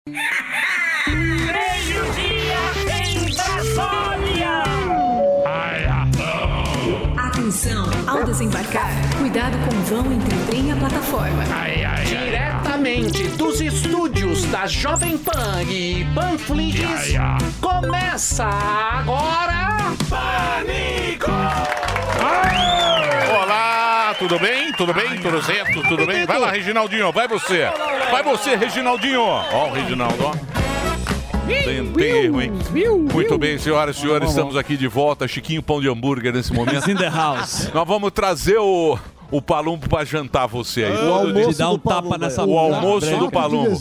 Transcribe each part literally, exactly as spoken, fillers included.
Meio-dia em Brasília! Atenção, ao desembarcar, cuidado com o vão entre o trem e a plataforma. Ai, ai, Diretamente dos estúdios da Jovem Pan e Panflix, ai, ai. começa agora... Pânico! Olá, tudo bem? Tudo bem? Tudo certo? Tudo bem? Vai lá, Reginaldinho, vai você. Vai você, Reginaldinho. Ó o Reginaldo, ó. Tem, tem erro, hein? Muito bem, senhoras e senhores, estamos aqui de volta. Chiquinho Pão de Hambúrguer nesse momento. In the house. Nós vamos trazer o, o Palumbo pra jantar você aí. O almoço dá um tapa nessa O almoço do Palumbo.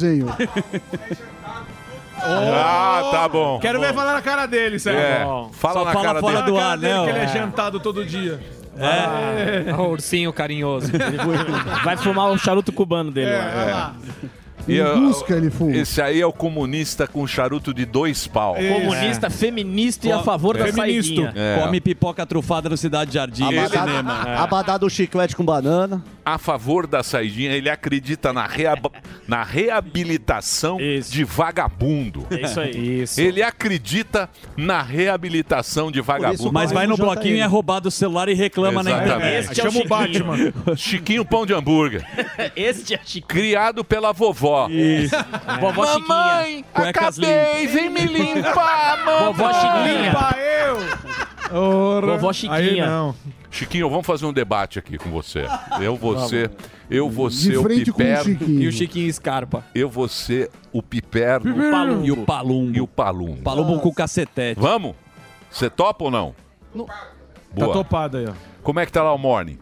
Ah, tá bom. Quero ver falar na cara dele, Sérgio. É, fala Só na fala cara fora dele. do Fala na ar, cara dele né? que ele é É. jantado todo dia. É. O ursinho carinhoso. Vai fumar o charuto cubano dele. lá. E, Em uh, busca ele fuma. Esse aí é o comunista com charuto de dois pau. Comunista, feminista e a favor da Feministo. saidinha. É. Come pipoca trufada no Cidade Jardim. no Ele- cinema. Abadá do chiclete com banana. A favor da saidinha, ele acredita na, reab- na reabilitação Isso. de vagabundo. É isso aí. Isso. Ele acredita na reabilitação de vagabundo. Mas vai no Jota bloquinho e ele. é roubado o celular e reclama na Exatamente. internet. Este é o Chama o Chiquinho. Batman. Chiquinho Pão de Hambúrguer, Este é Chiquinho. criado pela vovó. Vovó Chiquinha. Mamãe, Cuecas acabei, vem me limpar, mamãe. Vovó Chiquinha. Limpa eu! Ora. Vovó Chiquinha. Aí não. Chiquinho, vamos fazer um debate aqui com você. Eu vou ser, eu vou De ser o frente com o piperno, Chiquinho. E o Chiquinho Scarpa. eu vou ser o piperno Palumbo. E o Palumbo. e o palumbo. Palumbo com cacetete. Vamos? Você topa ou não? Tá Boa. topado aí, ó. Como é que tá lá o morning?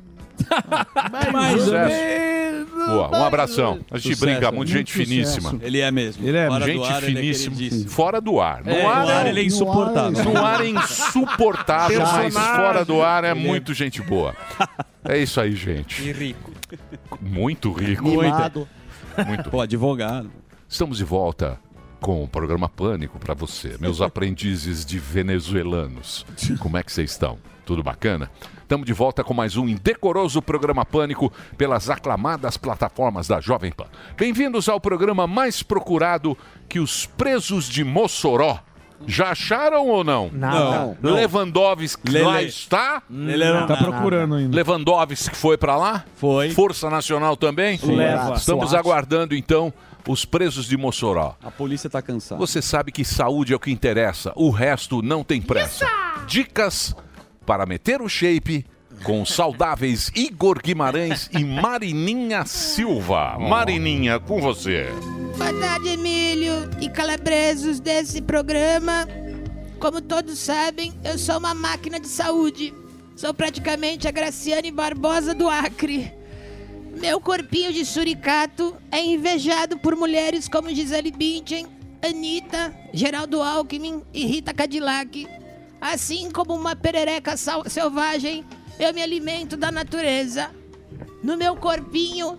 Mais Sucesso. Boa, um abração. A gente Sucesso. brinca muito, gente Muito finíssima. sucesso. Ele é mesmo. Ele é Fora do Gente ar, ele é finíssima. queridíssimo. Fora do ar. No É, ar, no ar é, ele é insuportável. no ar é insuportável, mas Personagem. fora do ar é muito gente boa. É isso aí, gente. E rico. Muito rico. Mimado. Muito. Pô, advogado. Estamos de volta com o programa Pânico para você, meus aprendizes de venezuelanos. Como é que vocês estão? Tudo bacana? Estamos de volta com mais um indecoroso programa Pânico pelas aclamadas plataformas da Jovem Pan. Bem-vindos ao programa mais procurado que os presos de Mossoró. Já acharam ou não? Não. Lewandowski Lele. lá está? Ele não Tá procurando ainda. Lewandowski foi para lá? Foi. Força Nacional também? Leva. Estamos SWAT. aguardando então os presos de Mossoró. A polícia tá cansada. Você sabe que saúde é o que interessa, o resto não tem pressa. Dicas para meter o shape com os saudáveis Igor Guimarães e Marininha Silva. Marininha, com você. Boa tarde, Emílio e calabresos desse programa. Como todos sabem, eu sou uma máquina de saúde. Sou praticamente a Graciane Barbosa do Acre. Meu corpinho de suricato é invejado por mulheres como Gisele Bündchen, Anitta, Geraldo Alckmin e Rita Cadillac. Assim como uma perereca sal- selvagem, eu me alimento da natureza. No meu corpinho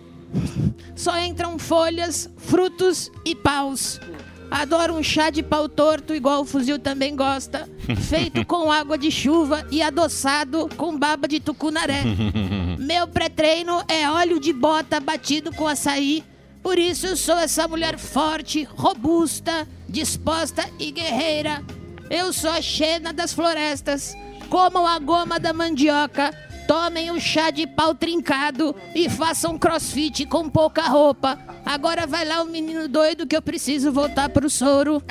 só entram folhas, frutos e paus. Adoro um chá de pau torto, igual o fuzil também gosta, feito com água de chuva e adoçado com baba de tucunaré. Meu pré-treino é óleo de bota batido com açaí. Por isso eu sou essa mulher forte, robusta, disposta e guerreira. Eu sou a Xena das florestas. Comam a goma da mandioca, tomem o chá de pau trincado e façam crossfit com pouca roupa. Agora vai lá o menino doido que eu preciso voltar pro soro.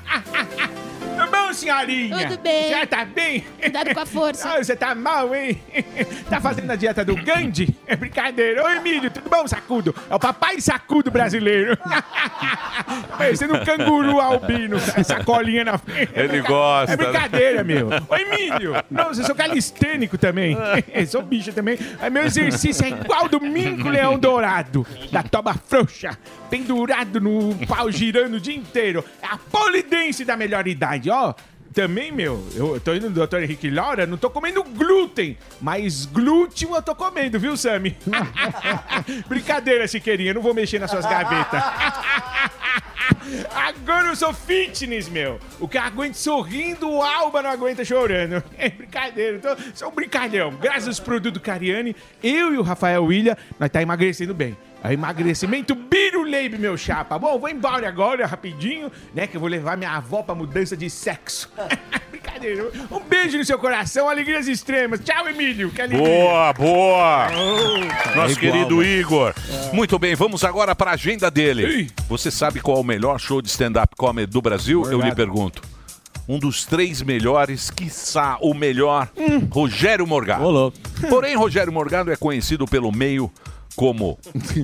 Tudo bom, senhorinha? Tudo bem. Já tá bem? Cuidado com a força. Ah, você tá mal, hein? Tá fazendo a dieta do Gandhi? É brincadeira. Oi, Emílio, tudo bom, Sacudo? É o papai Sacudo brasileiro. Parecendo um canguru albino, essa colinha na frente. Ele gosta, É brincadeira, meu. Oi, Emílio. Nossa, eu sou calistênico também. Sou bicho também. Aí meu exercício é igual do Minco Leão Dourado, da toba frouxa, pendurado no pau, girando o dia inteiro. É a polidense da melhor idade, ó. Também, meu, eu tô indo no doutor Henrique Laura, não tô comendo glúten, mas glúten eu tô comendo, viu, Sami? Brincadeira, chiqueirinha, não vou mexer nas suas gavetas. Agora eu sou fitness, meu. O que aguenta sorrindo, o Alba não aguenta chorando. É brincadeira, então, sou um brincalhão. Graças aos produtos Cariani, eu e o Rafael William, nós tá emagrecendo bem. É emagrecimento Leib, meu chapa. Bom, vou embora agora, rapidinho, né? Que eu vou levar minha avó pra mudança de sexo. Brincadeira. Um beijo no seu coração, alegrias extremas. Tchau, Emílio. Que alegria. Boa, boa. Oh. Nosso É igual, querido né? Igor. É. Muito bem, vamos agora para a agenda dele. Ei. Você sabe qual é o melhor show de stand-up comedy do Brasil? Morgado. Eu lhe pergunto. Um dos três melhores, quiçá o melhor, hum. Rogério Morgado. Olô. Porém, Rogério Morgado é conhecido pelo meio como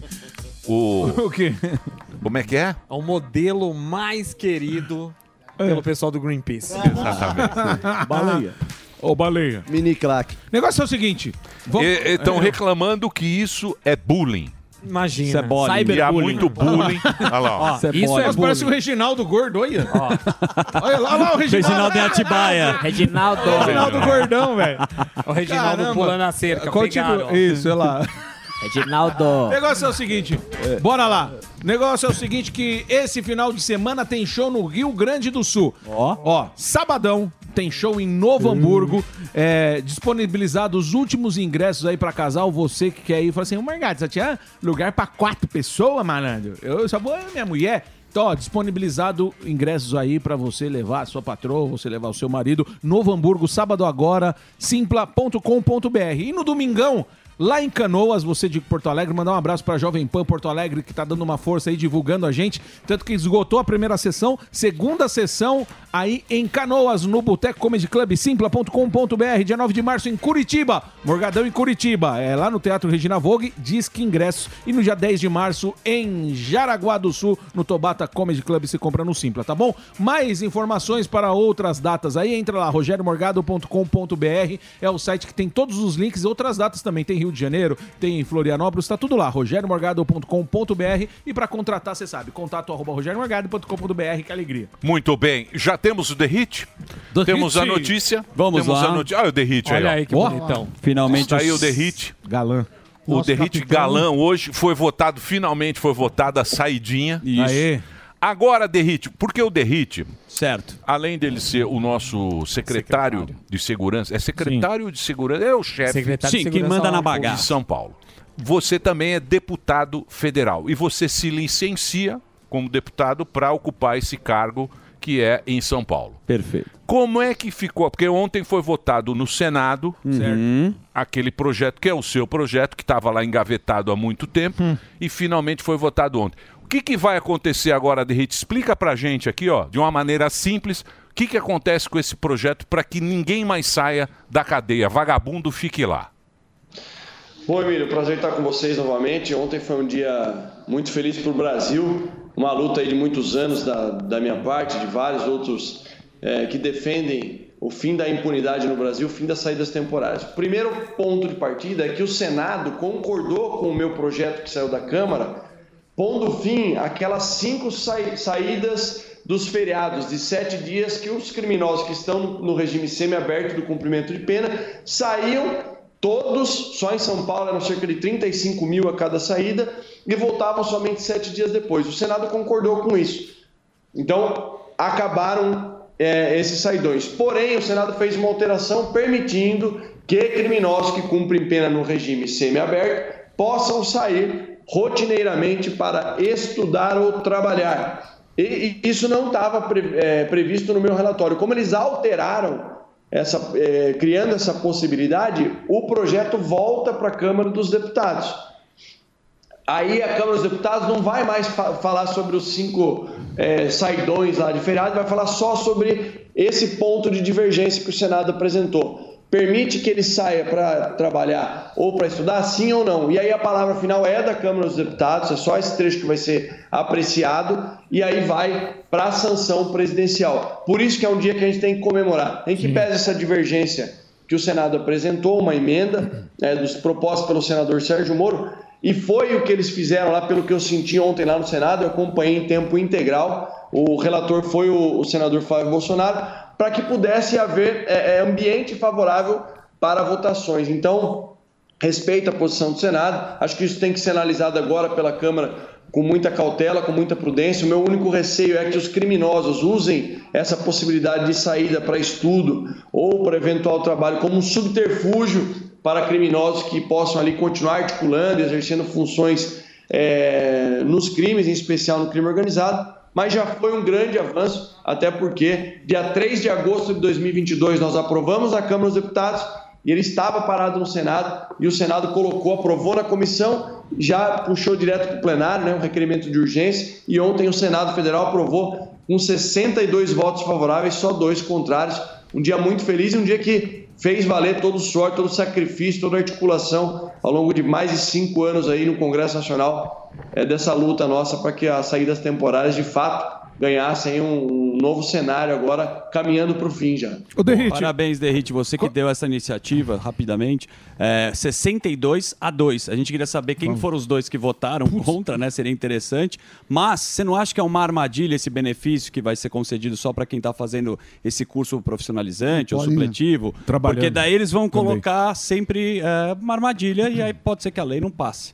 o... O quê? Como é que é? É o modelo mais querido pelo pessoal do Greenpeace. Exatamente. Baleia. Ô, baleia. Mini crack. O negócio é o seguinte. Estão é, reclamando que isso é bullying. Imagina. Isso é bullying. E há muito bullying. Olha lá, ó. Isso é, isso é parece o Reginaldo Gordo, olha. Olha lá, olha lá o Reginaldo. Reginaldo em Atibaia. Reginaldo. Reginaldo Gordão, velho. O Reginaldo Caramba. Pulando a cerca. Continua. Isso, olha lá. Reginaldo. O negócio é o seguinte, é. bora lá. O negócio é o seguinte, que esse final de semana tem show no Rio Grande do Sul. Ó, ó, sabadão tem show em Novo hum. Hamburgo. É, disponibilizados os últimos ingressos aí pra casal. Você que quer ir, fala assim, ô Margato, só tinha lugar pra quatro pessoas, malandro? Eu só vou eu e minha mulher. Então, ó, disponibilizado ingressos aí pra você levar a sua patroa, você levar o seu marido. Novo Hamburgo, sábado agora, simpla ponto com ponto b r. E no domingão, lá em Canoas, você de Porto Alegre, mandar um abraço pra Jovem Pan Porto Alegre, que tá dando uma força aí, divulgando a gente. Tanto que esgotou a primeira sessão, segunda sessão aí em Canoas, no Boteco Comedy Club, simpla ponto com ponto b r, dia nove de março em Curitiba, Morgadão em Curitiba, é lá no Teatro Regina Vogue, Disque Ingressos. E no dia dez de março em Jaraguá do Sul, no Tobata Comedy Club, se compra no Simpla, tá bom? Mais informações para outras datas aí, entra lá, rogério morgado ponto com ponto b r, é o site que tem todos os links e outras datas também, tem Rio de Janeiro, tem Florianópolis, tá tudo lá, rogério morgado ponto com ponto b r. E para contratar, você sabe, contato arroba rogério morgado ponto com ponto b r, que alegria. Muito bem, já temos o The Hit? The temos Hit. a notícia? Vamos temos lá. A noti- Olha o The Hit. Olha aí, aí que oh, bonitão. Finalmente. Está aí o The Hit. Galã. O Nosso The Hit capitão. Galã hoje foi votado, finalmente foi votada a saidinha. Isso. Aê. Agora, The Hit, porque o The Hit, Certo. além dele ser o nosso secretário, secretário. de segurança, é secretário Sim. de segurança, é o chefe Secretário Sim, de quem manda na de bagaça. São Paulo. Você também é deputado federal e você se licencia como deputado para ocupar esse cargo que é em São Paulo. Perfeito. Como é que ficou? Porque ontem foi votado no Senado Uhum. aquele projeto que é o seu projeto, que estava lá engavetado há muito tempo Hum. e finalmente foi votado ontem. O que, que vai acontecer agora, The Hit? Explica pra gente aqui, ó, de uma maneira simples, o que, que acontece com esse projeto para que ninguém mais saia da cadeia. Vagabundo, fique lá. Bom, Emílio, prazer estar com vocês novamente. Ontem foi um dia muito feliz para o Brasil, uma luta aí de muitos anos da, da minha parte, de vários outros é, que defendem o fim da impunidade no Brasil, o fim das saídas temporárias. O primeiro ponto de partida é que o Senado concordou com o meu projeto que saiu da Câmara, pondo fim àquelas cinco sa- saídas dos feriados de sete dias que os criminosos que estão no regime semiaberto do cumprimento de pena saíam todos, só em São Paulo eram cerca de trinta e cinco mil a cada saída e voltavam somente sete dias depois. O Senado concordou com isso. Então, acabaram é, esses saidões. Porém, o Senado fez uma alteração permitindo que criminosos que cumprem pena no regime semiaberto possam sair rotineiramente para estudar ou trabalhar. E, e isso não estava pre, é, previsto no meu relatório. Como eles alteraram Essa, é, criando essa possibilidade, o projeto volta para a Câmara dos Deputados. Aí a Câmara dos Deputados não vai mais fa- falar sobre os cinco é, saidões lá de feriado, vai falar só sobre esse ponto de divergência que o Senado apresentou. Permite que ele saia para trabalhar ou para estudar, sim ou não? E aí a palavra final é da Câmara dos Deputados, é só esse trecho que vai ser apreciado e aí vai para a sanção presidencial. Por isso que é um dia que a gente tem que comemorar. Em que pese essa divergência que o Senado apresentou, uma emenda é, dos propostos pelo senador Sérgio Moro, e foi o que eles fizeram lá, pelo que eu senti ontem lá no Senado, eu acompanhei em tempo integral, o relator foi o, o senador Flávio Bolsonaro, para que pudesse haver é, ambiente favorável para votações. Então, respeito a posição do Senado, acho que isso tem que ser analisado agora pela Câmara com muita cautela, com muita prudência. O meu único receio é que os criminosos usem essa possibilidade de saída para estudo ou para eventual trabalho como um subterfúgio para criminosos que possam ali continuar articulando, exercendo funções é, nos crimes, em especial no crime organizado, mas já foi um grande avanço, até porque dia três de agosto de dois mil e vinte e dois nós aprovamos na Câmara dos Deputados e ele estava parado no Senado e o Senado colocou, aprovou na comissão, já puxou direto para o plenário, né, um requerimento de urgência, e ontem o Senado Federal aprovou com sessenta e dois votos favoráveis, só dois contrários. Um dia muito feliz e um dia que fez valer todo o suor, todo o sacrifício, toda a articulação ao longo de mais de cinco anos aí no Congresso Nacional, é, dessa luta nossa para que as saídas temporárias de fato ganhassem um, um novo cenário agora, caminhando para o fim já. Bom, parabéns, Derrite, você que deu essa iniciativa rapidamente. É, sessenta e dois a dois. A gente queria saber quem foram os dois que votaram contra, né? Seria interessante. Mas você não acha que é uma armadilha esse benefício que vai ser concedido só para quem está fazendo esse curso profissionalizante ou supletivo? Porque daí eles vão colocar também sempre é, uma armadilha e aí pode ser que a lei não passe.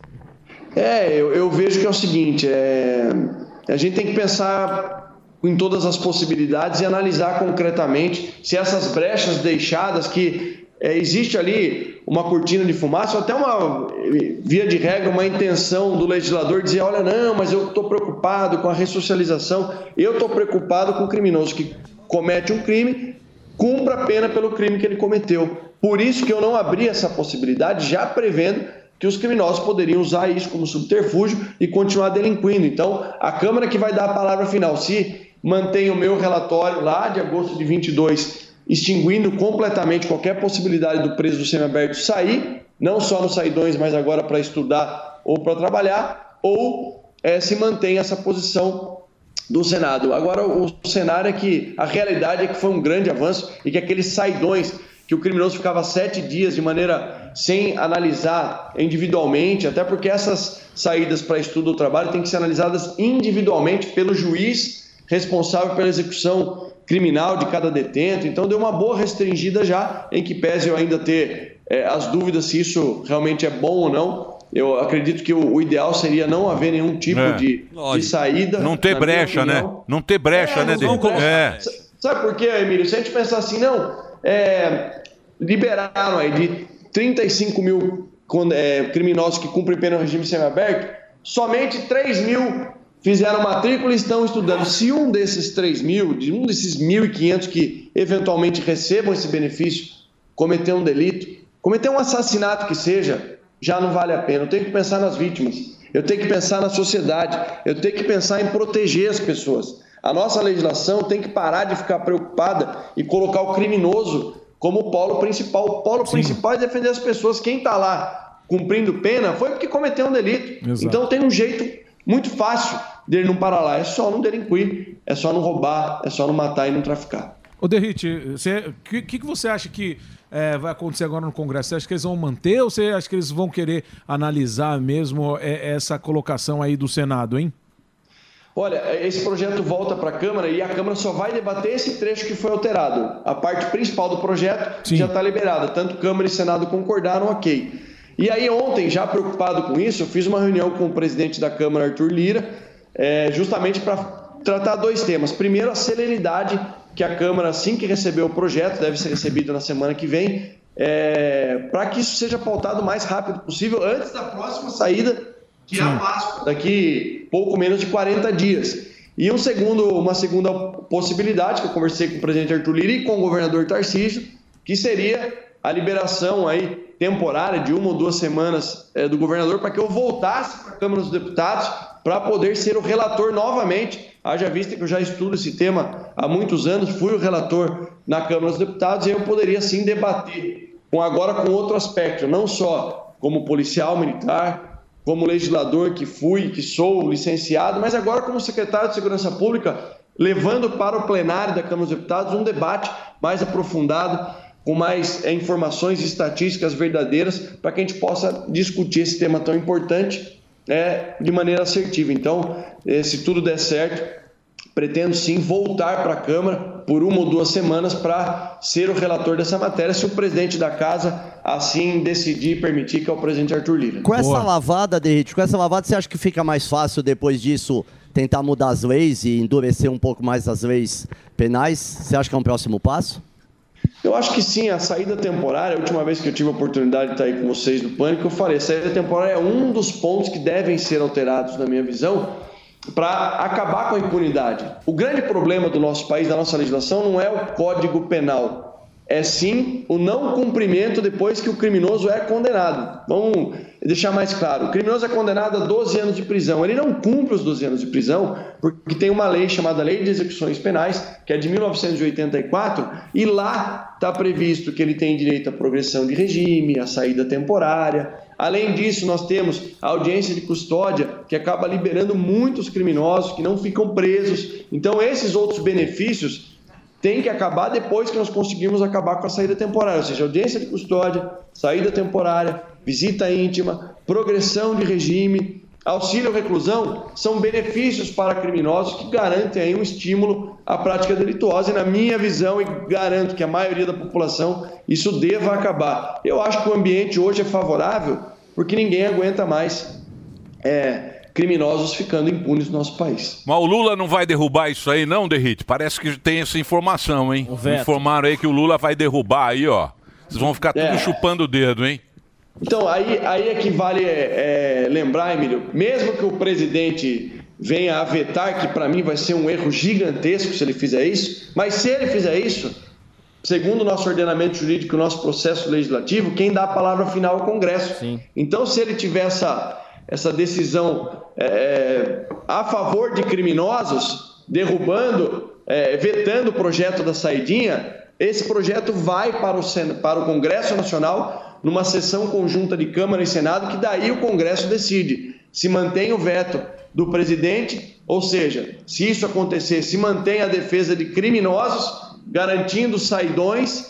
É, eu, eu vejo que é o seguinte, é... a gente tem que pensar em todas as possibilidades e analisar concretamente se essas brechas deixadas, que é, existe ali uma cortina de fumaça, ou até uma, via de regra, uma intenção do legislador dizer, olha, não, mas eu estou preocupado com a ressocialização, eu estou preocupado com o criminoso que comete um crime, cumpra a pena pelo crime que ele cometeu. Por isso que eu não abri essa possibilidade, já prevendo que os criminosos poderiam usar isso como subterfúgio e continuar delinquindo. Então, a Câmara que vai dar a palavra final. Se mantém o meu relatório lá de agosto de vinte e dois, extinguindo completamente qualquer possibilidade do preso do semiaberto sair, não só nos saidões, mas agora para estudar ou para trabalhar, ou é, se mantém essa posição do Senado. Agora, o cenário é que a realidade é que foi um grande avanço e que aqueles saidões que o criminoso ficava sete dias de maneira sem analisar individualmente, até porque essas saídas para estudo ou trabalho têm que ser analisadas individualmente pelo juiz responsável pela execução criminal de cada detento. Então deu uma boa restringida já, em que pese eu ainda ter é, as dúvidas se isso realmente é bom ou não. Eu acredito que o, o ideal seria não haver nenhum tipo É. de, de saída. Não ter na minha brecha, né? opinião. Não ter brecha, É, né, não vão Dede? colocar- É. Sabe por quê, Emílio? Se a gente pensar assim, não, é, liberaram aí de trinta e cinco mil con- é, criminosos que cumprem pena no regime semiaberto, somente três mil fizeram matrícula e estão estudando. Se um desses três mil, de um desses mil e quinhentos que eventualmente recebam esse benefício, cometer um delito, cometer um assassinato que seja, já não vale a pena. Eu tenho que pensar nas vítimas, eu tenho que pensar na sociedade, eu tenho que pensar em proteger as pessoas. A nossa legislação tem que parar de ficar preocupada e colocar o criminoso como o polo principal. O polo Sim. principal é defender as pessoas. Quem está lá cumprindo pena foi porque cometeu um delito. Exato. Então tem um jeito muito fácil dele não parar lá. É só não delinquir, é só não roubar, é só não matar e não traficar. Ô, Derrite, o que, que você acha que é, vai acontecer agora no Congresso? Você acha que eles vão manter ou você acha que eles vão querer analisar mesmo é, essa colocação aí do Senado, hein? Olha, esse projeto volta para a Câmara e a Câmara só vai debater esse trecho que foi alterado. A parte principal do projeto Sim. já está liberada. Tanto Câmara e Senado concordaram, ok. E aí ontem, já preocupado com isso, eu fiz uma reunião com o presidente da Câmara, Arthur Lira, é, justamente para tratar dois temas. Primeiro, a celeridade que a Câmara, assim que receber o projeto, deve ser recebido na semana que vem, é, para que isso seja pautado o mais rápido possível, antes da próxima saída, que é a Páscoa, daqui pouco menos de quarenta dias. E um segundo, uma segunda possibilidade, que eu conversei com o presidente Arthur Lira e com o governador Tarcísio, que seria a liberação aí temporária de uma ou duas semanas é, do governador para que eu voltasse para a Câmara dos Deputados para poder ser o relator novamente. Haja vista que eu já estudo esse tema há muitos anos, fui o relator na Câmara dos Deputados e eu poderia sim debater com, agora com outro aspecto, não só como policial militar, como legislador que fui, que sou licenciado, mas agora como secretário de Segurança Pública, levando para o plenário da Câmara dos Deputados um debate mais aprofundado, com mais é, informações e estatísticas verdadeiras, para que a gente possa discutir esse tema tão importante é, de maneira assertiva. Então, é, se tudo der certo, pretendo sim voltar para a Câmara por uma ou duas semanas para ser o relator dessa matéria, se o presidente da Casa assim decidir e permitir, que é o presidente Arthur Lira. Com essa Boa. lavada, Derrite, com essa lavada, você acha que fica mais fácil depois disso tentar mudar as leis e endurecer um pouco mais as leis penais? Você acha que é um próximo passo? Eu acho que sim, a saída temporária, a última vez que eu tive a oportunidade de estar aí com vocês no Pânico, eu falei, a saída temporária é um dos pontos que devem ser alterados, na minha visão, para acabar com a impunidade. O grande problema do nosso país, da nossa legislação, não é o Código Penal, é sim o não cumprimento depois que o criminoso é condenado. Vamos deixar mais claro, o criminoso é condenado a doze anos de prisão, ele não cumpre os doze anos de prisão porque tem uma lei chamada Lei de Execuções Penais, que é de mil novecentos e oitenta e quatro, e lá está previsto que ele tem direito à progressão de regime, à saída temporária. Além disso, nós temos a audiência de custódia, que acaba liberando muitos criminosos que não ficam presos. Então, esses outros benefícios tem que acabar depois que nós conseguimos acabar com a saída temporária, ou seja, audiência de custódia, saída temporária, visita íntima, progressão de regime, auxílio à reclusão, são benefícios para criminosos que garantem aí um estímulo à prática delituosa e, na minha visão, e garanto que a maioria da população, isso deva acabar. Eu acho que o ambiente hoje é favorável porque ninguém aguenta mais é, criminosos ficando impunes no nosso país. Mas o Lula não vai derrubar isso aí não, Derrite? Parece que tem essa informação, hein? Informaram aí que o Lula vai derrubar aí, ó. Vocês vão ficar tudo É. chupando o dedo, hein? Então, aí, aí é que vale é, é, lembrar, Emílio, mesmo que o presidente venha a vetar, que para mim vai ser um erro gigantesco se ele fizer isso, mas se ele fizer isso, segundo o nosso ordenamento jurídico, o nosso processo legislativo, quem dá a palavra final é o Congresso. Sim. Então, se ele tiver essa, essa decisão é, a favor de criminosos, derrubando, é, vetando o projeto da saidinha, esse projeto vai para o, Sen- para o Congresso Nacional numa sessão conjunta de Câmara e Senado, que daí o Congresso decide se mantém o veto do presidente, ou seja, se isso acontecer, se mantém a defesa de criminosos, garantindo saidões,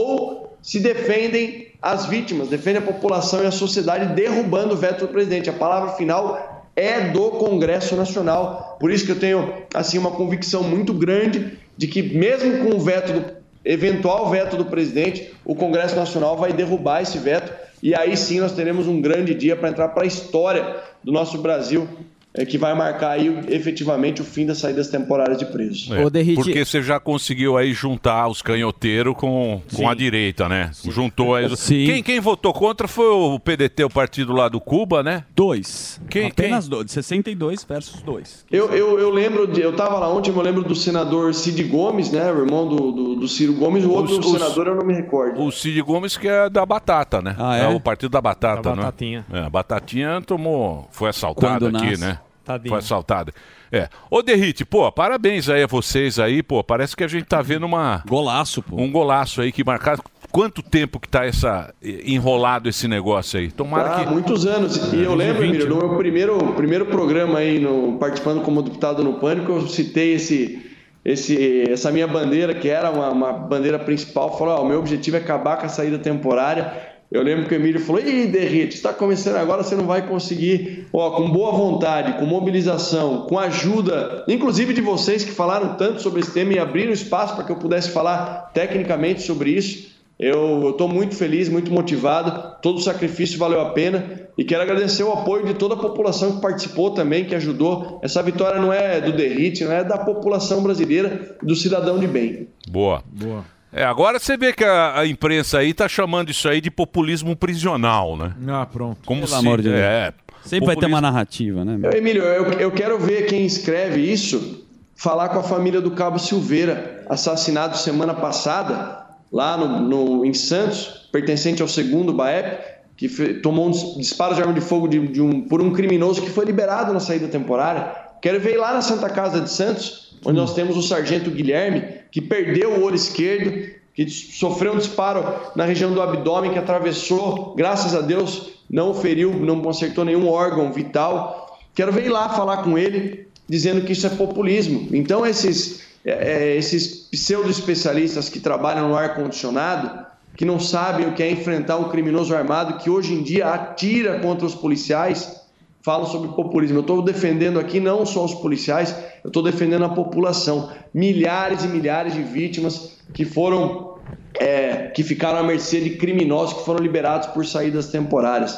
ou se defendem as vítimas, defendem a população e a sociedade, derrubando o veto do presidente. A palavra final é do Congresso Nacional. Por isso que eu tenho assim, uma convicção muito grande de que, mesmo com o veto do eventual veto do presidente, o Congresso Nacional vai derrubar esse veto e aí sim nós teremos um grande dia para entrar para a história do nosso Brasil, é, que vai marcar aí efetivamente o fim das saídas temporárias de presos. É, porque você já conseguiu aí juntar os canhoteiros com, com a direita, né? Juntou aí. Sim. Quem, quem votou contra foi o P D T, o partido lá do Cuba, né? Dois. Quem, Apenas dois. sessenta e dois versus dois. Eu, eu, eu lembro, de, eu estava lá ontem, eu lembro do senador Cid Gomes, né? O irmão do, do, do Ciro Gomes, o outro Os- os- senador eu não me recordo. O Cid Gomes, que é da Batata, né? Ah, é? o partido da Batata, Da né? Batatinha. É, a Batatinha tomou, foi assaltada Quando aqui, nasce. né? Tadinha. Foi assaltada. É. Ô, Derrite, pô, parabéns aí a vocês aí, pô. Parece que a gente tá vendo uma... Golaço, pô. Um golaço aí que marcado. Quanto tempo que tá essa, enrolado esse negócio aí? Tomara Ah, que... muitos anos. E eu lembro, Emílio, no meu primeiro, primeiro programa aí, no, participando como deputado no Pânico, eu citei esse, esse, essa minha bandeira, que era uma, uma bandeira principal. Falei, ó, o meu objetivo é acabar com a saída temporária. Eu lembro que o Emílio falou, ih, Derrite, está começando agora, você não vai conseguir. Ó, com boa vontade, com mobilização, com ajuda, inclusive de vocês que falaram tanto sobre esse tema e abriram espaço para que eu pudesse falar tecnicamente sobre isso. Eu estou muito feliz, muito motivado, todo o sacrifício valeu a pena e quero agradecer o apoio de toda a população que participou também, que ajudou. Essa vitória não é do Derrite, não é da população brasileira, do cidadão de bem. Boa. Boa. É, agora você vê que a, a imprensa aí tá chamando isso aí de populismo prisional, né? Ah, pronto. Como Pelo se... amor de Deus. É, Sempre vai ter uma narrativa, né? meu? Eu, Emílio, eu, eu quero ver quem escreve isso falar com a família do Cabo Silveira, assassinado semana passada, lá no, no, em Santos, pertencente ao segundo BAEP, que fe, tomou um dis- disparo de arma de fogo de, de um, por um criminoso que foi liberado na saída temporária. Quero ver lá na Santa Casa de Santos, onde nós temos o sargento Guilherme, que perdeu o olho esquerdo, que sofreu um disparo na região do abdômen, que atravessou, graças a Deus, não feriu, não acertou nenhum órgão vital. Quero ver ir lá falar com ele, dizendo que isso é populismo. Então, esses, é, esses pseudo-especialistas que trabalham no ar-condicionado, que não sabem o que é enfrentar um criminoso armado, que hoje em dia atira contra os policiais, falam sobre populismo. Eu estou defendendo aqui não só os policiais, eu estou defendendo a população. Milhares e milhares de vítimas que foram, é, que ficaram à mercê de criminosos que foram liberados por saídas temporárias.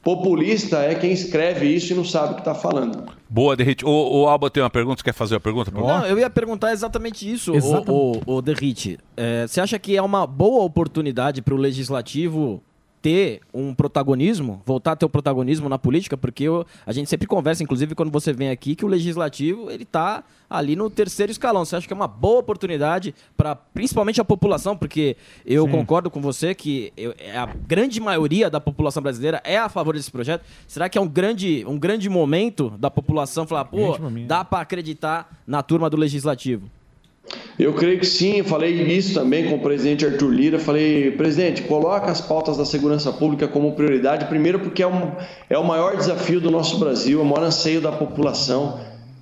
Populista é quem escreve isso e não sabe o que está falando. Boa, Derrite. O, o Alba tem uma pergunta, você quer fazer a pergunta? Não, eu ia perguntar exatamente isso, Exatamente. o, o, o Derrite. É, você acha que é uma boa oportunidade para o Legislativo ter um protagonismo, voltar a ter o protagonismo na política? Porque eu, a gente sempre conversa, inclusive quando você vem aqui, que o Legislativo ele está ali no terceiro escalão. Você acha que é uma boa oportunidade para principalmente a população? Porque eu Sim. concordo com você que eu, a grande maioria da população brasileira é a favor desse projeto. Será que é um grande, um grande momento da população falar, pô, dá para acreditar na turma do Legislativo? Eu creio que sim, eu falei isso também com o presidente Arthur Lira, falei, presidente, coloca as pautas da segurança pública como prioridade, primeiro porque é, um, é o maior desafio do nosso Brasil, é o maior anseio da população,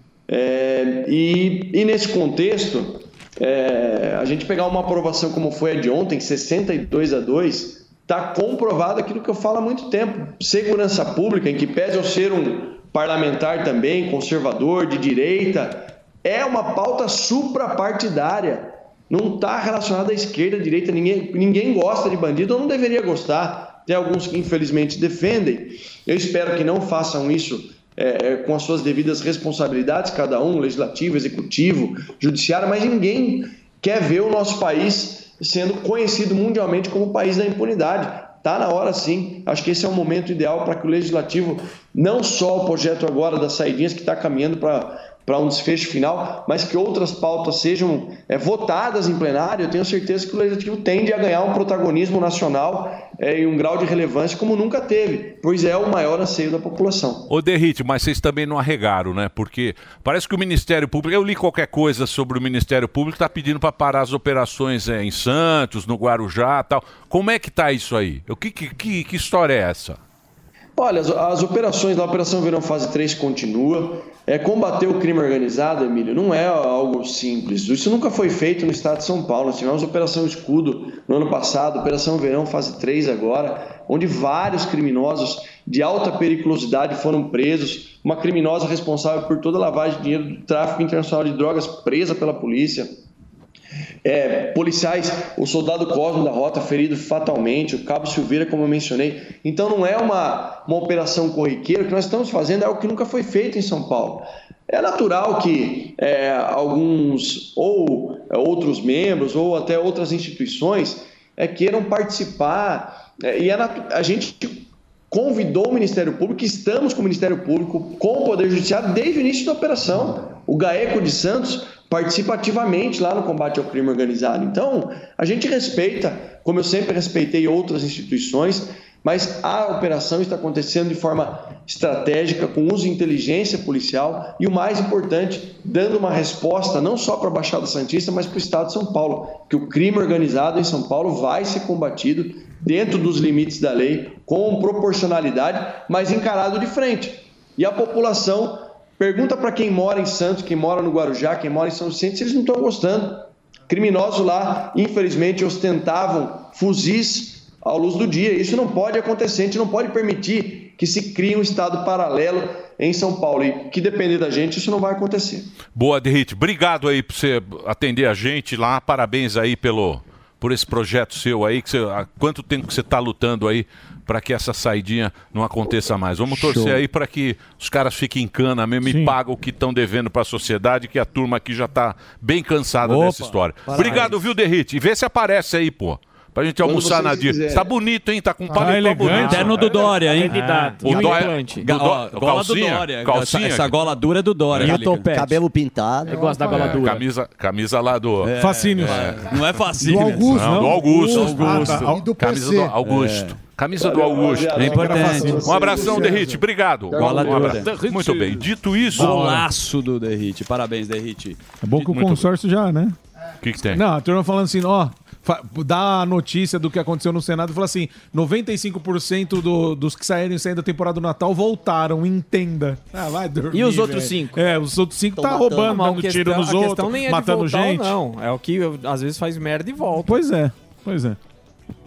é, e, e nesse contexto, é, a gente pegar uma aprovação como foi a de ontem, sessenta e dois a dois, está comprovado aquilo que eu falo há muito tempo, segurança pública, em que pese eu ser um parlamentar também, conservador, de direita, é uma pauta suprapartidária, não está relacionada à esquerda, à direita, ninguém, ninguém gosta de bandido, ou não deveria gostar, tem alguns que infelizmente defendem, eu espero que não façam isso é, com as suas devidas responsabilidades, cada um, legislativo, executivo, judiciário, mas ninguém quer ver o nosso país sendo conhecido mundialmente como o país da impunidade. Está na hora sim, acho que esse é o momento ideal para que o Legislativo, não só o projeto agora das saidinhas que está caminhando para para um desfecho final, mas que outras pautas sejam é, votadas em plenário, eu tenho certeza que o Legislativo tende a ganhar um protagonismo nacional é, e um grau de relevância como nunca teve, pois é o maior anseio da população. Ô Derrite, mas vocês também não arregaram, né? Porque parece que o Ministério Público, eu li qualquer coisa sobre o Ministério Público, está pedindo para parar as operações é, em Santos, no Guarujá e tal. Como é que tá isso aí? O que, que, que história é essa? Olha, as, as operações da Operação Verão Fase três continua. É, combater o crime organizado, Emílio, não é algo simples. Isso nunca foi feito no estado de São Paulo. Nós tivemos a Operação Escudo no ano passado, Operação Verão Fase três agora, onde vários criminosos de alta periculosidade foram presos. Uma criminosa responsável por toda a lavagem de dinheiro do tráfico internacional de drogas presa pela polícia. É, policiais, o soldado Cosmo da Rota ferido fatalmente, o Cabo Silveira, como eu mencionei. Então não é uma, uma operação corriqueira. O que nós estamos fazendo é algo que nunca foi feito em São Paulo. É natural que é, alguns ou é, outros membros ou até outras instituições é, queiram participar é, e é a gente convidou o Ministério Público, estamos com o Ministério Público, com o Poder Judiciário desde o início da operação. O GAECO de Santos participa ativamente lá no combate ao crime organizado. Então, a gente respeita, como eu sempre respeitei outras instituições, mas a operação está acontecendo de forma estratégica, com uso de inteligência policial e, o mais importante, dando uma resposta não só para a Baixada Santista, mas para o Estado de São Paulo, que o crime organizado em São Paulo vai ser combatido dentro dos limites da lei, com proporcionalidade, mas encarado de frente. E a população pergunta para quem mora em Santos, quem mora no Guarujá, quem mora em São Vicente, se eles não estão gostando. Criminosos lá, infelizmente, ostentavam fuzis à luz do dia. Isso não pode acontecer, a gente não pode permitir que se crie um estado paralelo em São Paulo. E que depender da gente, isso não vai acontecer. Boa, Derrite. Obrigado aí por você atender a gente lá. Parabéns aí pelo, por esse projeto seu aí. Que você, há quanto tempo que você está lutando aí para que essa saidinha não aconteça mais? Vamos Show. torcer aí para que os caras fiquem em cana mesmo Sim. e pagam o que estão devendo para a sociedade, que a turma aqui já está bem cansada Opa, dessa história. Obrigado, viu, Derrite? E vê se aparece aí, pô. Pra gente Quando almoçar na dia. Tá bonito, hein? Tá com um paletó bonito. Terno do Dória, hein? Candidato. O E o Dória. implante. Ga- ó, O gola calcinha? do Dória. Calcinha? Essa, essa gola dura é do Dória. E o ali, topete. Cabelo pintado. Eu gosto da gola É, dura. camisa, camisa lá do... É, Fascínio. é. Não é facinho. Do Augusto, Não, não? do Augusto. Augusto. Ah, tá. E do Camisa P C. do Augusto. Camisa do Augusto. rapaziada. É importante. Um abração, Derrite. Obrigado. Gola Um abraço. dura. Muito bem. Dito isso... Golaço do Derrite. Parabéns, Derrite. É bom que o Muito consórcio já, né? O que que tem? Não, a turma falando assim, ó, fa- dá a notícia do que aconteceu no Senado e fala assim, noventa e cinco por cento do, dos que saíram saindo da temporada do Natal voltaram, entenda. Ah, vai dormir, E os outros velho. cinco? É, os outros cinco Tão tá matando. roubando, Mas dando a tiro questão- nos a questão outros, nem é de matando voltar ou gente. não. É o que às vezes faz merda e volta. Pois é, pois é.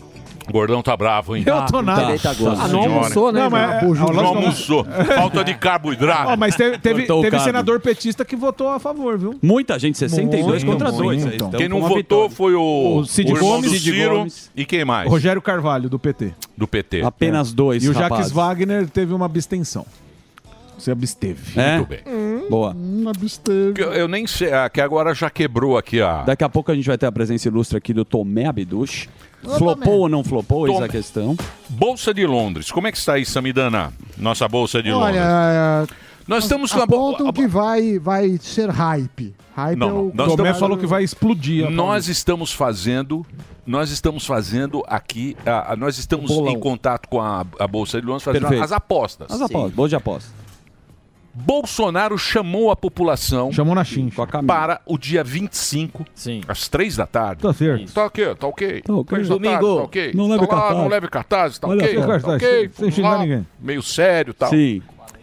O gordão tá bravo, hein? Eu tô nada. Nossa Ah, senhora. não almoçou, né, Não, mas João? é- Pô, João, não lógico- almoçou. Falta de carboidrato. Ó, mas teve, teve, Cortou o teve cabo. senador petista que votou a favor, viu? Muita gente, sessenta e dois Muito, contra muito, dois. então. Quem não votou foi o, O Cid o irmão Gomes. do Cid Ciro Gomes. e quem mais? Rogério Carvalho, do P T. Do P T. Apenas dois, E o Jacques rapazes. Wagner teve uma abstenção. Se absteve. É? Muito bem. Boa. Que Eu, eu nem sei, ah, que agora já quebrou aqui a... Daqui a pouco a gente vai ter a presença ilustre aqui do Tomé Abduch. Flopou ou não flopou? Eis Tom- a questão. Bolsa de Londres. Como é que está aí, Samidana? Nossa Bolsa de Londres. Olha, Nós estamos com a... apontam que vai, vai ser hype. Hype Não, é não. o... Nós Tomé estamos- falou que vai explodir. a Nós estamos fazendo, nós estamos fazendo aqui, a- a- nós estamos Bolão. em contato com a, a Bolsa de Londres fazendo Perfeito. as apostas. As apostas, boa de aposta. Bolsonaro chamou a população Chamou na Chim. para o dia vinte e cinco, às três da tarde. Tá certo. Tá ok, tá ok. Tá ok. Três da tarde, Domingo, tá ok. não leve Tá lá, cartaz. não leve cartaz, tá Olha ok. só, Tá cartaz, ok, sem vamos xingar lá, ninguém. meio sério e tal. Sim.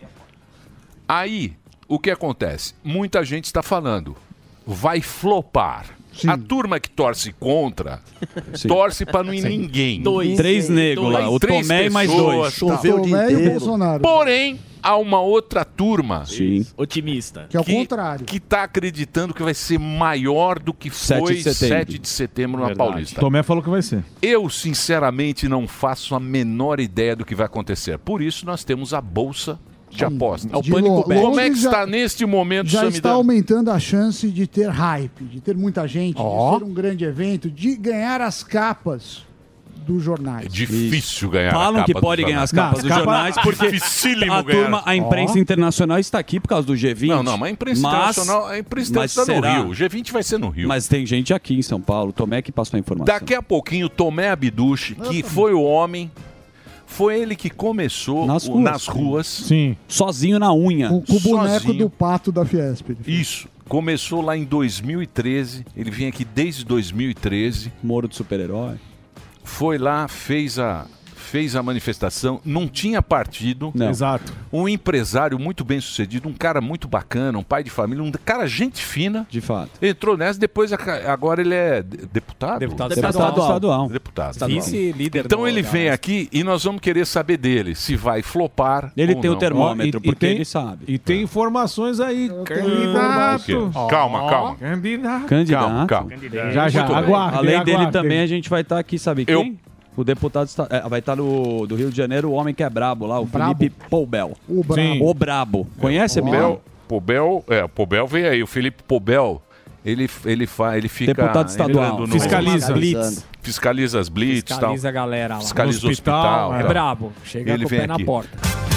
Aí, o que acontece? Muita gente está falando, vai flopar. A turma que torce contra, Sim. torce para não ir Sim. ninguém. Dois. Três negros lá, o Três Tomé e mais pessoas, dois. tal. Choveu o dia Tomé e o inteiro. Bolsonaro. Porém, há uma outra turma Sim. Otimista. Que é o contrário. que está acreditando que vai ser maior do que sete foi de setembro. sete de setembro na Verdade. Paulista. Tomé falou que vai ser. Eu, sinceramente, não faço a menor ideia do que vai acontecer. Por isso, nós temos a Bolsa de Apostas. É o De pânico Lo- Bet. Como é que Londres já- está neste momento, Já Samidana? está aumentando a chance de ter hype, de ter muita gente, Ó. de ser um grande evento, de ganhar as capas dos jornais. É difícil ganhar a Falam capa que dos pode ganhar as jornais. capas dos jornais, porque Dificílimo a ganhar. turma, a imprensa Ó. internacional está aqui por causa do G vinte. Não, não, mas a imprensa Mas- internacional, a imprensa mas internacional será? no Rio. O G vinte vai ser no Rio. Mas tem gente aqui em São Paulo. Tomé que passou a informação. Daqui a pouquinho, Tomé Abduch, que foi o homem, foi ele que começou Nas o- ruas. nas ruas. Sim. Sozinho na unha. Com, com o boneco Sozinho. do pato da Fiesp. Isso. Começou lá em dois mil e treze. Ele vem aqui desde dois mil e treze. Moro de super-herói. Foi lá, fez a, fez a manifestação. Não tinha partido. Não. Exato. Um empresário muito bem sucedido, um cara muito bacana, um pai de família, um cara gente fina. De fato. Entrou nessa, depois aca- agora ele é de- deputado? Deputado Deputado estadual. estadual. Deputado. Vice-líder Então do- ele da- vem aqui e nós vamos querer saber dele se vai flopar. Ele ou tem o não. termômetro, Ó, e- e porque tem- ele sabe. E tem informações aí. O quê? Candidato. Calma, calma. Candidato. Candidato. Calma, calma. Já, já. Muito bem. Aguardem, Além dele aguardem. também, a gente vai estar aqui, sabe Eu- quem? O deputado esta- é, vai estar no, do Rio de Janeiro, o homem que é brabo lá, o Brabo? Felipe Poubel. O brabo. Sim. O brabo. Conhece, amigo? Pobel, Pobel, é, Pobel vem aí. O Felipe Pobel, ele, ele, fa, ele fica... Deputado estadual. entrando no- Fiscaliza. Blitz. Fiscaliza as blitz tal. Fiscaliza a galera lá. Fiscaliza No o hospital, hospital. é. É tal. brabo. Chega Ele com o vem pé na aqui. porta.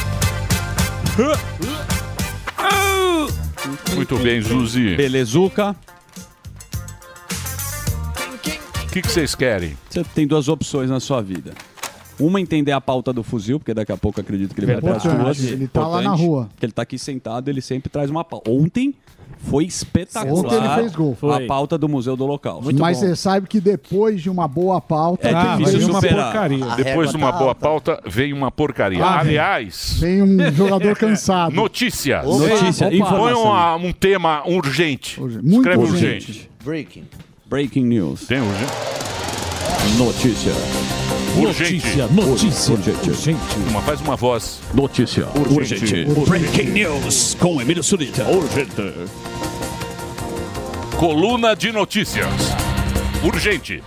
Muito bem, Zuzi. Belezuca. O que que vocês querem? Você tem duas opções na sua vida. Uma, entender a pauta do fuzil, porque daqui a pouco eu acredito que ele vai para as Importante. ruas. Ele tá lá na Importante, rua. Que ele tá aqui sentado, ele sempre traz uma pauta. Ontem foi espetacular. Ontem ele fez gol. A Foi. pauta do Museu do Holocausto. Mas você sabe que depois de uma boa pauta, É Ah, difícil mas uma superar. porcaria. A Depois de régua uma tá boa alta. pauta, vem uma porcaria. Ah, Aliás, vem um jogador cansado. notícias. Notícia, Opa. informação. Põe uma- um tema urgente. Muito Escreve urgente. urgente. Breaking. Breaking news. Tem urgente? Notícia. Urgente. Notícia. Urgente. Uma, faz uma voz. Notícia. Urgente. Breaking news com Emílio Surita. Urgente. Coluna de notícias. Urgente.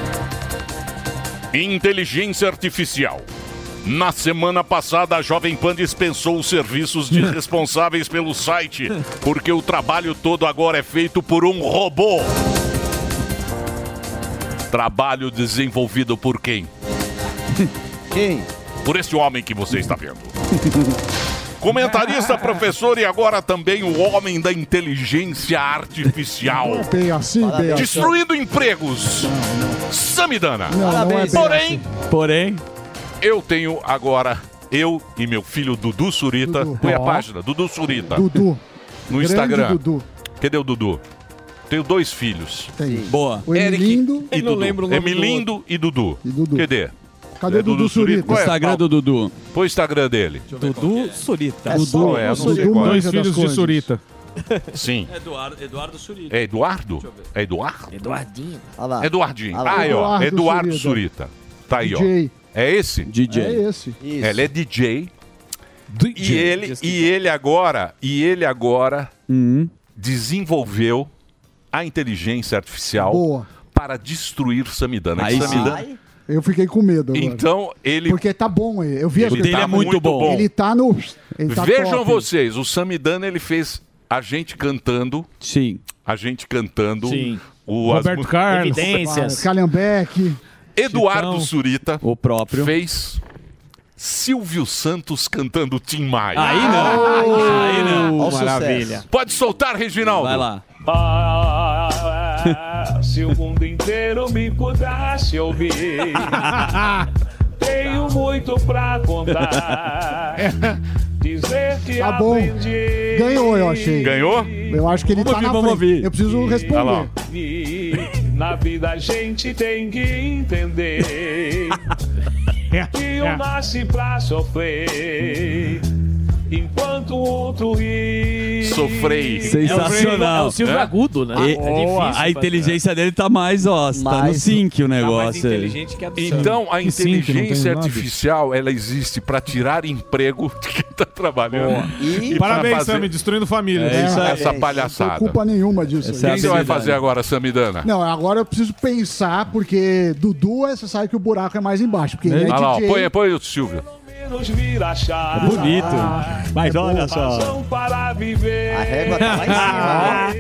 Inteligência artificial. Na semana passada, a Jovem Pan dispensou os serviços de responsáveis pelo site, porque o trabalho todo agora é feito por um robô. Trabalho desenvolvido por quem? Quem? Por esse homem que você está vendo. Comentarista, professor e agora também o homem da inteligência artificial. Bem assim, bem assim. Destruindo empregos. Samidana. Não, não é bem Porém, assim. Porém, eu tenho agora, eu e meu filho Dudu Surita. Dudu. Põe a Ó. página, Dudu Surita. Dudu. No Grande Instagram. Dudu. Cadê o Dudu? Tenho dois filhos. Tem. boa. O Eric Emilindo. e Eu não Dudu. lembro o nome do Emilindo e Dudu. E Dudu. Cadê? Cadê É o Dudu Dudu Surita? Surita? Qual é? Instagram do Dudu. Põe o Instagram dele. Dudu Surita. É só Qual é? Eu não sei Dudu qual é. Dois manja das filhos de coisas. Surita. Sim. Eduardo, Eduardo Surita. É Eduardo? É Eduardo? Eduardinho. Olha lá. Eduardinho. Ah lá. Ah, aí, ó. Eduardo Eduardo Surita. Surita. Tá aí, D J. ó. É esse? D J. É esse. Isso. Ele é D J. E ele, e ele agora, e ele agora uhum. desenvolveu a inteligência artificial Boa. para destruir Samidana. Aí Samidana Ai. Eu fiquei com medo agora. então, ele... Porque tá bom, eu vi a Ele gente. tá muito bom. Ele tá no... Ele tá Vejam top. vocês, o Samidana, ele fez a gente cantando. Sim. A gente cantando. Sim. O Roberto as... Carlos. Evidências. Calhambeck. Eduardo Chitão. Surita. O próprio. Fez Silvio Santos cantando Tim Maia. Aí não. Aí não. Olha o Maravilha. sucesso. Pode soltar, Reginaldo. Vai lá. Ah, se o mundo inteiro me pudesse ouvir, tenho muito pra contar. Dizer que Tá bom. aprendi. Ganhou, eu achei. Ganhou? Eu acho que ele Vamos tá ouvir, na vamos frente. ouvir. Eu preciso responder. Olha lá. Na vida a gente tem que entender que um nasce pra sofrer, enquanto o outro ri. Sofrei. Sensacional. É o Silvio É? Agudo, né? E- É difícil. a inteligência dele tá mais, ó, tá no Mais- sync o Tá mais negócio. aí. inteligente que absurdo. Então, a Que sim, que não inteligência tem nada. artificial, ela existe para tirar emprego de quem tá trabalhando. E E pra Parabéns, fazer Sammy, destruindo família. É isso aí. essa É, Não palhaçada. tem culpa nenhuma disso. Essa aí. é O que você vai habilidade. fazer agora, Samidana? Não, agora eu preciso pensar, porque Dudu, você sabe que o buraco é mais embaixo. Porque ele é Olha lá, ó, D J. põe, põe o Silvio. Menos vir achar. Bonito. Mas olha só. Razão para viver. A régua tá lá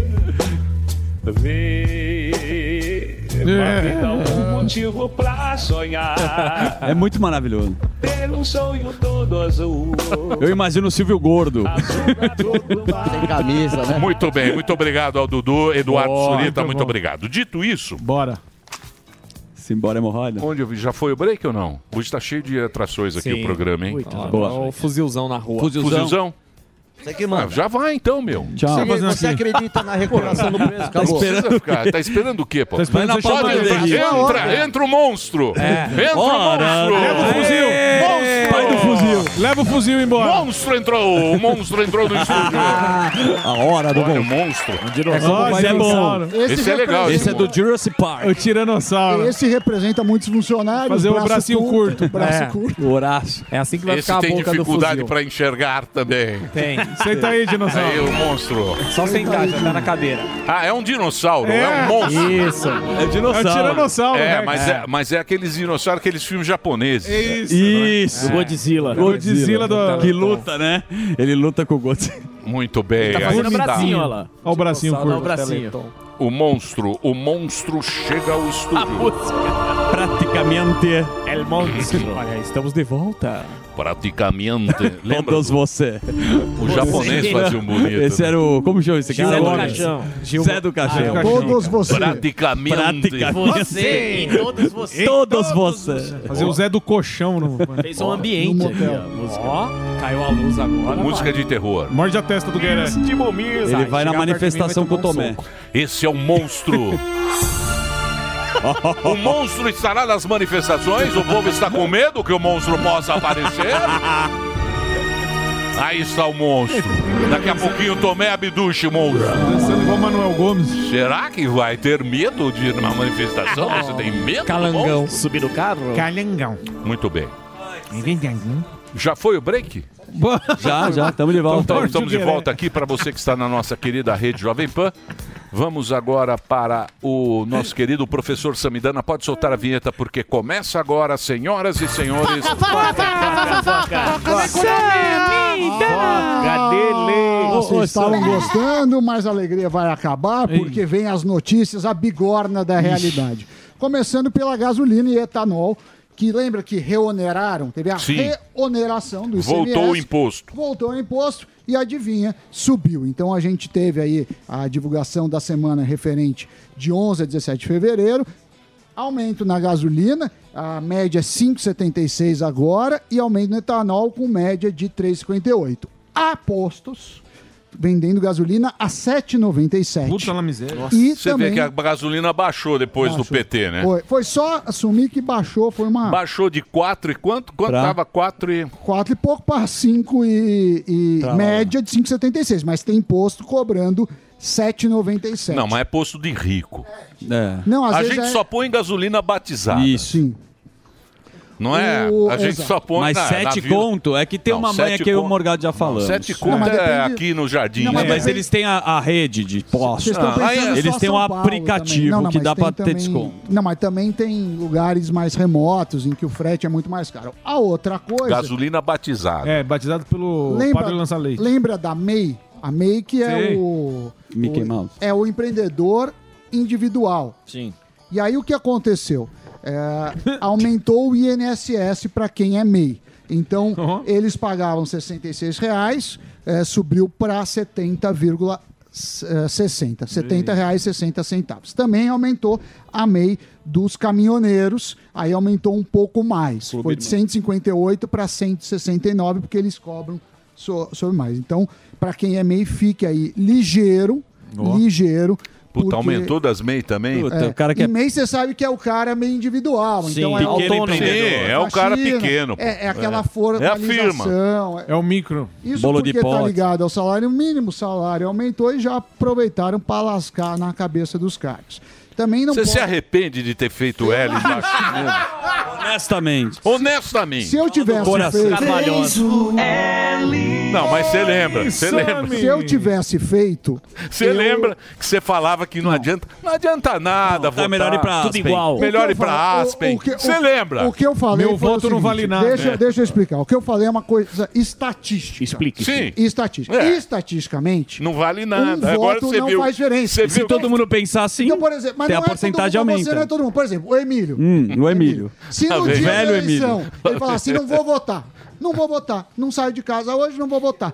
Ver. Pra ter algum motivo pra sonhar. É muito maravilhoso. Ter um sonho todo azul. Eu imagino o Silvio gordo. Sem camisa, né? Muito bem, muito obrigado ao Dudu, Eduardo Oh, Surita, muito muito bom. obrigado. Dito isso, Bora. Simbora hemorroida. onde eu vi, já foi o break ou não? Hoje tá cheio de atrações aqui Sim. o programa, hein? Muito. Boa. O fuzilzão na rua. Fuzilzão. Fuzilzão? Você que Ah, manda. já vai então, meu. Tchau. Você, fazendo você aqui? acredita na recuperação do preço? Acabou. Precisa ficar- Tá esperando o quê, pô? Tá esperando Vai na você chamar pauta ele. dele. Entra, entra o monstro! Entra Ora, o monstro! Leva o fuzil. Monstro! Pai do fuzil. Leva o fuzil embora. Monstro entrou! O monstro entrou no estúdio! A hora do Olha, o bom. monstro! Ó, Esse é bom. Esse é legal, Esse é do Jurassic Park. O Tiranossauro. Esse representa muitos funcionários. Fazer o braço bracinho curto. Braço É. curto. O Horácio. É assim que vai Esse ficar a tem boca do dificuldade fuzil. pra enxergar também. Tem. Senta aí, Aí dinossauro. o monstro. Só sentar, já tá na cadeira. Ah, é um dinossauro, é, É. um monstro. Isso. É É o dinossauro. Tiranossauro. É, né? mas é. mas é aqueles dinossauros, aqueles filmes japoneses. Isso. Isso. Do Godzilla. Godzilla do... Que luta, né? Ele luta com o Godzilla. Muito bem. Tá fazendo aí está. bracinho, olha lá. Olha o bracinho Olha o curto. bracinho. O monstro, o monstro chega ao estúdio. Praticamente El monstro. Olha, estamos de volta. Praticamente. Lembra? todos você. O japonês fazia um bonito. Esse era o... Como chama esse cara? Zé do Gomes. Caixão. Zé do Caixão. Todos vocês. Praticamente. Praticamente. Você e todos vocês. Todos você. Fazer o Zé do Colchão. No... Fez um ambiente no aqui, motel. ó. Música. Ó, caiu a luz agora. Música de terror. Morde a testa do Gueré. Ele vai na manifestação com o Tomé. Esse é o monstro. O monstro estará nas manifestações. O povo está com medo que o monstro possa aparecer. Aí está o monstro. Daqui a pouquinho o Tomé abduche o monstro. Dançando igual Manuel Gomes. Será que vai ter medo de ir numa manifestação? Você tem medo? do Calangão. monstro? Subir no carro. Calhangão. Muito bem. Já foi o break? Já, já. Estamos de volta. Então, estamos de volta aqui para você que está na nossa querida rede Jovem Pan. Vamos agora para o nosso querido professor Samidana. Pode soltar a vinheta porque começa agora, senhoras e senhores. Vocês estavam gostando, mas a alegria vai acabar porque vem as notícias, a bigorna da realidade. Começando pela gasolina e etanol, que lembra que reoneraram, teve a Sim. reoneração do I C M S. Voltou o imposto. Voltou o imposto e adivinha, subiu. Então a gente teve aí a divulgação da semana referente de onze a dezessete de fevereiro. Aumento na gasolina, a média é cinco vírgula setenta e seis agora, e aumento no etanol com média de três vírgula cinquenta e oito. Há postos vendendo gasolina a sete vírgula noventa e sete. Puta na miséria. E Você também vê que a gasolina baixou depois do Baixou. P T, né? foi, foi só assumir que baixou, foi uma Baixou de quatro e quanto? Quanto Pra- tava quatro e... quatro e pouco para cinco e, e Pra lá. média de cinco vírgula setenta e seis, mas tem imposto cobrando sete vírgula noventa e sete. Não, mas é posto de rico. É. Não, às A vezes gente é... só põe gasolina batizada. Isso. Sim. Não é? O- A gente exato. só põe Mas na, sete na vila. conto é que tem Não, uma manha sete que eu e o con- Morgado já Não, falamos. sete conto mas é depende- aqui no jardim. Não, né? mas eles têm a, a rede de postos. Vocês estão Ah, pensando aí- só eles têm um São Paulo aplicativo também. Não, não, que mas dá tem pra ter também- desconto. Não, mas também tem lugares mais remotos em que o frete é muito mais caro. A outra coisa... Gasolina batizada. É, batizado pelo lembra, Padre Lança Leite. lembra da M E I? A M E I que é Sim. o... Mickey o- Mouse. É o empreendedor individual. Sim. E aí o que aconteceu? É, aumentou o I N S S para quem é M E I. Então, Uhum. eles pagavam sessenta e seis reais, é, subiu para setenta vírgula sessenta. setenta reais e sessenta centavos. Também aumentou a M E I dos caminhoneiros, aí aumentou um pouco mais. Foi de cento e cinquenta e oito para cento e sessenta e nove, porque eles cobram so- sobre mais. Então, para quem é M E I, fique aí ligeiro, Ó. ligeiro. Puta, porque- aumentou das M E I também? Puta, é, o cara que e é M E I você sabe que é o cara meio individual. Sim, então é pequeno autônomo. empreendedor. Sim, é o cara pequeno, pô. É, é aquela É. formalização. É o micro. Isso Bolo de porque tá pote. ligado ao salário mínimo, o salário aumentou e já aproveitaram para lascar na cabeça dos caras. Também não Você pode... se arrepende de ter feito L embaixo? Honestamente. Honestamente. Se eu tivesse Coração feito... trabalhoso. Não, mas você lembra, você Isso, lembra. amigo. Se eu tivesse feito... Você eu- lembra que você falava que não adianta, não adianta nada, Não, tá votar. melhor ir pra Tudo Aspen. igual. O que Melhor eu ir pra falo- o- Aspen. o que- Você o- lembra? O que eu falei Meu foi o voto não seguinte, vale nada. Deixa, É. deixa eu explicar. O que eu falei é uma coisa estatística. Explique. Sim. Estatística. É. Estatisticamente, Não vale um nada. Agora voto você não viu. faz diferença. Você Se viu todo mundo pensar assim, Então, por exemplo, mas tem não a é porcentagem todo mundo, aumenta. Você não é todo mundo. Por exemplo, o Emílio. Hum, o Emílio. Se no Tá dia vendo? da Velho eleição Emílio. ele falar assim, não vou votar, não vou votar, não saio de casa hoje, não vou votar,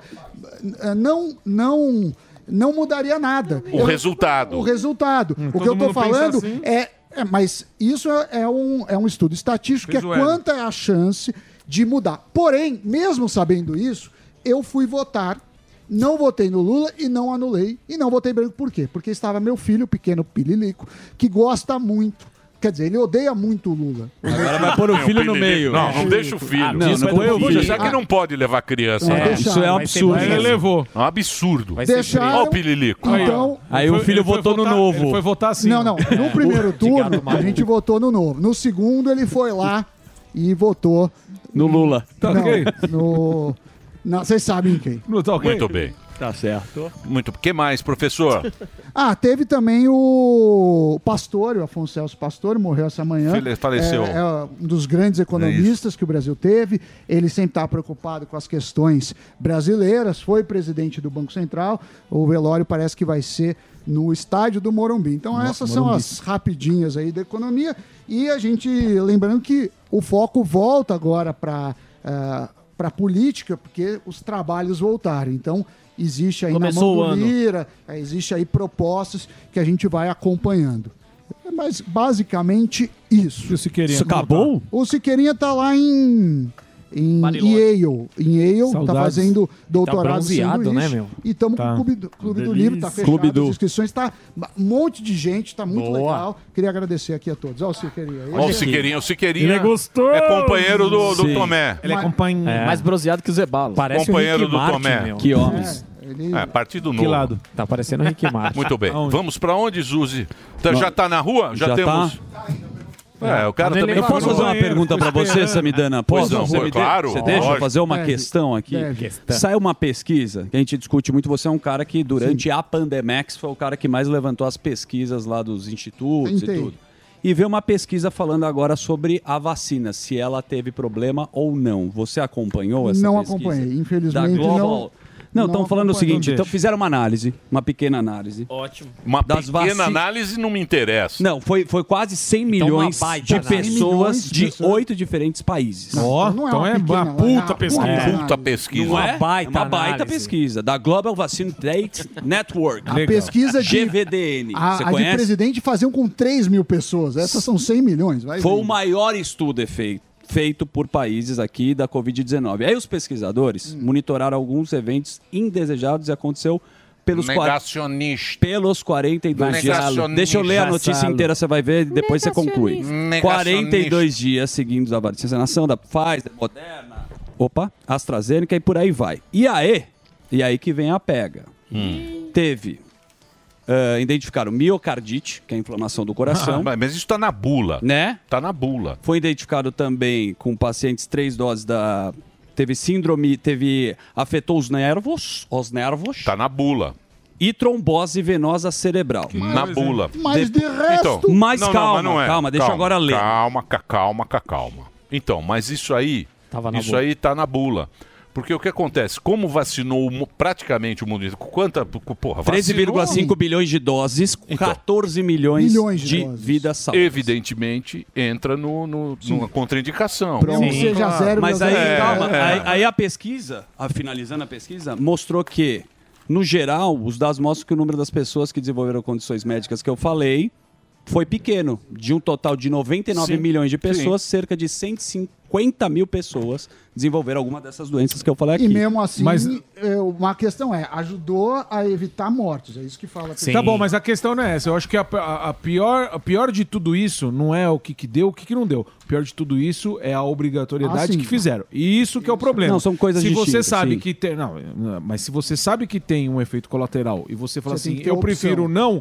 não, não, não mudaria nada. O resultado. O resultado. Hum, o que todo eu tô mundo pensa falando assim. é, é, mas isso é, é um, é um estudo estatístico que é Fiz o L. quanta é a chance de mudar. Porém, mesmo sabendo isso, eu fui votar. Não votei no Lula e não anulei. E não votei branco por quê? Porque estava meu filho, o pequeno Pililico, que gosta muito. Quer dizer, ele odeia muito o Lula. Agora vai pôr o filho no meio. Não, não deixa o filho. Ah, não, não Põe põe o o filho. filho. Já que não pode levar criança. Não, lá. deixa- Isso é um Vai ser absurdo. preso. Ele levou. É um absurdo. Vai ser Deixaram- Olha o Pililico. Então, Aí o Foi- filho ele foi votou no votar- novo. Ele foi votar assim. não, ó. não. No primeiro turno, a gente votou no novo. No segundo, ele foi lá e votou No Lula. Tá não, ok? no... Não, vocês sabem quem. Não, tá ok? Muito bem. Tá certo. Muito. O que mais, professor? Ah, teve também o Pastore, o Afonso Celso Pastore, morreu essa manhã. Fale- faleceu. É, é um dos grandes economistas que o Brasil teve. Ele sempre estava preocupado com as questões brasileiras, foi presidente do Banco Central. O velório parece que vai ser no estádio do Morumbi. Então, essas são as rapidinhas aí da economia. E a gente, lembrando que o foco volta agora para para a política, porque os trabalhos voltaram. Então, existe aí Começou o na mão ano. do Lira, é, existe aí propostas que a gente vai acompanhando. Mas, basicamente, isso. E o Siqueirinha? Isso acabou? O Siqueirinha está lá em... Em Bariloche. Yale, em Yale, está Saudades. fazendo doutorado Tá bronzeado, sanduíche. né, meu? E estamos Tá. com o Clube do, Clube do Delícia. Livro, está fechado Clube do- as inscrições, está um monte de gente, está muito Boa. legal. Queria agradecer aqui a todos. Olha o Siqueirinha aí. Olha o Siqueirinha. O Siqueirinha Ele é gostoso. é companheiro do, do Sim. Tomé. Ele é companheiro. É. Mais bronzeado que o Zebalo. Parece Companheiro o Rick do Martin, Tomé. meu. Que homens. Ele- É, partido Que novo. lado? Tá parecendo o Rick Martin. Muito bem. Aonde? Vamos pra onde, Zuzi? Tá- já tá na rua? Já, Já temos. É, o cara Quando ele também Eu posso fazer uma banheiro, pergunta pra você, Samidana? Pois Posso? não, Você pô, me de- claro, Você deixa eu lógico. fazer uma Deve, questão aqui? deve. Questão. Saiu uma pesquisa que a gente discute muito. Você é um cara que, durante a Pandemex, foi o cara que mais levantou as pesquisas lá dos institutos Tentei. e tudo. E veio uma pesquisa falando agora sobre a vacina, se ela teve problema ou não. Você acompanhou essa Não pesquisa? acompanhei, Da infelizmente Global. não. Não, estão não falando o acompanhei. seguinte, então Deixa. fizeram uma análise, uma pequena análise. Ótimo. Uma Das pequena vaci- análise não me interessa. Não, foi, foi quase cem Então, milhões uma baita de análise. pessoas cem milhões de de pessoas. oito diferentes países. Ó, Não é então uma é pequena, uma é puta uma pesquisa. puta Puta pesquisa. Não é? Uma baita uma baita análise. pesquisa da Global Vaccine Data Network. A pesquisa de... G V D N. A, Você a de conhece? presidente faziam com três mil pessoas. Essas são cem milhões. Vai Foi ver. o maior estudo feito, feito por países aqui da covid dezenove. Aí os pesquisadores monitoraram alguns eventos indesejados e aconteceu pelos, quar- Negacionista. pelos quarenta e dois dias. Negacionista. Deixa eu ler a notícia Vassalo. inteira, você vai ver e depois você conclui. Negacionista. quarenta e dois dias seguindo a vacinação da Pfizer, Moderna, opa, AstraZeneca e por aí vai. E aí, e aí que vem a pega. Teve Uh, identificaram miocardite, que é a inflamação do coração. Ah, mas isso está na bula. Né? Está na bula. Foi identificado também com pacientes três doses da... Teve síndrome, teve... Afetou os nervos, os nervos. Está na bula. E trombose venosa cerebral. Na bula. Mas de resto... Então, Mas não, não, calma, mas não é. calma, deixa eu agora ler. Calma, ca- calma, ca- calma. Então, mas isso aí... Tava na isso bula. aí tá na bula. Porque o que acontece? Como vacinou o mu- praticamente o mundo inteiro? Quanta... Porra, treze vírgula cinco bilhões de doses, quatorze milhões, Milhões de de, doses. vidas salvas. Evidentemente, entra no, no, numa contraindicação. Mesmo que seja zero, Mas aí, É, calma, é. aí, aí a pesquisa, a, finalizando a pesquisa, mostrou que, no geral, os dados mostram que o número das pessoas que desenvolveram condições médicas que eu falei foi pequeno. De um total de noventa e nove Sim, milhões de pessoas, sim. cerca de cento e cinquenta mil pessoas desenvolveram alguma dessas doenças que eu falei aqui. E mesmo assim, Mas- é, uma questão é, ajudou a evitar mortos. É isso que fala. Tá bom, mas a questão não é essa. Eu acho que a, a- a pior, a pior de tudo isso não é o que, que deu, o que, que não deu. O pior de tudo isso é a obrigatoriedade Ah, sim. que fizeram. E isso que é o problema. Não, são coisas Se você distintas, sabe sim. que tem. Não, não, mas se você sabe que tem um efeito colateral e você fala Você tem assim, que ter eu opção. prefiro não,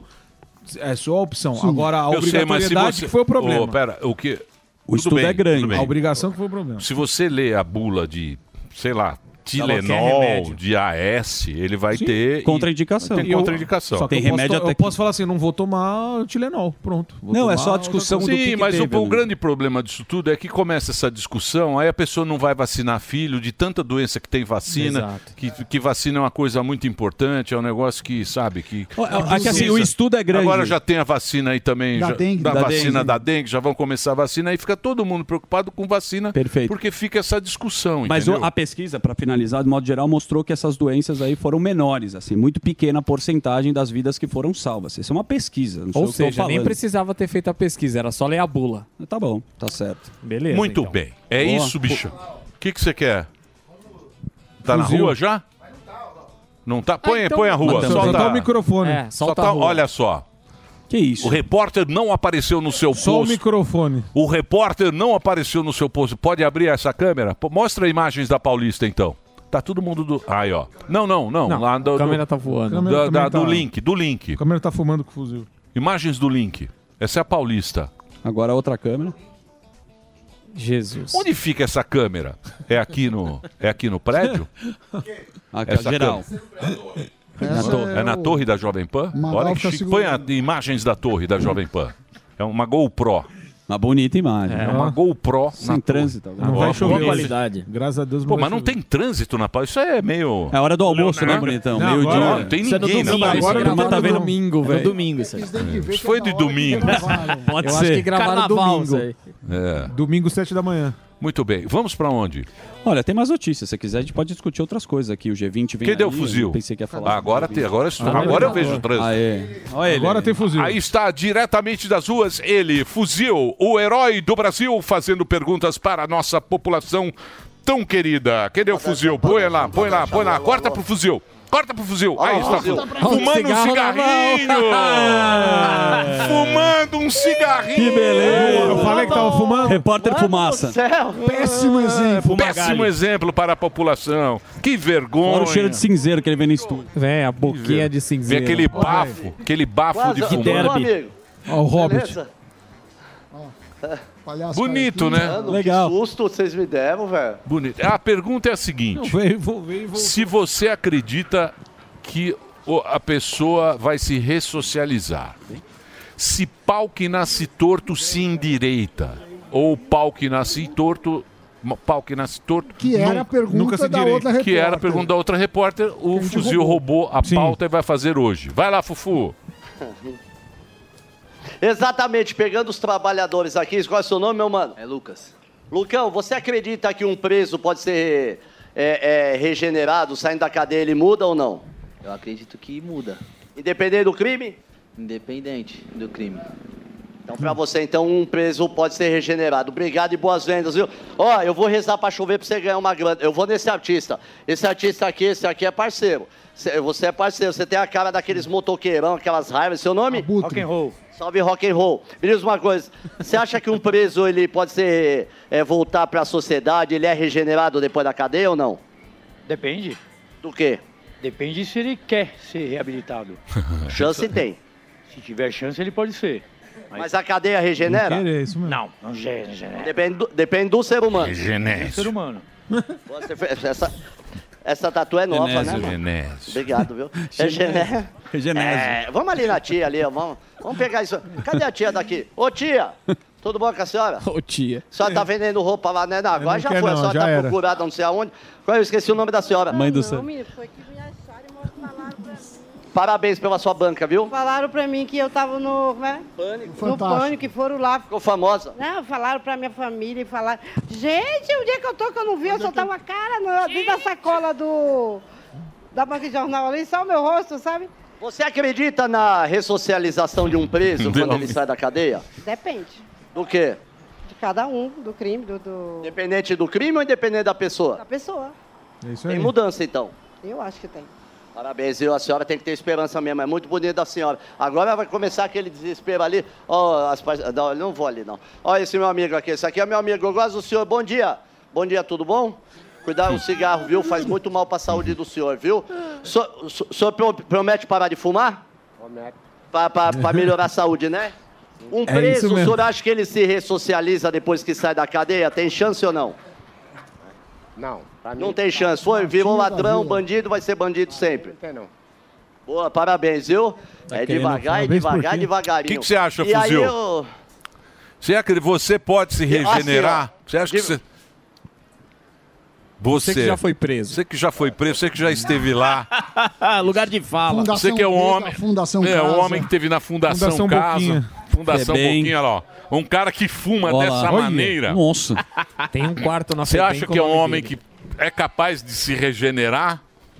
é sua opção. Sim. Agora, a Eu sei, mas se obrigatoriedade você- que foi o problema. Ô, pera, o que... O Tudo estudo bem, é grande. tudo bem. A obrigação que foi o problema. Se você lê a bula de, sei lá, Qualquer Tilenol, remédio. de A S, ele vai Sim. ter... Contraindicação. Tem E eu- contraindicação. Só que Tem eu posso remédio to- até Eu que- posso falar assim, não vou tomar Tilenol. Pronto. Vou Não, é tomar só a outra discussão coisa. do que Sim, que mas teve, o, o né? grande problema disso tudo é que começa essa discussão, aí a pessoa não vai vacinar filho de tanta doença que tem vacina, Exato. que, que vacina é uma coisa muito importante, é um negócio que, sabe, que... Ó, é que assim, o estudo é grande. Agora já tem a vacina aí também, Da já- dengue. da, Da vacina dengue. da dengue, já vão começar a vacina, aí fica todo mundo preocupado com vacina, Perfeito. porque fica essa discussão, Mas entendeu? o- a pesquisa, para finalizar, de modo geral, mostrou que essas doenças aí foram menores, assim, muito pequena porcentagem das vidas que foram salvas. Isso é uma pesquisa, não sou Ou eu que tô seja, nem falando. precisava ter feito a pesquisa, era só ler a bula. Tá bom, tá certo. Beleza. Muito então. bem, é Boa. isso, bicho. O que que você quer? Tá Fuzil. na rua já? Não tá? Põe, Ah, então- põe a rua, Mas solta, Soltar o microfone. É, só solta tá- a rua. olha só. Que isso? O repórter não apareceu no seu Só o post. microfone. O repórter não apareceu no seu post. Pode abrir essa câmera? Pô, mostra imagens da Paulista, então. Tá todo mundo do... Aí, ó. Não, não, não. Não, lá do, a câmera do, tá voando. Câmera da- também da- do tá- link, do link. A câmera tá fumando com o fuzil. Imagens do link. Essa é a Paulista. Agora a outra câmera. Jesus. Onde fica essa câmera? É aqui no, é aqui no prédio? Aqui, Essa ó, geral. Na Essa torre- é é na o- torre da Jovem Pan? Magal Olha que fica chique. Põe a, segurando. imagens da torre da Jovem Pan. É uma GoPro. Uma bonita imagem. É uma GoPro Sem na trânsito. torre. Não Ó, vai boa chover. hoje. qualidade. Graças a Deus Pô, vai mas não chover. tem trânsito na Paulista. Isso é meio... É hora do almoço, né, Leonardo? bonitão? Não, Meio agora- dia. Não tem Isso é no ninguém. domingo, na agora Agora não tá tá vendo vendo. domingo, É no velho. domingo isso aí. Vocês têm que ver Isso que foi é de na hora que domingo. gravaram. Pode Eu ser. acho que gravaram Carnaval, domingo. isso aí. É. Domingo, sete da manhã. Muito bem. Vamos pra onde? Olha, tem mais notícias. Se quiser, a gente pode discutir outras coisas aqui. O G vinte vem Cadê aí, o fuzil? eu Pensei que ia falar. Ah, agora, tem, agora, Ah, agora eu não. vejo o trânsito. Aê. Olha ele. Agora tem fuzil. Aí está, diretamente das ruas, ele, Fuzil, o herói do Brasil, fazendo perguntas para a nossa população tão querida. Cadê o fuzil? Põe lá, põe lá, põe lá. Corta pro fuzil. Corta pro fuzil. Aí está, fumando um cigarrinho. Fumando um cigarrinho. Que beleza. Eu falei que tava fumando. Repórter Fumaça. Péssimo exemplo. Péssimo exemplo para a população. Que vergonha. Fora o cheiro de cinzeiro que ele vem no estúdio. Vem, a boquinha de Vê cinzeiro. aquele bafo, aquele bafo de Quase, fumante. meu amigo. Ó, o Hobbit. Beleza? Palhaço Bonito, carequinha. né? Mano, Legal. que susto vocês me deram, velho. Bonito. A pergunta é a seguinte. Veio, vou- veio, vou- Se você acredita que o- a pessoa vai se ressocializar, se pau que nasce torto se endireita, ou pau que nasce torto, pau que nasce torto, Que era a nunca- pergunta nunca se da direita. outra repórter. que era a pergunta da outra repórter, o a gente fuzil roubou, a Sim. pauta e vai fazer hoje. Vai lá, Fufu. Exatamente, pegando os trabalhadores aqui. Qual é o seu nome, meu mano? É Lucas. Lucão, você acredita que um preso pode ser é, é, regenerado, saindo da cadeia, ele muda ou não? Eu acredito que muda, Independente do crime? independente do crime. Então, pra você, então, um preso pode ser regenerado. Obrigado e boas vendas, viu? Ó, eu vou rezar pra chover pra você ganhar uma grana. Eu vou nesse artista. Esse artista aqui, esse aqui é parceiro. Cê- Você é parceiro, você tem a cara daqueles motoqueirão, aquelas raivas. Seu nome? Rock and roll. Salve rock and roll. Me diz uma coisa, você acha que um preso, ele pode ser, é, voltar pra sociedade, ele é regenerado depois da cadeia ou não? Depende Do quê? Depende se ele quer ser reabilitado. Chance tem. Se tiver chance, ele pode ser. Mas a cadeia regenera? Não, não regenera. Depende do, depende do ser humano. Do ser humano. Você fez- essa, essa tatu é nova, Genésio, né? mano? Genésio. Obrigado, viu? Regenera. Regenésio. É, vamos ali na tia ali, ó, vamos, vamos pegar isso. Cadê a tia daqui? Ô tia, tudo bom com a senhora? Ô tia. A senhora tá vendendo roupa lá, né? Não, agora não já quer foi, a não, senhora já tá era. procurada não sei aonde. Agora eu esqueci o nome da senhora. Mãe do céu. Foi que me acharam e falaram pra mim. Parabéns pela sua banca, viu? Falaram pra mim que eu tava no, né? Pânico. No Fantástico. pânico, que foram lá. Ficou famosa. Não, falaram pra minha família e falaram. Gente, onde é que eu tô que eu não vi? Eu só tava a cara no, dentro da sacola do. Da banca de jornal ali, só o meu rosto, sabe? Você acredita na ressocialização de um preso quando ele sai da cadeia? Depende. Do quê? De cada um, do crime, do. do... Independente do crime ou independente da pessoa? Da pessoa. É isso Tem mudança, então. Eu acho que tem. Parabéns, viu? A senhora tem que ter esperança mesmo. É muito bonito da senhora. Agora vai começar aquele desespero ali. Ó, as pa- não, eu não vou ali, não. Ó, esse meu amigo aqui. Esse aqui é meu amigo. Eu gosto do senhor. Bom dia. Bom dia, tudo bom? Cuidado com o cigarro, viu? Faz muito mal para a saúde do senhor, viu? O senhor, o senhor pro- promete parar de fumar? Promete. Para melhorar a saúde, né? Um É preso, isso o mesmo. senhor acha que ele se ressocializa depois que sai da cadeia? Tem chance ou não? Não. pra mim- Não tem chance. Foi, virou ladrão, bandido, vai ser bandido sempre. Não tem não. Boa, parabéns, viu? Tá é querendo devagar, é parabéns por devagar, quê? devagarinho. O que que você acha, e aí Fuzil? eu... Você acredita que você pode se Eu- regenerar? assim, ó, você acha que digo- você... Você, Você que já foi preso. Você que já foi preso, você que já esteve lá. Lugar de fala. Você que é um homem. Fundação é, um Casa. homem que teve na Fundação, Fundação Casa. Boquinha. Fundação Febem. Boquinha, olha lá. ó. Um cara que fuma Olha dessa lá. Olha, maneira. nossa. Tem um quarto na Você Febem acha com que é o um nome homem dele. que é capaz de se regenerar?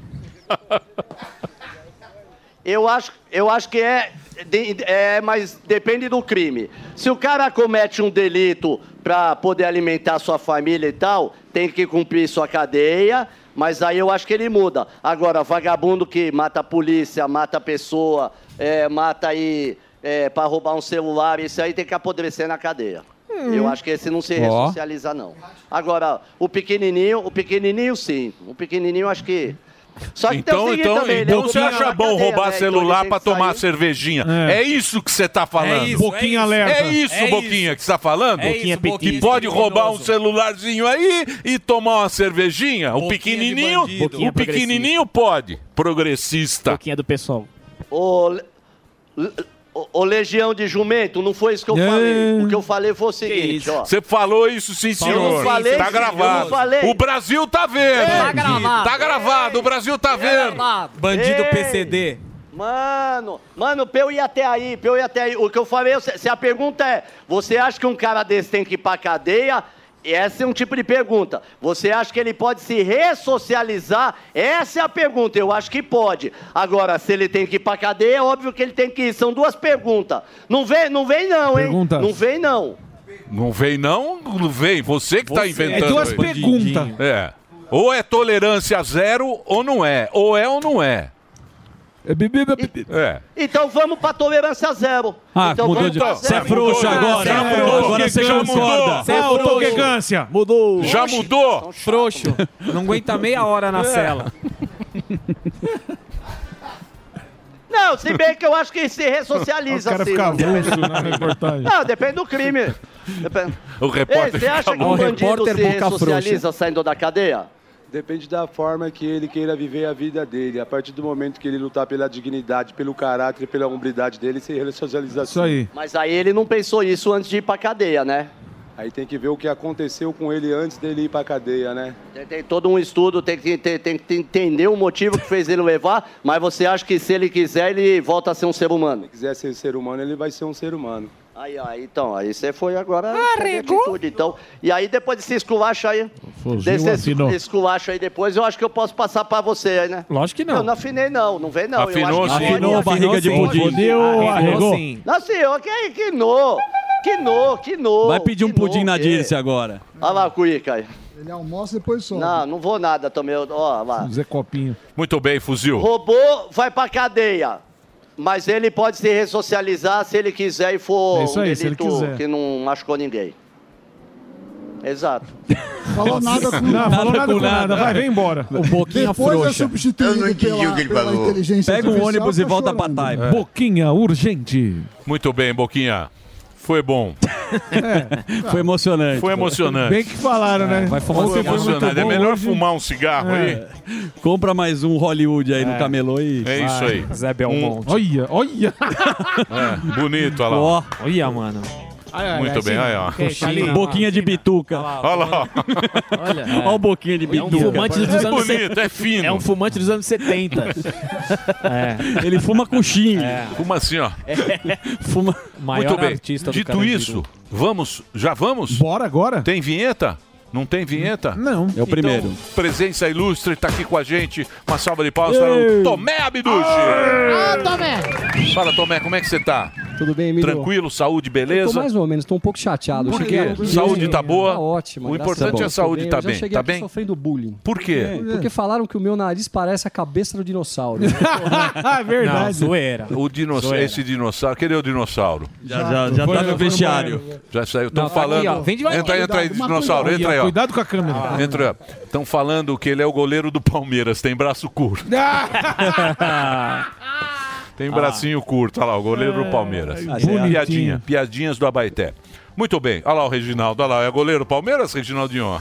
Eu acho, eu acho que é, de- é, mas depende do crime. Se o cara comete um delito para poder alimentar sua família e tal, tem que cumprir sua cadeia, mas aí eu acho que ele muda. Agora, vagabundo que mata a polícia, mata a pessoa, é, mata aí é, para roubar um celular, isso aí tem que apodrecer na cadeia. Eu acho que esse não se Ó. ressocializa, não. Agora, o pequenininho, o pequenininho sim. O pequenininho acho que... Só que tem o Então, seguinte então, também, né? então O você Boquinha acha na bom cadeia, roubar né? Então ele celular tem pra que tomar sair. cervejinha? É. É. isso que você tá falando? É isso, Boquinha é alerta. É isso, É Boquinha, que você tá falando? É isso, que Boquinha, pode esse roubar um criminoso. celularzinho aí e tomar uma cervejinha? O Boquinha de pequenininho, bandido. Boquinha o pequenininho pode. Progressista. Boquinha do pessoal. Ô, Le- Le- ô, ô, Legião de Jumento, não foi isso que eu É. falei. O que eu falei foi o seguinte, ó. Você falou isso, sim, Falou, senhor. sim, falei, tá sim, gravado. eu não falei. O Brasil tá vendo. Tá gravado. Tá gravado. O Brasil tá vendo. Bandido Ei. P C D. Mano, mano, pra eu ir até aí, pra eu ir até aí, o que eu falei, se se a pergunta é, você acha que um cara desse tem que ir pra cadeia? Esse é um tipo de pergunta. Você acha que ele pode se ressocializar? Essa é a pergunta, eu acho que pode. Agora, se ele tem que ir pra cadeia, é óbvio que ele tem que ir. São duas perguntas. Não vem, não vem não, hein? Perguntas. Não vem não. Não vem, não? Não vem. Você que tá É inventando. duas aí. perguntas. É. Ou é tolerância zero ou não é. Ou é ou não é. É. Então vamos pra tolerância zero. Ah, então mudou vamos de... pra Você é zero. frouxo agora. Já É, mudou. agora você Já concorda. mudou. Você é Ah, o frouxo. tolerância. Mudou. Já mudou. Frouxo. Não aguenta meia hora na cela. Não, se bem que eu acho que se O ressocializa cara assim. fica não depende- avulso na reportagem. Não, depende do crime. Depende. O Ei, repórter você acha que fica um louco. bandido repórter se boca ressocializa saindo da cadeia? Depende da forma que ele queira viver a vida dele. A partir do momento que ele lutar pela dignidade, pelo caráter, pela hombridade dele, se ressocializa Isso aí. Mas aí ele não pensou isso antes de ir pra cadeia, né? Aí tem que ver o que aconteceu com ele antes dele ir pra cadeia, né? Tem, tem todo um estudo, tem que, tem, tem que entender o motivo que fez ele levar, mas você acha que se ele quiser, ele volta a ser um ser humano? Se quiser ser ser humano, ele vai ser um ser humano. Aí, aí, então, aí você foi agora... atitude, então. E aí, depois desse esculacho aí, Fuzil desse afinou. esculacho aí depois, eu acho que eu posso passar pra você aí, né? Lógico que Eu não. não afinei, não. Não vem, não. Afinou, eu acho que sim. pode. Afinou, barriga de sim. pudim. Fudeu, Arregou arregou. sim. Não, senhor, que, que no, que no, que no. Vai pedir um que pudim no, na que- Dirce agora. Olha lá o Cuica aí. Ele almoça e depois sobe. Não, não vou nada também. eu- Ó, lá. Zé Copinho. Muito bem, fuzil. Roubou, vai pra cadeia. Mas ele pode se ressocializar se ele quiser e for É isso um aí, se ele delito quiser. que não machucou ninguém. Exato. Falou nada com Não, falou nada com nada. Vai, vem embora. O Boquinha Depois é frouxa. substituído pela, pela inteligência Pega um artificial, ônibus e tá volta chorando. pra Taipa. Boquinha, urgente. Muito bem, Boquinha. Foi bom. Foi emocionante. Foi emocionante. Bem que falaram, né? Vai fumar Foi um cigarro. emocionante. É melhor fumar um cigarro aí. É. Compra mais um Hollywood aí no camelô e... É isso aí. Zé Belmonte. Olha, olha. É, bonito, olha lá. Ó. Olha, mano. Muito bem, aí, ó. Boquinha de bituca. Olha lá. Olha, Olha o boquinha de é um bituca. fumante dos É anos bonito, é fino. É um fumante dos anos setenta. É. Ele fuma coxinha. É. Fuma assim, ó. Fuma... Maior Muito bem. artista do Dito Carandiru. isso, vamos, já vamos? Bora agora? Tem vinheta? Não tem vinheta? Não. É o primeiro. Então, presença ilustre, tá aqui com a gente. Uma salva de palmas para o Tomé Abduche. Ah, Tomé! Fala, Tomé, como é que você tá? Tudo bem, Emílio? Tranquilo, saúde, Eu tô beleza? mais ou menos, tô um pouco chateado. Por Eu quê? cheguei- Saúde tá boa? Tá ótima. O graças importante a Deus. é a saúde Tô tá Eu já bem. cheguei Tá aqui bem? sofrendo bullying. Por quê? É, Porque falaram que o meu nariz parece a cabeça do dinossauro. Verdade. Não, zoeira. O dinos... Zoeira. Esse dinossauro, cadê o dinossauro? Já, já, já tá no vestiário. Já saiu, estão Não, tá falando. aqui, ó. Vem devagar. Entra aí, entra aí, Cuidado, dinossauro, Olha, entra aí, ó. Cuidado com a câmera. Entra aí. Estão falando que ele é o goleiro do Palmeiras, tem braço curto. Tem bracinho curto, olha lá, o goleiro do Palmeiras. bonitinho. Piadinha, piadinhas do Abaeté. Muito bem, olha lá o Reginaldo, olha lá, é goleiro do Palmeiras, Reginaldinho?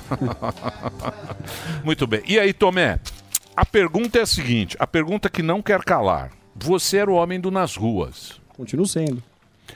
Muito bem. E aí, Tomé, a pergunta é a seguinte, a pergunta que não quer calar. Você era o homem do Nas Ruas. Continuo sendo.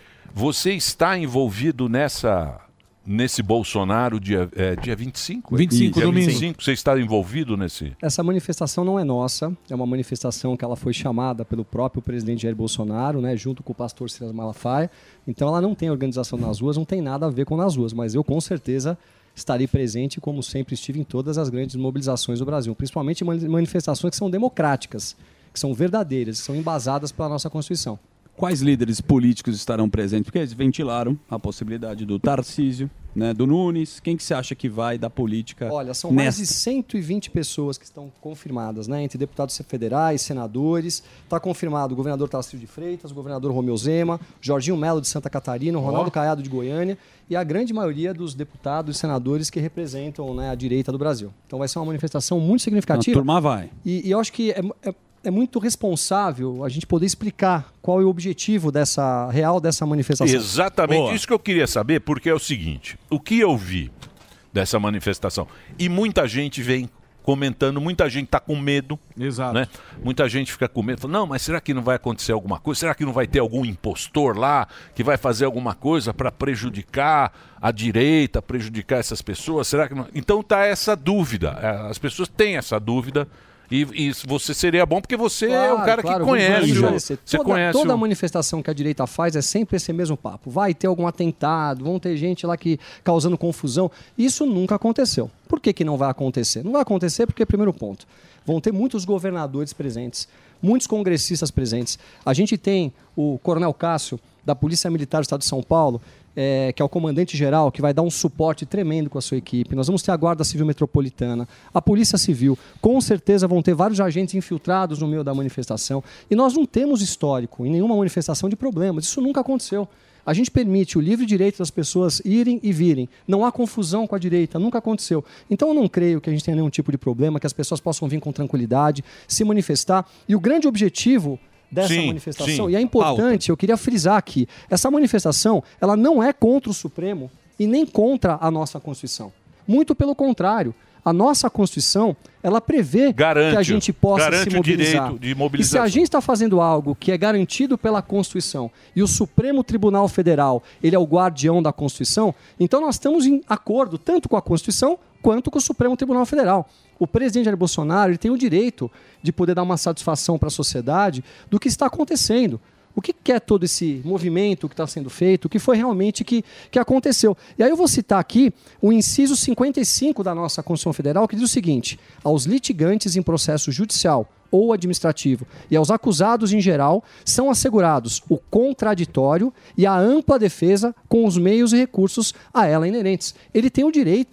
Você está envolvido nessa... Nesse Bolsonaro, dia, é, dia vinte e cinco? vinte e cinco, dia domingo. vinte e cinco, você está envolvido nesse... Essa manifestação não é nossa, é uma manifestação que ela foi chamada pelo próprio presidente Jair Bolsonaro, né, junto com o pastor Silas Malafaia. Então ela não tem organização nas ruas, não tem nada a ver com nas ruas, mas eu com certeza estarei presente, como sempre estive em todas as grandes mobilizações do Brasil, principalmente mani- manifestações que são democráticas, que são verdadeiras, que são embasadas pela nossa Constituição. Quais líderes políticos estarão presentes? Porque eles ventilaram a possibilidade do Tarcísio, né, do Nunes. Quem que você acha que vai da política? Olha, são mais nesta? de cento e vinte pessoas que estão confirmadas, né? Entre deputados federais, senadores. Está confirmado o governador Tarcísio de Freitas, o governador Romeu Zema, Jorginho Melo de Santa Catarina, o Ronaldo Caiado de Goiânia e a grande maioria dos deputados e senadores que representam, né, a direita do Brasil. Então vai ser uma manifestação muito significativa. A turma vai. E, e eu acho que é, é, é muito responsável a gente poder explicar qual é o objetivo dessa real dessa manifestação. Exatamente, Boa. isso que eu queria saber, porque é o seguinte, o que eu vi dessa manifestação, e muita gente vem comentando, muita gente está com medo, Exato. né? Muita gente fica com medo, fala, não, mas será que não vai acontecer alguma coisa? Será que não vai ter algum impostor lá que vai fazer alguma coisa para prejudicar a direita, prejudicar essas pessoas? Será que não... Então tá essa dúvida, as pessoas têm essa dúvida. E, e você seria bom porque você é o cara claro, que conhece. vamos o- esclarecer. Você toda, conhece toda o- manifestação que a direita faz é sempre esse mesmo papo. Vai ter algum atentado, vão ter gente lá que causando confusão. Isso nunca aconteceu. Por que, que não vai acontecer? Não vai acontecer porque, primeiro ponto, vão ter muitos governadores presentes, muitos congressistas presentes. A gente tem o Coronel Cássio, da Polícia Militar do Estado de São Paulo, é, que é o comandante-geral, que vai dar um suporte tremendo com a sua equipe. Nós vamos ter a Guarda Civil Metropolitana, a Polícia Civil. Com certeza vão ter vários agentes infiltrados no meio da manifestação. E nós não temos histórico em nenhuma manifestação de problemas. Isso nunca aconteceu. A gente permite o livre direito das pessoas irem e virem. Não há confusão com a direita, nunca aconteceu. Então eu não creio que a gente tenha nenhum tipo de problema, que as pessoas possam vir com tranquilidade, se manifestar. E o grande objetivo dessa Sim, manifestação, sim. e é importante, eu queria frisar aqui, essa manifestação, ela não é contra o Supremo e nem contra a nossa Constituição. Muito pelo contrário. A nossa Constituição, ela prevê Garante, que a gente possa garante se o mobilizar. direito de E se mobilização. a gente está fazendo algo que é garantido pela Constituição e o Supremo Tribunal Federal, ele é o guardião da Constituição, então nós estamos em acordo tanto com a Constituição quanto com o Supremo Tribunal Federal. O presidente Jair Bolsonaro ele tem o direito de poder dar uma satisfação para a sociedade do que está acontecendo. O que que é todo esse movimento que está sendo feito? O que foi realmente que, que aconteceu? E aí eu vou citar aqui o inciso cinquenta e cinco da nossa Constituição Federal, que diz o seguinte: aos litigantes em processo judicial ou administrativo e aos acusados em geral são assegurados o contraditório e a ampla defesa com os meios e recursos a ela inerentes. Ele tem o direito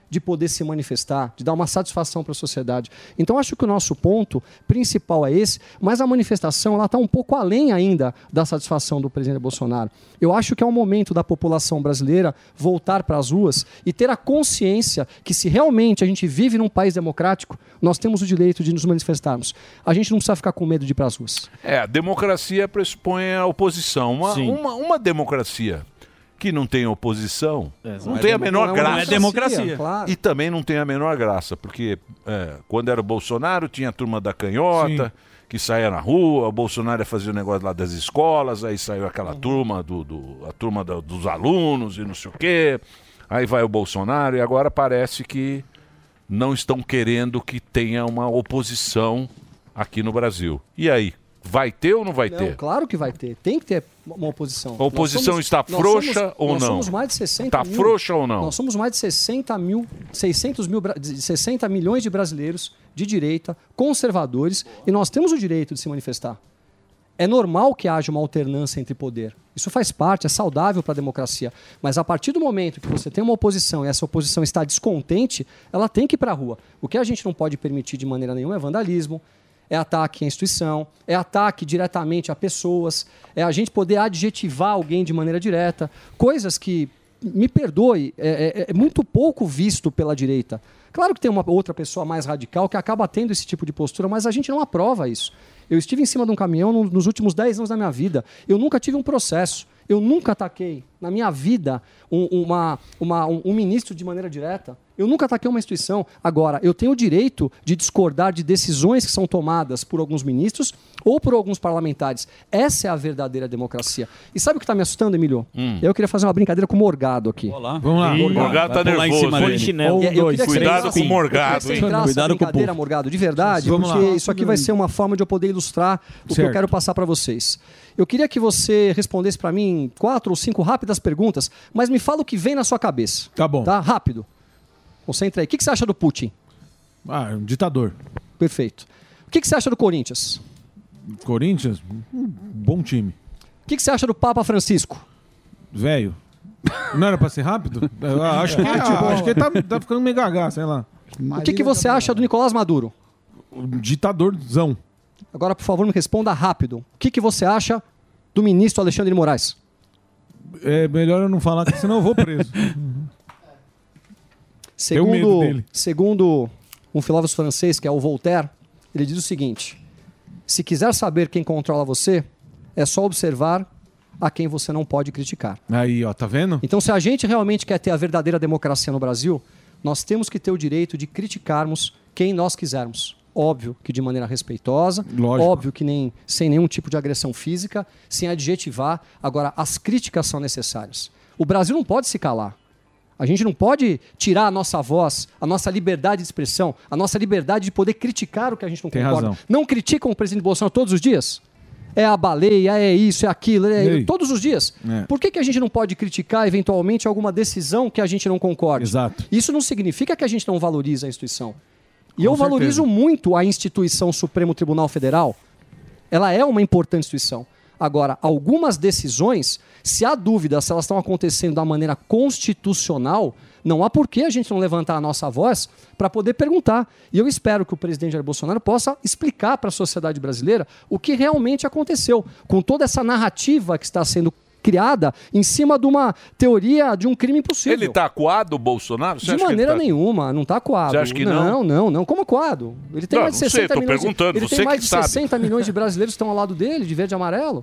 de poder se manifestar, de dar uma satisfação para a sociedade. Então, acho que o nosso ponto principal é esse, mas a manifestação está um pouco além ainda da satisfação do presidente Bolsonaro. Eu acho que é o momento da população brasileira voltar para as ruas e ter a consciência que, se realmente a gente vive num país democrático, nós temos o direito de nos manifestarmos. A gente não precisa ficar com medo de ir para as ruas. É, a democracia pressupõe a oposição. Uma, uma, uma democracia que não tem oposição, Exato. não tem a menor Não é graça. uma democracia, claro. E também não tem a menor graça, porque é, quando era o Bolsonaro, tinha a turma da canhota, Sim. que saía na rua, o Bolsonaro ia fazer o negócio lá das escolas, aí saiu aquela turma, do, do, a turma do- dos alunos e não sei o quê. Aí vai o Bolsonaro e agora parece que não estão querendo que tenha uma oposição aqui no Brasil. E aí? Vai ter ou não vai Não, ter? claro que vai ter. Tem que ter uma oposição. A oposição Nós somos- está nós frouxa somos- ou nós não? somos mais de sessenta Está mil. frouxa ou não? Nós somos mais de sessenta mil, seiscentos mil, bra- de sessenta milhões de brasileiros de direita, conservadores, e nós temos o direito de se manifestar. É normal que haja uma alternância entre poder. Isso faz parte, é saudável para a democracia. Mas a partir do momento que você tem uma oposição e essa oposição está descontente, ela tem que ir para a rua. O que a gente não pode permitir de maneira nenhuma é vandalismo, é ataque à instituição, é ataque diretamente a pessoas, é a gente poder adjetivar alguém de maneira direta. Coisas que, me perdoe, é, é- é muito pouco visto pela direita. Claro que tem uma outra pessoa mais radical que acaba tendo esse tipo de postura, mas a gente não aprova isso. Eu estive em cima de um caminhão no- nos últimos dez anos da minha vida. Eu nunca tive um processo. Eu nunca ataquei, na minha vida, um, uma, uma- um, um ministro de maneira direta. Eu nunca ataquei uma instituição. Agora, eu tenho o direito de discordar de decisões que são tomadas por alguns ministros ou por alguns parlamentares. Essa é a verdadeira democracia. E sabe o que está me assustando, Emílio? Hum. Eu queria fazer uma brincadeira com o Morgado aqui. Olá. Vamos lá. O Morgado tá nervoso. Polichinelo. Um, Um, dois, três, Cuidado com o pim. Morgado, hein? Cuidado Cuidado com o brincadeira, povo. Morgado, de verdade, Vamos porque lá. isso aqui vai ser uma forma de eu poder ilustrar o que Certo. eu quero passar para vocês. Eu queria que você respondesse para mim quatro ou cinco rápidas perguntas, mas me fala o que vem na sua cabeça. Tá bom. Tá? Rápido. Concentra aí. O que que você acha do Putin? Ah, um ditador. Perfeito. O que que você acha do Corinthians? Corinthians, um bom time. O que que você acha do Papa Francisco? Velho. Não era pra ser rápido? Eu acho que, É, tipo, tipo, acho que ele tá, tá ficando meio gagá, sei lá. O que que você acha do Nicolás Maduro? Um ditadorzão. Agora, por favor, me responda rápido. O que que você acha do ministro Alexandre de Moraes? É melhor eu não falar, que senão eu vou preso. Segundo, medo dele. segundo um filósofo francês, que é o Voltaire, ele diz o seguinte: se quiser saber quem controla você, é só observar a quem você não pode criticar. Aí, ó, tá vendo? Então, se a gente realmente quer ter a verdadeira democracia no Brasil, nós temos que ter o direito de criticarmos quem nós quisermos. Óbvio que de maneira respeitosa, Lógico. óbvio que nem sem nenhum tipo de agressão física, sem adjetivar. Agora, as críticas são necessárias. O Brasil não pode se calar. A gente não pode tirar a nossa voz, a nossa liberdade de expressão, a nossa liberdade de poder criticar o que a gente não Tem concorda. razão. Não criticam o presidente Bolsonaro todos os dias? É a baleia, é isso, é aquilo, é E aí? todos os dias. É. Por que, que a gente não pode criticar, eventualmente, alguma decisão que a gente não concorde? Exato. Isso não significa que a gente não valoriza a instituição. E Com eu certeza. valorizo muito a instituição Supremo Tribunal Federal. Ela é uma importante instituição. Agora, algumas decisões, se há dúvida se elas estão acontecendo da maneira constitucional, não há por que a gente não levantar a nossa voz para poder perguntar. E eu espero que o presidente Jair Bolsonaro possa explicar para a sociedade brasileira o que realmente aconteceu, com toda essa narrativa que está sendo criada em cima de uma teoria de um crime impossível. Ele tá acuado, o Bolsonaro? Você De acha que ele maneira tá- nenhuma, não está coado. Você acha que não? Não, não, não. Como coado? Ele tem Não, mais de não sei, sessenta tô milhões. de- perguntando, ele você tem mais que de sabe. sessenta milhões de brasileiros que estão ao lado dele, de verde e amarelo.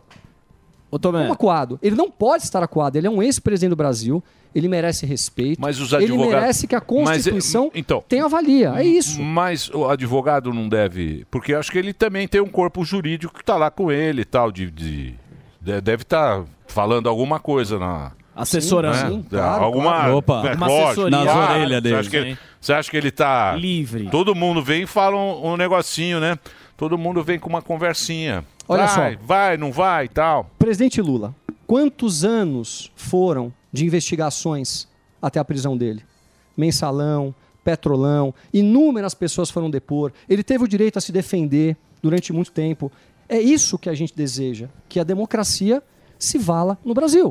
Ô, Tomé. Como acuado? Ele não pode estar acuado. Ele é um ex-presidente do Brasil. Ele merece respeito. Mas os Ele advogados... merece que a Mas, Constituição eh, então, tenha valia. É isso. Mas o advogado não deve... Porque eu acho que ele também tem um corpo jurídico que está lá com ele e tal, de... de- de- deve estar falando alguma coisa na... Assessorando. né? Sim, claro, alguma... claro. Opa, é, uma lógico, assessoria. claro. Nas orelhas Você dele, acha que, sim. você acha que ele está... Livre. Todo mundo vem e fala um, um negocinho, né? Todo mundo vem com uma conversinha. Olha vai, só. vai, não vai e tal. Presidente Lula, quantos anos foram de investigações até a prisão dele? Mensalão, Petrolão, inúmeras pessoas foram depor. Ele teve o direito a se defender durante muito tempo. É isso que a gente deseja, que a democracia se vala no Brasil.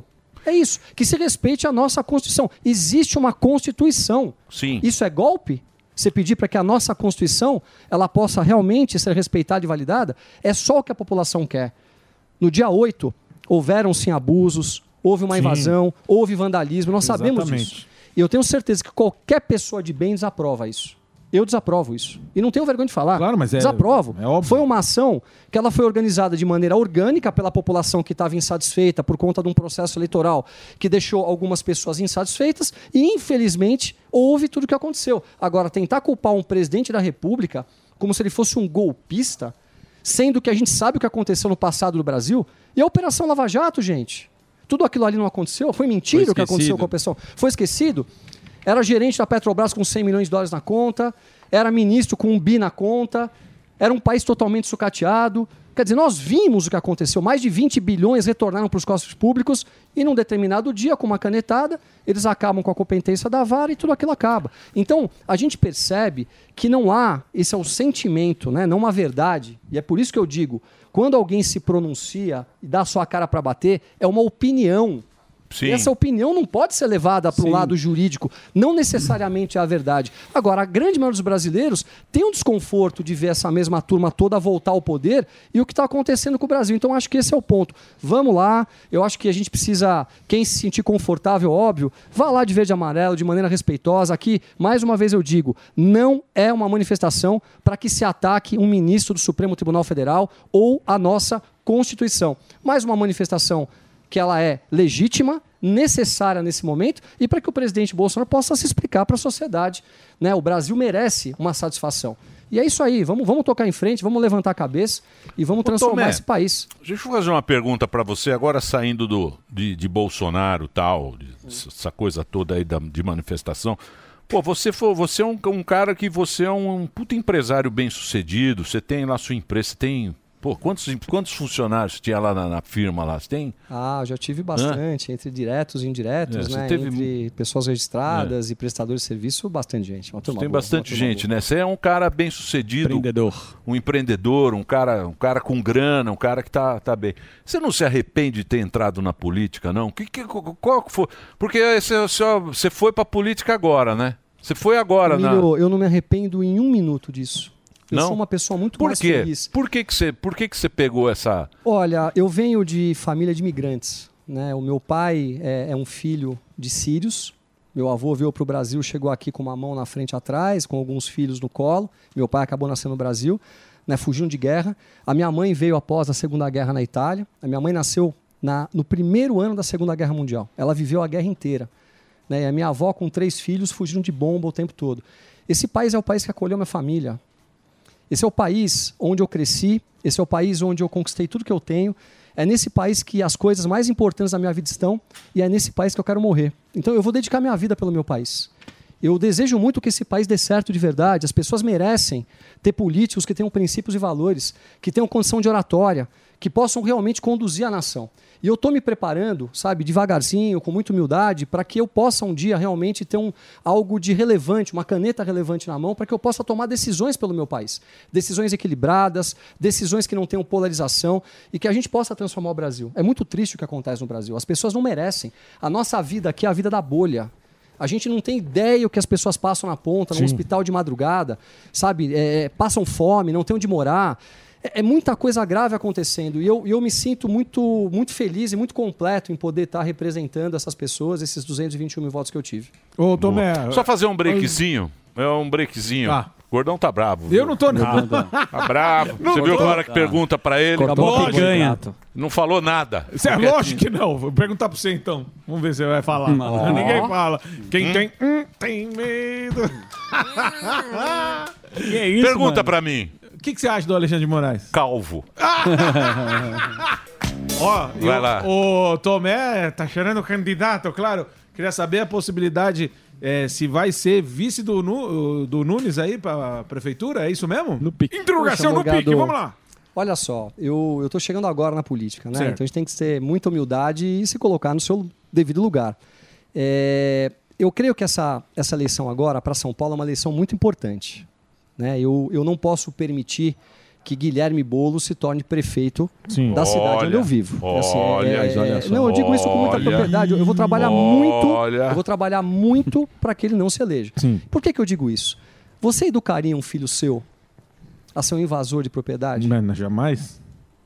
É isso, que se respeite a nossa Constituição. Existe uma Constituição. Sim. Isso é golpe? Você pedir para que a nossa Constituição ela possa realmente ser respeitada e validada? É só o que a população quer. No dia oito, houveram sim abusos, houve uma Sim. invasão, houve vandalismo, nós sabemos Exatamente. disso. E eu tenho certeza que qualquer pessoa de bem desaprova isso. Eu desaprovo isso. E não tenho vergonha de falar. Claro, mas é- Desaprovo. Foi uma ação que ela foi organizada de maneira orgânica pela população que estava insatisfeita por conta de um processo eleitoral que deixou algumas pessoas insatisfeitas e, infelizmente, houve tudo o que aconteceu. Agora, tentar culpar um presidente da República como se ele fosse um golpista, sendo que a gente sabe o que aconteceu no passado do Brasil, e a Operação Lava Jato, gente, tudo aquilo ali não aconteceu? Foi mentira Foi o que aconteceu esquecido. com a Operação? Foi esquecido? Era gerente da Petrobras com cem milhões de dólares na conta, era ministro com um bi na conta, era um país totalmente sucateado. Quer dizer, nós vimos o que aconteceu. Mais de vinte bilhões retornaram para os cofres públicos e, num determinado dia, com uma canetada, eles acabam com a competência da vara e tudo aquilo acaba. Então, a gente percebe que não há, esse é o sentimento, né? Não uma verdade. E é por isso que eu digo, quando alguém se pronuncia e dá a sua cara para bater, é uma opinião. Sim. E essa opinião não pode ser levada para o lado jurídico, não necessariamente é a verdade. Agora, a grande maioria dos brasileiros tem um desconforto de ver essa mesma turma toda voltar ao poder e o que está acontecendo com o Brasil. Então, acho que esse é o ponto. Vamos lá, eu acho que a gente precisa, quem se sentir confortável, óbvio, vá lá de verde e amarelo, de maneira respeitosa. Aqui, mais uma vez eu digo, não é uma manifestação para que se ataque um ministro do Supremo Tribunal Federal ou a nossa Constituição. Mais uma manifestação que ela é legítima, necessária nesse momento e para que o presidente Bolsonaro possa se explicar para a sociedade. Né? O Brasil merece uma satisfação. E é isso aí, vamos, vamos tocar em frente, vamos levantar a cabeça e vamos transformar Tomé, esse país. Deixa eu fazer uma pergunta para você, agora saindo do, de, de Bolsonaro tal, de, essa coisa toda aí da, de manifestação. Pô, você, for, você é um, um cara que você é um, um puta empresário bem sucedido, você tem lá sua empresa, você tem... Pô, quantos, quantos funcionários tinha lá na, na firma lá? Você tem? Ah, eu já tive bastante, entre diretos e indiretos, É, você né? teve Entre pessoas registradas e prestadores de serviço, bastante gente. Uma turma Tem boa, bastante uma turma gente, né? Você é um cara bem sucedido. Empreendedor. Um empreendedor, um cara, um cara com grana, um cara que tá, tá bem. Você não se arrepende de ter entrado na política, não? Que, que, qual que foi? Porque você, você foi pra política agora, né? Você foi agora, né? Emílio, eu não me arrependo em um minuto disso. Eu Não? sou uma pessoa muito Por mais quê? feliz. Por que que você, por que que você pegou essa... Olha, eu venho de família de imigrantes. Né? O meu pai é, é um filho de sírios. Meu avô veio para o Brasil, chegou aqui com uma mão na frente e atrás, com alguns filhos no colo. Meu pai acabou nascendo no Brasil, né, fugindo de guerra. A minha mãe veio após a Segunda Guerra na Itália. A minha mãe nasceu na, no primeiro ano da Segunda Guerra Mundial. Ela viveu a guerra inteira. Né? E a minha avó, com três filhos, fugindo de bomba o tempo todo. Esse país é o país que acolheu minha família. Esse é o país onde eu cresci, esse é o país onde eu conquistei tudo que eu tenho. É nesse país que as coisas mais importantes da minha vida estão e é nesse país que eu quero morrer. Então eu vou dedicar minha vida pelo meu país. Eu desejo muito que esse país dê certo de verdade. As pessoas merecem ter políticos que tenham princípios e valores, que tenham condição de oratória, que possam realmente conduzir a nação. E eu estou me preparando, sabe, devagarzinho, com muita humildade, para que eu possa um dia realmente ter um, algo de relevante, uma caneta relevante na mão, para que eu possa tomar decisões pelo meu país. Decisões equilibradas, decisões que não tenham polarização e que a gente possa transformar o Brasil. É muito triste o que acontece no Brasil. As pessoas não merecem. A nossa vida aqui é a vida da bolha. A gente não tem ideia o que as pessoas passam na ponta, no Sim. hospital de madrugada, sabe? É, passam fome, não tem onde morar. É muita coisa grave acontecendo e eu, eu me sinto muito, muito feliz e muito completo em poder estar representando essas pessoas, esses duzentos e vinte e um mil votos que eu tive. Ô, Tomé... Só fazer um breakzinho. É um breakzinho. Ah. O Gordão tá bravo. Eu não tô nada. Tá bravo. Não Você viu tô. a hora que pergunta pra ele? Acabou a picanha. Não falou nada. Você é Ficou lógico quietinho. que não. Vou perguntar pra você então. Vamos ver se você vai falar. Ó. Ninguém fala. Quem Hum. tem hum, tem medo. Que é isso, Pergunta mano? pra mim. O que, que você acha do Alexandre de Moraes? Calvo. Ó, Vai eu- lá. o Tomé tá cheirando candidato, claro. Queria saber a possibilidade, eh, se vai ser vice do, Nu- do Nunes aí pra prefeitura, é isso mesmo? No pique. Interrogação Poxa, no pique, Morgado, vamos lá. Olha só, eu, eu tô chegando agora na política, né? Certo. Então a gente tem que ter muita humildade e se colocar no seu devido lugar. É, eu creio que essa, essa eleição agora para São Paulo é uma eleição muito importante. Né? Eu, eu não posso permitir que Guilherme Boulos se torne prefeito Sim. da cidade Olha, onde eu vivo. Assim, olha, é- olha só. não, eu digo isso com muita Olha. propriedade. Eu vou trabalhar Olha. muito, eu vou trabalhar muito para que ele não se eleja. Sim. Por que, que eu digo isso? Você educaria um filho seu a ser um invasor de propriedade? Não, jamais.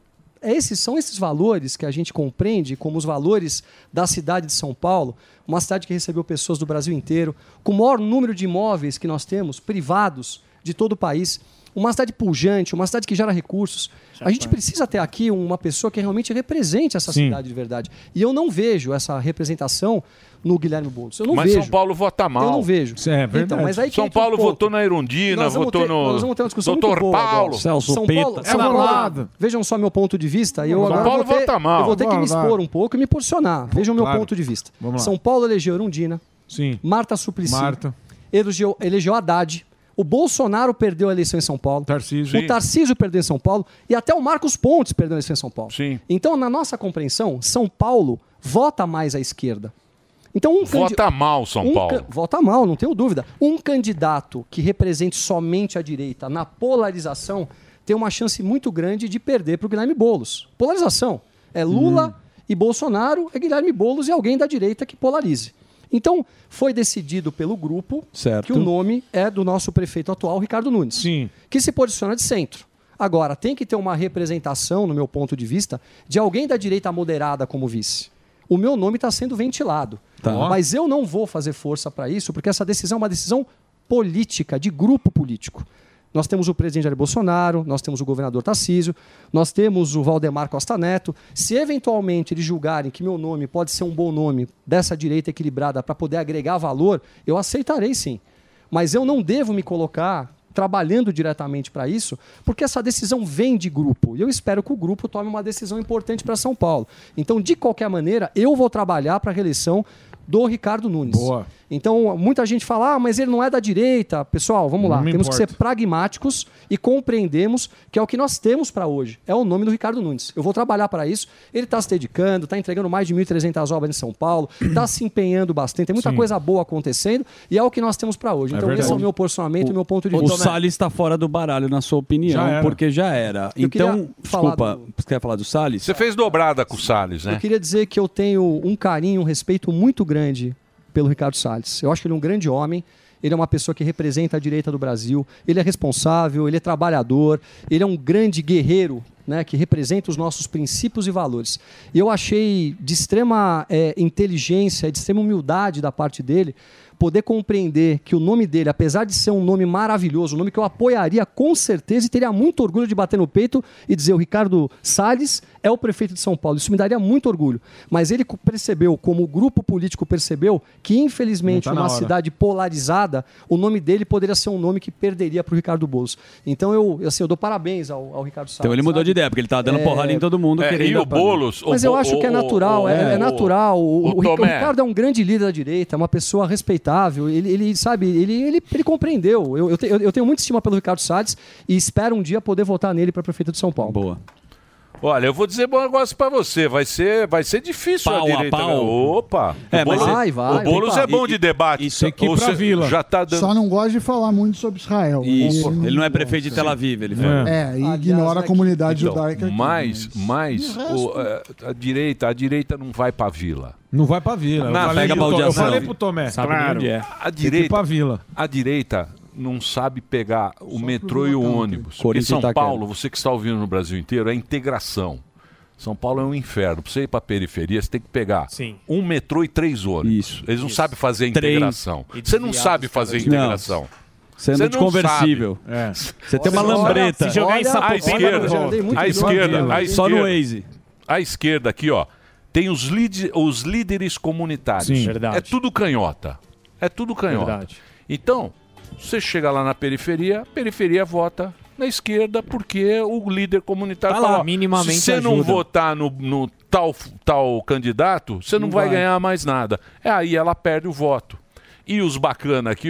É Esses são esses valores que a gente compreende como os valores da cidade de São Paulo, uma cidade que recebeu pessoas do Brasil inteiro, com o maior número de imóveis que nós temos, privados, de todo o país. Uma cidade pujante, uma cidade que gera recursos. A gente precisa ter aqui uma pessoa que realmente represente essa Sim. cidade de verdade. E eu não vejo essa representação no Guilherme Boulos. Eu não Mas vejo. São Paulo vota mal. Eu não vejo. É Então, mas aí que São entra um Paulo ponto. votou na Erundina, Nós vamos votou ter- no nós vamos ter uma discussão doutor muito boa Paulo. agora. São Paulo, São Paulo, vejam só meu ponto de vista. E eu São agora Paulo vou ter, vota mal. eu vou ter que me Vamos lá. expor um pouco e me posicionar. Vejam o meu Claro. ponto de vista. Vamos lá. São Paulo elegeu Erundina, Sim. Marta Suplicy, Marta. Elegeu, elegeu Haddad. O Bolsonaro perdeu a eleição em São Paulo. Tarcísio. O Tarcísio perdeu em São Paulo. E até o Marcos Pontes perdeu a eleição em São Paulo. Sim. Então, na nossa compreensão, São Paulo vota mais à esquerda. Então, um candi- Vota mal São um Paulo. ca- Vota mal, não tenho dúvida. Um candidato que represente somente a direita na polarização tem uma chance muito grande de perder para o Guilherme Boulos. Polarização. É Lula e Bolsonaro, é Guilherme Boulos e alguém da direita que polarize. Então, foi decidido pelo grupo Certo. que o nome é do nosso prefeito atual, Ricardo Nunes, Sim. que se posiciona de centro. Agora, tem que ter uma representação, no meu ponto de vista, de alguém da direita moderada como vice. O meu nome está sendo ventilado. Tá. Mas eu não vou fazer força para isso, porque essa decisão é uma decisão política, de grupo político. Nós temos o presidente Jair Bolsonaro, nós temos o governador Tarcísio, nós temos o Valdemar Costa Neto. Se eventualmente eles julgarem que meu nome pode ser um bom nome dessa direita equilibrada para poder agregar valor, eu aceitarei sim. Mas eu não devo me colocar trabalhando diretamente para isso, porque essa decisão vem de grupo. E eu espero que o grupo tome uma decisão importante para São Paulo. Então, de qualquer maneira, eu vou trabalhar para a reeleição do Ricardo Nunes. Boa. Então, muita gente fala, ah, mas ele não é da direita. Pessoal, vamos lá. Não me Temos que importa. ser pragmáticos e compreendemos que é o que nós temos para hoje. É o nome do Ricardo Nunes. Eu vou trabalhar para isso. Ele está se dedicando, está entregando mais de mil e trezentas obras em São Paulo, está se empenhando bastante. Tem muita Sim. coisa boa acontecendo e é o que nós temos para hoje. É Então, esse é verdade. o meu posicionamento e o meu ponto de O vista. Salles está fora do baralho, na sua opinião, Já era. porque já era. Eu então, queria falar desculpa, você quer falar do Salles? Você fez dobrada com o Salles, né? Eu queria dizer que eu tenho um carinho, um respeito muito grande pelo Ricardo Salles. Eu acho que ele é um grande homem, ele é uma pessoa que representa a direita do Brasil, ele é responsável, ele é trabalhador, ele é um grande guerreiro, né, que representa os nossos princípios e valores. E eu achei de extrema eh, inteligência, de extrema humildade da parte dele, poder compreender que o nome dele, apesar de ser um nome maravilhoso, um nome que eu apoiaria com certeza e teria muito orgulho de bater no peito e dizer o Ricardo Salles é o prefeito de São Paulo. Isso me daria muito orgulho. Mas ele percebeu, como o grupo político percebeu, que infelizmente Não tá na numa hora. cidade polarizada, o nome dele poderia ser um nome que perderia para o Ricardo Boulos. Então eu, assim, eu dou parabéns ao, ao Ricardo Salles. Então ele mudou sabe? de ideia, porque ele estava dando É, porrada em todo mundo. É, querendo e o a- Boulos... Mas eu acho que é natural, é, é natural. O, o, o Ricardo é um grande líder da direita, é uma pessoa respeitável. Ele, ele sabe, ele, ele, ele compreendeu. Eu, eu, te- eu tenho muita estima pelo Ricardo Salles e espero um dia poder votar nele para prefeito de São Paulo. Boa. Olha, eu vou dizer um negócio pra você. Vai ser, vai ser difícil Pau a a direita. pau. né? Opa! É, o mas Boulos, vai, vai, o Boulos vem é cá. bom de debate. Isso tem que ir Ou pra você Vila. Já tá dando... Só não gosta de falar muito sobre Israel. Isso. Ele, Ele não é prefeito de Tel Aviv, ele fala. É, e ignora a comunidade Então, judaica. aqui. mas, mas E o resto? o, é, a direita, a direita não vai pra Vila. Não vai pra Vila. Não, eu falei pega pro Tomé- baldeação. Eu falei pro Tomé. Sabe claro. onde é. A Tem que ir direita, pra Vila. a direita não sabe pegar o metrô e o ônibus. Em Corinthians São e Itaquera. Paulo, você que está ouvindo no Brasil inteiro, é integração. São Paulo é um inferno. Pra você ir pra periferia, você tem que pegar Sim. um metrô e três ônibus. Isso. Eles não sabem fazer a Trem. integração. E Você não desviados sabe fazer a Não. integração. Você anda Você de não conversível. É. Você tem uma Olha, lambreta. Se jogar em Olha, Sapopemba, À esquerda, eu já andei muito à de esquerda, Vila. à Só no esquerda. Waze. À esquerda aqui, ó, tem os, líder, os líderes comunitários. Sim. Verdade. É tudo canhota. É tudo canhota. Verdade. Então, você chega lá na periferia, a periferia vota na esquerda porque o líder comunitário Tá lá, fala, ó, minimamente se você não ajuda. votar no, no tal, tal candidato, você não, Não vai, vai. ganhar mais nada. É aí ela perde o voto. E os bacana aqui, ó,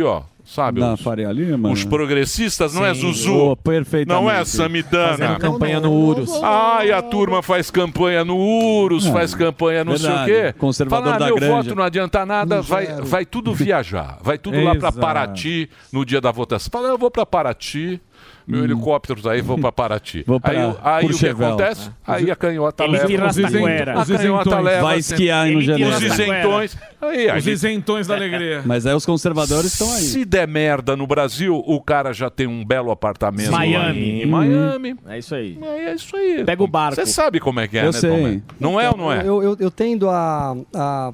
sabe? Da os, Faria Lima. os progressistas, não é Sim. Zuzu? Oh, perfeitamente. Não é Samidana. Fazendo campanha no Urus. Ai, a turma faz campanha no Urus, É. faz campanha não sei o Verdade. quê. Conservador Fala, ah, da meu Granja. voto não adianta nada, vai, vai tudo viajar. Vai tudo lá pra Exato. Paraty no dia da votação. Fala, eu vou pra Paraty, meu helicóptero tá aí, vou pra Paraty. Vou pra aí o- aí o que Courchevel. acontece? É. Aí a canhota Ele leva. tira Os isento- Rastaquera. A Os canhota isentões. leva. Vai esquiar aí no Os janeiro. isentões. Aí, aí, Os isentões da alegria. Mas aí os conservadores estão aí. Se der merda no Brasil, o cara já tem um belo apartamento lá Miami. em Miami. É isso aí. É isso aí. Pega o barco. Você sabe como é que é, Eu né, sei. Tomé? Não é ou não é? Eu, eu, eu tendo a, a,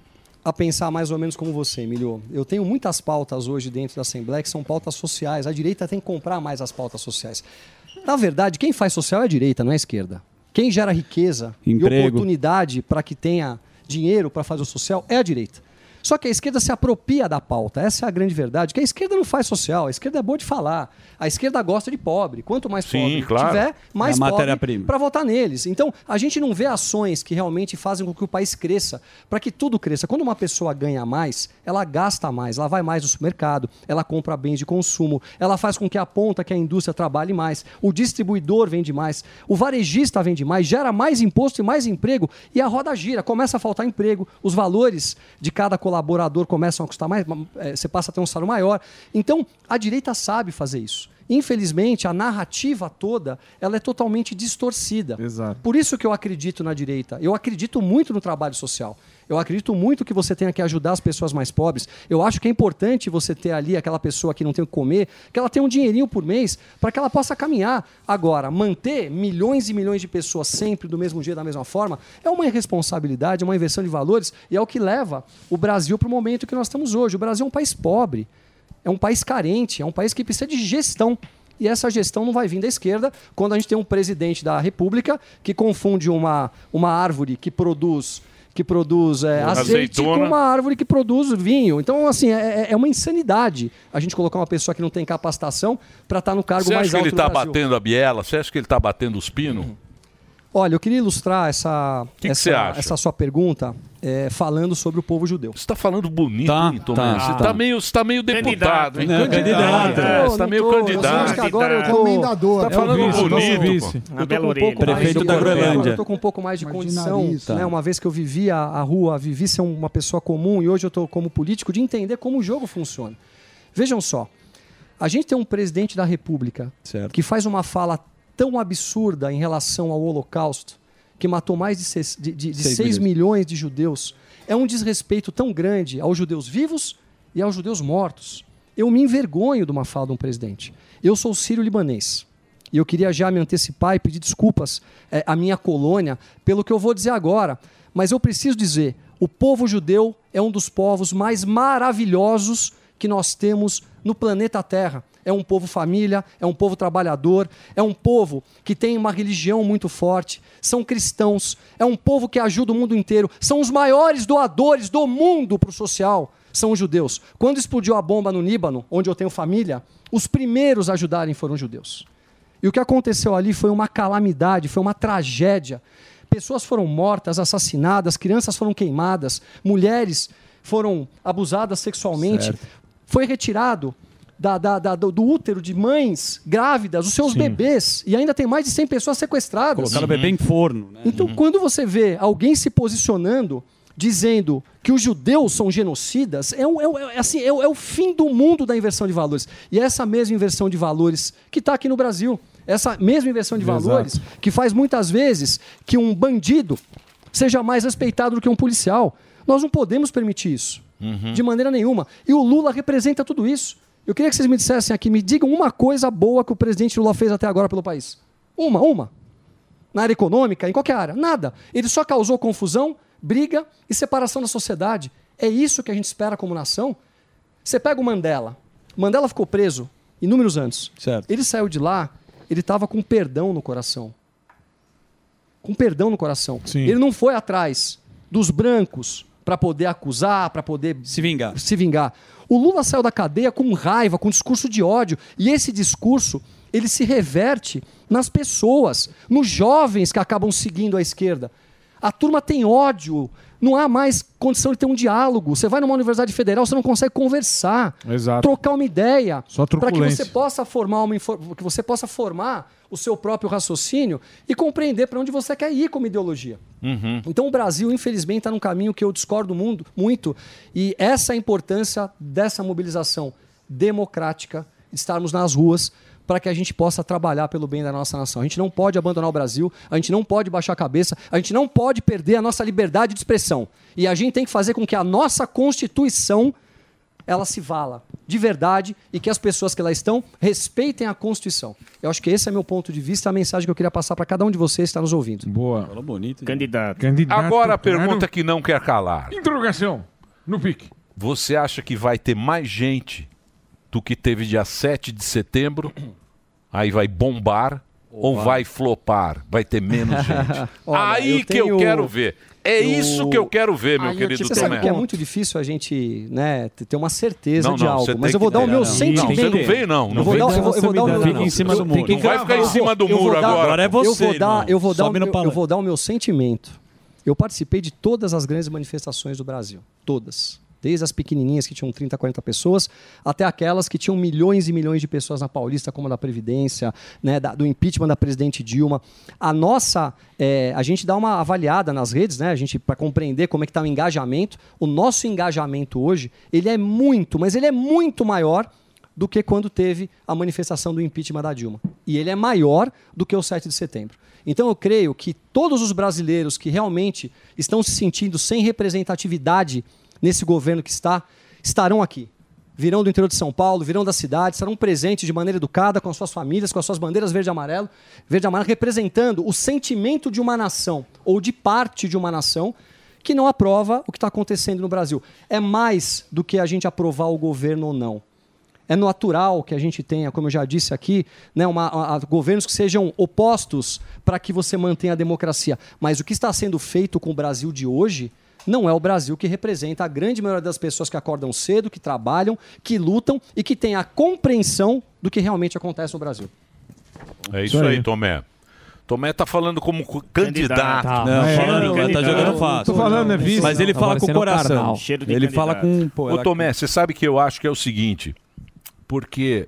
a pensar mais ou menos como você, Emílio. Eu tenho muitas pautas hoje dentro da Assembleia que são pautas sociais. A direita tem que comprar mais as pautas sociais. Na verdade, quem faz social é a direita, não é a esquerda. Quem gera riqueza Emprego. e oportunidade para que tenha dinheiro para fazer o social é a direita. Só que a esquerda se apropria da pauta. Essa é a grande verdade. Que a esquerda não faz social. A esquerda é boa de falar. A esquerda gosta de pobre. Quanto mais Sim, pobre claro. tiver, mais É a pobre matéria-prima. para votar neles. Então, a gente não vê ações que realmente fazem com que o país cresça, para que tudo cresça. Quando uma pessoa ganha mais, ela gasta mais, ela vai mais no supermercado, ela compra bens de consumo, ela faz com que a ponta, que a indústria trabalhe mais, o distribuidor vende mais, o varejista vende mais, gera mais imposto e mais emprego, e a roda gira, começa a faltar emprego, os valores de cada colaborador começam a custar mais, eh, você passa a ter um salário maior. Então, a direita sabe fazer isso. Infelizmente, a narrativa toda ela é totalmente distorcida. Exato. Por isso que eu acredito na direita. Eu acredito muito no trabalho social. Eu acredito muito que você tenha que ajudar as pessoas mais pobres. Eu acho que é importante você ter ali aquela pessoa que não tem o que comer, que ela tenha um dinheirinho por mês para que ela possa caminhar. Agora, manter milhões e milhões de pessoas sempre do mesmo jeito, da mesma forma, é uma irresponsabilidade, é uma inversão de valores e é o que leva o Brasil para o momento que nós estamos hoje. O Brasil é um país pobre. É um país carente, é um país que precisa de gestão. E essa gestão não vai vir da esquerda quando a gente tem um presidente da República que confunde uma, uma árvore que produz, que produz é, azeite Azeitona. com uma árvore que produz vinho. Então, assim, é, é uma insanidade a gente colocar uma pessoa que não tem capacitação para estar no cargo Você mais acha que alto ele do está Brasil. batendo a biela? Você acha que ele está batendo os pinos? Olha, eu queria ilustrar essa, que essa, você acha? essa sua pergunta é, falando sobre o povo judeu. Você está falando bonito, Tá, hein, Tomé? tá, Você tá. está meio, você tá meio deputado, hein? Não, candidato. É, você está Não meio tô, eu candidato. acho que agora eu tô- Comendador. Você está falando É o vice, bonito. vice. pô. Eu tô com um pouco mais Prefeito de- da Groenlândia. Eu tô com um pouco mais de condição, Marginalista. né? Uma vez que eu vivia a rua, vivi ser uma pessoa comum e hoje eu tô como político, de entender como o jogo funciona. Vejam só, a gente tem um presidente da República que faz uma fala tão absurda em relação ao Holocausto, que matou mais de seis, de, de, de Seis seis milhões. milhões de judeus. É um desrespeito tão grande aos judeus vivos e aos judeus mortos. Eu me envergonho de uma fala de um presidente. Eu sou sírio-libanês. E eu queria já me antecipar e pedir desculpas eh, à minha colônia pelo que eu vou dizer agora. Mas eu preciso dizer, o povo judeu é um dos povos mais maravilhosos que nós temos no planeta Terra. É um povo família, é um povo trabalhador, é um povo que tem uma religião muito forte, são cristãos, é um povo que ajuda o mundo inteiro, são os maiores doadores do mundo para o social, são os judeus. Quando explodiu a bomba no Líbano, onde eu tenho família, os primeiros a ajudarem foram os judeus. E o que aconteceu ali foi uma calamidade, foi uma tragédia. Pessoas foram mortas, assassinadas, crianças foram queimadas, mulheres foram abusadas sexualmente. Certo. Foi retirado da, da, da, do, do útero de mães grávidas, os seus Sim. bebês, e ainda tem mais de cem pessoas sequestradas. Colocaram o bebê em forno. Né? Então, quando você vê alguém se posicionando, dizendo que os judeus são genocidas, é, o- é, o- é assim, é, o- é o fim do mundo da inversão de valores. E é essa mesma inversão de valores que está aqui no Brasil. Essa mesma inversão de Exato. valores que faz muitas vezes que um bandido seja mais respeitado do que um policial. Nós não podemos permitir isso. Uhum. De maneira nenhuma. E o Lula representa tudo isso. Eu queria que vocês me dissessem aqui, me digam uma coisa boa que o presidente Lula fez até agora pelo país. Uma, uma. Na área econômica, em qualquer área. Nada. Ele só causou confusão, briga e separação da sociedade. É isso que a gente espera como nação? Você pega o Mandela. Mandela ficou preso inúmeros anos. Certo. Ele saiu de lá, ele estava com perdão no coração. Com perdão no coração. Sim. Ele não foi atrás dos brancos para poder acusar, para poder se vingar. se vingar. O Lula saiu da cadeia com raiva, com discurso de ódio, e esse discurso ele se reverte nas pessoas, nos jovens que acabam seguindo a esquerda. A turma tem ódio Não há mais condição de ter um diálogo. Você vai numa universidade federal, você não consegue conversar, Exato. trocar uma ideia, Só para que truculência. você possa formar uma infor- que você possa formar o seu próprio raciocínio e compreender para onde você quer ir como ideologia. Uhum. Então o Brasil, infelizmente, está num caminho que eu discordo mundo, muito, e essa é a importância dessa mobilização democrática, de estarmos nas ruas, para que a gente possa trabalhar pelo bem da nossa nação. A gente não pode abandonar o Brasil, a gente não pode baixar a cabeça, a gente não pode perder a nossa liberdade de expressão. E a gente tem que fazer com que a nossa Constituição ela se vala de verdade e que as pessoas que lá estão respeitem a Constituição. Eu acho que esse é meu ponto de vista, a mensagem que eu queria passar para cada um de vocês que está nos ouvindo. Boa. Falou bonito. Candidato. Agora a pergunta que não quer calar. Interrogação. No pique. Você acha que vai ter mais gente do que teve dia sete de setembro? Aí vai bombar ou vai flopar? Vai ter menos gente? Olha, Aí eu que eu tenho- quero ver. É eu- isso que eu quero ver, meu Aí eu querido te- Você sabe Tomé. que é muito difícil a gente, né, t- ter uma certeza Não, de não, algo, você mas tem eu vou que dar o ter. meu Não, sentimento. não, você não veio, não. Eu Não vou veio dar, eu vou, eu vou dar o meu... Fica em cima do muro. Não vai ficar em cima do eu vou muro dar- agora. Agora é você, Eu vou dar, irmão. eu vou dar, o Sobe no meu, eu palanque. vou dar o meu sentimento. Eu participei de todas as grandes manifestações do Brasil. Todas. Desde as pequenininhas que tinham trinta, quarenta pessoas, até aquelas que tinham milhões e milhões de pessoas na Paulista, como a da Previdência, né, da- do impeachment da presidente Dilma. A nossa, é, a gente dá uma avaliada nas redes, né, a gente para compreender como é que está o engajamento. O nosso engajamento hoje, ele é muito, mas ele é muito maior do que quando teve a manifestação do impeachment da Dilma. E ele é maior do que o sete de setembro. Então eu creio que todos os brasileiros que realmente estão se sentindo sem representatividade nesse governo que está, estarão aqui. Virão do interior de São Paulo, virão da cidade, estarão presentes de maneira educada com as suas famílias, com as suas bandeiras verde e amarelo, verde e amarelo, representando o sentimento de uma nação ou de parte de uma nação que não aprova o que está acontecendo no Brasil. É mais do que a gente aprovar o governo ou não. É natural que a gente tenha, como eu já disse aqui, né, uma, a- a- governos que sejam opostos para que você mantenha a democracia. Mas o que está sendo feito com o Brasil de hoje não é o Brasil que representa a grande maioria das pessoas que acordam cedo, que trabalham, que lutam e que têm a compreensão do que realmente acontece no Brasil. É isso Isso aí, aí. Tomé. Tomé tá falando como cu- candidato. Não, falando, cara, tá jogando fácil. Tô falando, é vice. Mas ele Tá fala com o parecendo coração. carnal. Cheiro de ele fala candidato. com... Pô, Ô ela- Tomé, você sabe que eu acho que é o seguinte, porque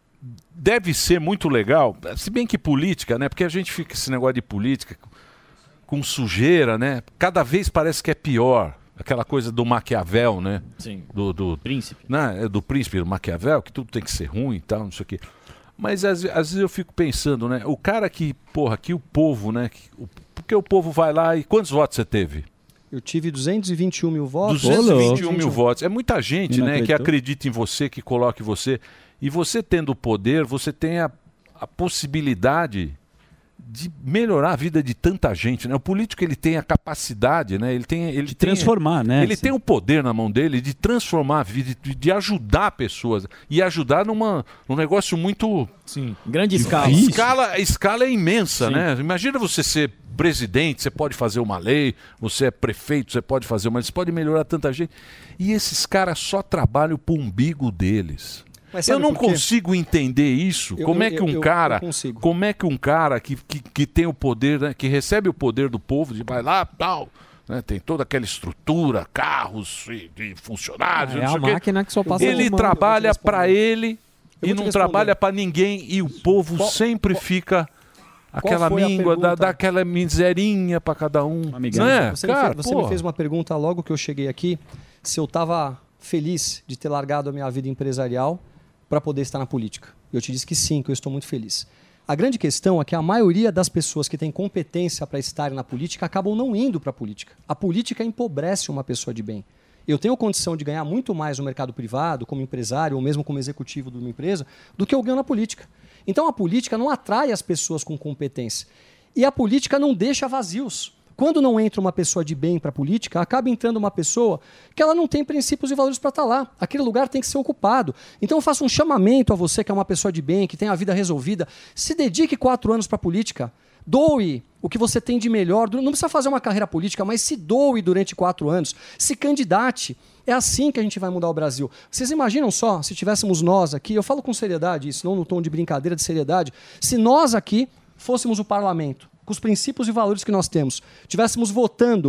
deve ser muito legal, se bem que política, né? Porque a gente fica esse negócio de política com sujeira, né? Cada vez parece que é pior. Aquela coisa do Maquiavel, né? Sim. Do, do príncipe. Né? Do príncipe do Maquiavel, que tudo tem que ser ruim e tal, não sei o quê. Mas às, às vezes eu fico pensando, né? O cara que, porra, que o povo, né? Que, o, porque o povo vai lá e quantos votos você teve? Eu tive duzentos e vinte e um mil votos. duzentos e vinte e um mil votos. É muita gente, Não né, que acreditou? acredita em você, que coloca em você. E você tendo o poder, você tem a, a possibilidade de melhorar a vida de tanta gente, né? O político, ele tem a capacidade, né? Ele tem ele de transformar, né? Ele tem o poder na mão dele de transformar a vida, de, de ajudar pessoas e ajudar numa num negócio muito sim, grande escala. A escala, a escala é imensa, Sim. né? Imagina você ser presidente, você pode fazer uma lei, você é prefeito, você pode fazer uma, você pode melhorar tanta gente. E esses caras só trabalham pro umbigo deles. Mas Eu sabe não por quê? consigo entender isso. Eu- como é eu- que um eu- eu cara, consigo. como é que um cara que, que, que tem o poder, né, que recebe o poder do povo, de vai lá, tal, né, tem toda aquela estrutura, carros e, e funcionários, Ah, é não a sei o quê. máquina que só passa Ele comando, trabalha eu vou te para ele Eu e vou te não responder. trabalha para ninguém e o povo Qual- sempre fica aquela foi a míngua, dá, pergunta? dá aquela miserinha para cada um. Não é? Você, me, Cara, fez, você me porra. fez uma pergunta logo que eu cheguei aqui, se eu estava feliz de ter largado a minha vida empresarial para poder estar na política. Eu te disse que sim, que eu estou muito feliz. A grande questão é que a maioria das pessoas que têm competência para estarem na política acabam não indo para a política. A política empobrece uma pessoa de bem. Eu tenho condição de ganhar muito mais no mercado privado, como empresário ou mesmo como executivo de uma empresa, do que eu ganho na política. Então a política não atrai as pessoas com competência. E a política não deixa vazios. Quando não entra uma pessoa de bem para a política, acaba entrando uma pessoa que ela não tem princípios e valores para estar lá. Aquele lugar tem que ser ocupado. Então eu faço um chamamento a você que é uma pessoa de bem, que tem a vida resolvida. Se dedique quatro anos para a política. Doe o que você tem de melhor. Não precisa fazer uma carreira política, mas se doe durante quatro anos. Se candidate. É assim que a gente vai mudar o Brasil. Vocês imaginam só, se tivéssemos nós aqui, eu falo com seriedade isso, não no tom de brincadeira, de seriedade, se nós aqui fôssemos o parlamento, com os princípios e valores que nós temos, tivéssemos votando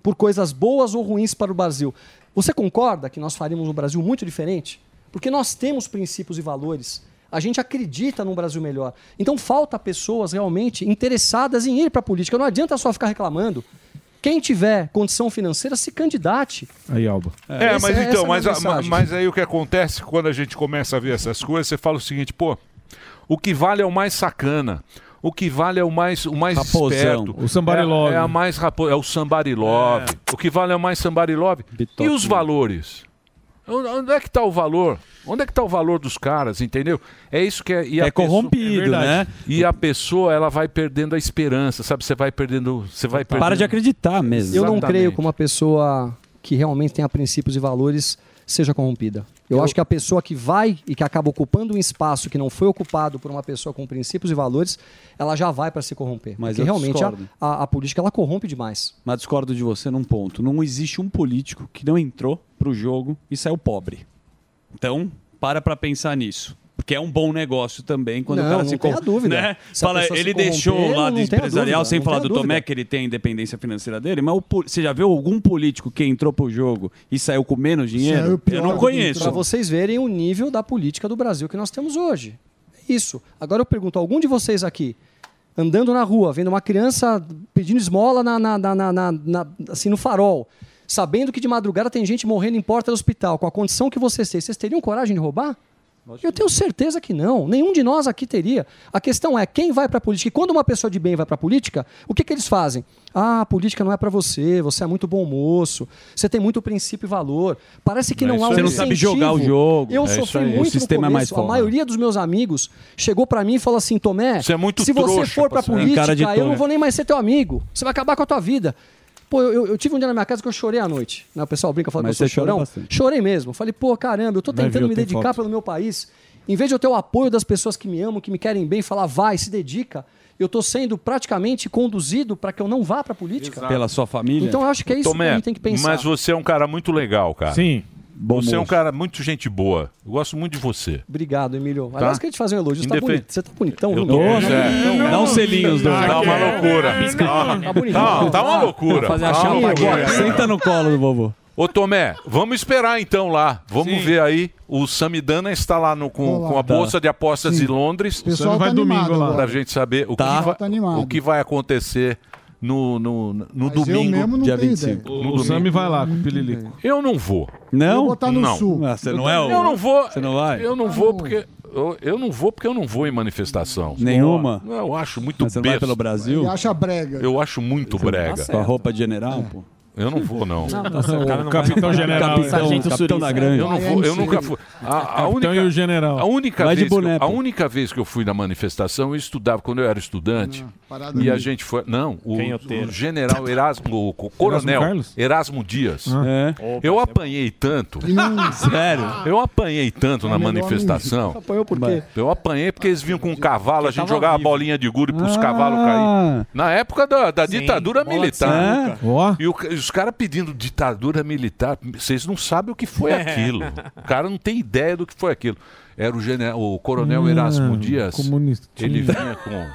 por coisas boas ou ruins para o Brasil. Você concorda que nós faríamos um Brasil muito diferente? Porque nós temos princípios e valores. A gente acredita num Brasil melhor. Então falta pessoas realmente interessadas em ir para a política. Não adianta só ficar reclamando. Quem tiver condição financeira, se candidate. Aí, Alba. É, Esse- mas essa então, é a mas, minha a- mensagem. mas aí o que acontece quando a gente começa a ver essas coisas, você fala o seguinte, pô, o que vale é o mais sacana. O que vale é o mais, o mais Raposão. esperto. O somebody é, love. É, a mais rapo, é o somebody love. O que vale é o mais somebody love. E os valores? Onde onde é que está o valor? Onde é que está o valor dos caras, entendeu? É isso que é... E a É pessoa- corrompido, É verdade. né? E a pessoa, ela vai perdendo a esperança, sabe? Você vai perdendo... Você vai perdendo... Para de acreditar mesmo. Eu não Exatamente. creio que uma pessoa que realmente tenha princípios e valores seja corrompida. Eu, Eu- acho que a pessoa que vai e que acaba ocupando um espaço que não foi ocupado por uma pessoa com princípios e valores, ela já vai para se corromper. Mas Porque eu realmente a, discordo. a- a política ela corrompe demais. Mas discordo de você num ponto. Não existe um político que não entrou pro jogo e saiu pobre. Então, para pra pensar nisso. Porque é um bom negócio também quando Não, o cara não se tenha corrompe, dúvida. né? Se a Fala, pessoa se ele deixou corromper, o lado não tenha empresarial, dúvida, sem não falar tenha do Tomé, dúvida. que ele tem a independência financeira dele, mas o po- você já viu algum político que entrou pro jogo e saiu com menos dinheiro? Eu não conheço. Para vocês verem o nível da política do Brasil que nós temos hoje. É isso. Agora eu pergunto, algum de vocês aqui, andando na rua, vendo uma criança pedindo esmola na, na- na- na- na- na- assim, no farol, sabendo que de madrugada tem gente morrendo em porta do hospital, com a condição que vocês têm, vocês teriam coragem de roubar? Eu tenho certeza que não. Nenhum de nós aqui teria. A questão é quem vai para a política. E quando uma pessoa de bem vai para a política, o que, que eles fazem? Ah, a política não é para você, você é muito bom moço, você tem muito princípio e valor. Parece que É não isso há um aí. Você não sabe incentivo. jogar o jogo. Eu É isso sofri aí. O muito sistema é no mais começo. A forte. maioria dos meus amigos chegou para mim e falou assim, Tomé, Você é muito se você trouxa, for para a parceiro. política, Cara de eu não Tomé. vou nem mais ser teu amigo. Você vai acabar com a tua vida. Pô, eu, eu tive um dia na minha casa que eu chorei à noite. Né? O pessoal brinca falando Mas que eu você sou chora chorão. bastante. Chorei mesmo. Falei, pô, caramba, eu tô Vai ver, tentando eu me tenho dedicar foto. pelo meu país. Em vez de eu ter o apoio das pessoas que me amam, que me querem bem, falar vai, se dedica, eu tô sendo praticamente conduzido para que eu não vá para a política. Pela sua família. Então eu acho que é isso Tomé, que a gente tem que pensar. mas você é um cara muito legal, cara. Sim. Bom você é um moço. cara muito gente boa. Eu gosto muito de você. Obrigado, Emílio. Tá? Aliás, queria te fazer um elogio. Você tá, Indepen- bonito. Você tá bonitão, Eu viu? tô, meu? é. Dá um selinho os dois. Tá uma loucura. Tá bonitão. Tá, tá uma loucura. Fazer a Tá chapa uma agora. loucura. Senta no colo do vovô. Ô Tomé, vamos esperar então lá. Vamos Sim. ver aí. O Samidana está lá no, com, Olá. com a bolsa de apostas Sim. de Londres. O pessoal tá animado Pra agora. gente saber o, Tá. que, vai, Tá animado. o que vai acontecer no, no, no Mas eu domingo. mesmo não dia tenho vinte e ideia. cinco. No O domingo. Sami vai lá com o Pililico. Eu não vou. Não? Eu vou botar no Não. sul. Ah, você não é o... Eu não vou. Você não vai? Eu não vou porque. Eu, eu não vou porque eu não vou em manifestação. Nenhuma? Não, eu acho muito Mas você não vai besta. pelo Brasil? Ele acha brega. Eu acho muito brega. Com a roupa de general, pô. Eu não vou, não. Não, tá certo. O cara não Capitão vai- General, Capitão, Sargento Capitão da Grande. Eu não vou, eu nunca fui. A, a Capitão única, e o general. A única, Vai de vez que eu, boné, a pô. única vez que eu fui na manifestação, eu estudava quando eu era estudante. parada e a ali. gente foi. Não, o, Canhoteiro. o general Erasmo, o coronel Carlos? Erasmo Dias. É. Eu apanhei tanto. Sério? Eu apanhei tanto na melhor manifestação. Apanhou por quê? Eu apanhei porque eles vinham com um cavalo, a gente tava jogava vivo. bolinha de gude pros Ah. cavalos caírem. Na época da, da ditadura bola de militar. É? Ó. E o ca- os caras pedindo ditadura militar, vocês não sabem o que foi aquilo. O cara não tem ideia do que foi aquilo. Era o, general, o coronel Ah, Erasmo Dias. comunistinha. Ele vinha com.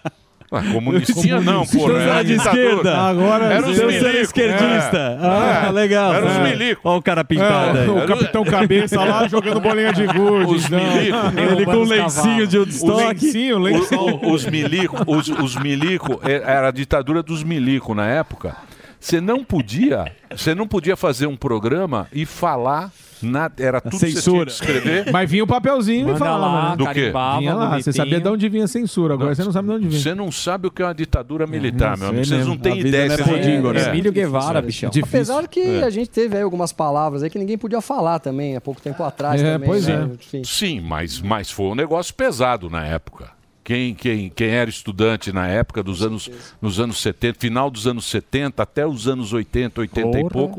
Ah, comunistinha não, pô. Você Era é de ditadura. esquerda. Agora Era os Você milico. é esquerdista. É. Ah, É. legal. Era os É. milico. Olha o cara pintado aí. É, o Capitão Cabeça lá jogando bolinha de gude. Os não. milico. Ele com um lencinho de O Woodstock. lencinho, o O- lencinho. o- os milico, os, os milico, é- era a ditadura dos milico na época. Você não podia, você não podia fazer um programa e falar nada, era tudo que você tinha Censura. que escrever. Mas vinha o papelzinho e Manda falava. lá, né? Do quê? carimbava, Vinha lá, você bonitinho. sabia de onde vinha a censura, agora você não sabe de onde vinha. Você não sabe o que é uma ditadura militar, meu sei amigo. Vocês mesmo. não têm A vida ideia. não é Vocês- pudim, agora. É. Emílio Guevara, bichão. Difícil. Apesar que É. a gente teve aí algumas palavras aí que ninguém podia falar também, há pouco tempo atrás É, também. pois né? é. Enfim. Sim, mas, mas foi um negócio pesado na época. Quem, quem, quem era estudante na época dos anos, nos anos setenta, final dos anos setenta até os anos oitenta, oitenta e Porra. pouco,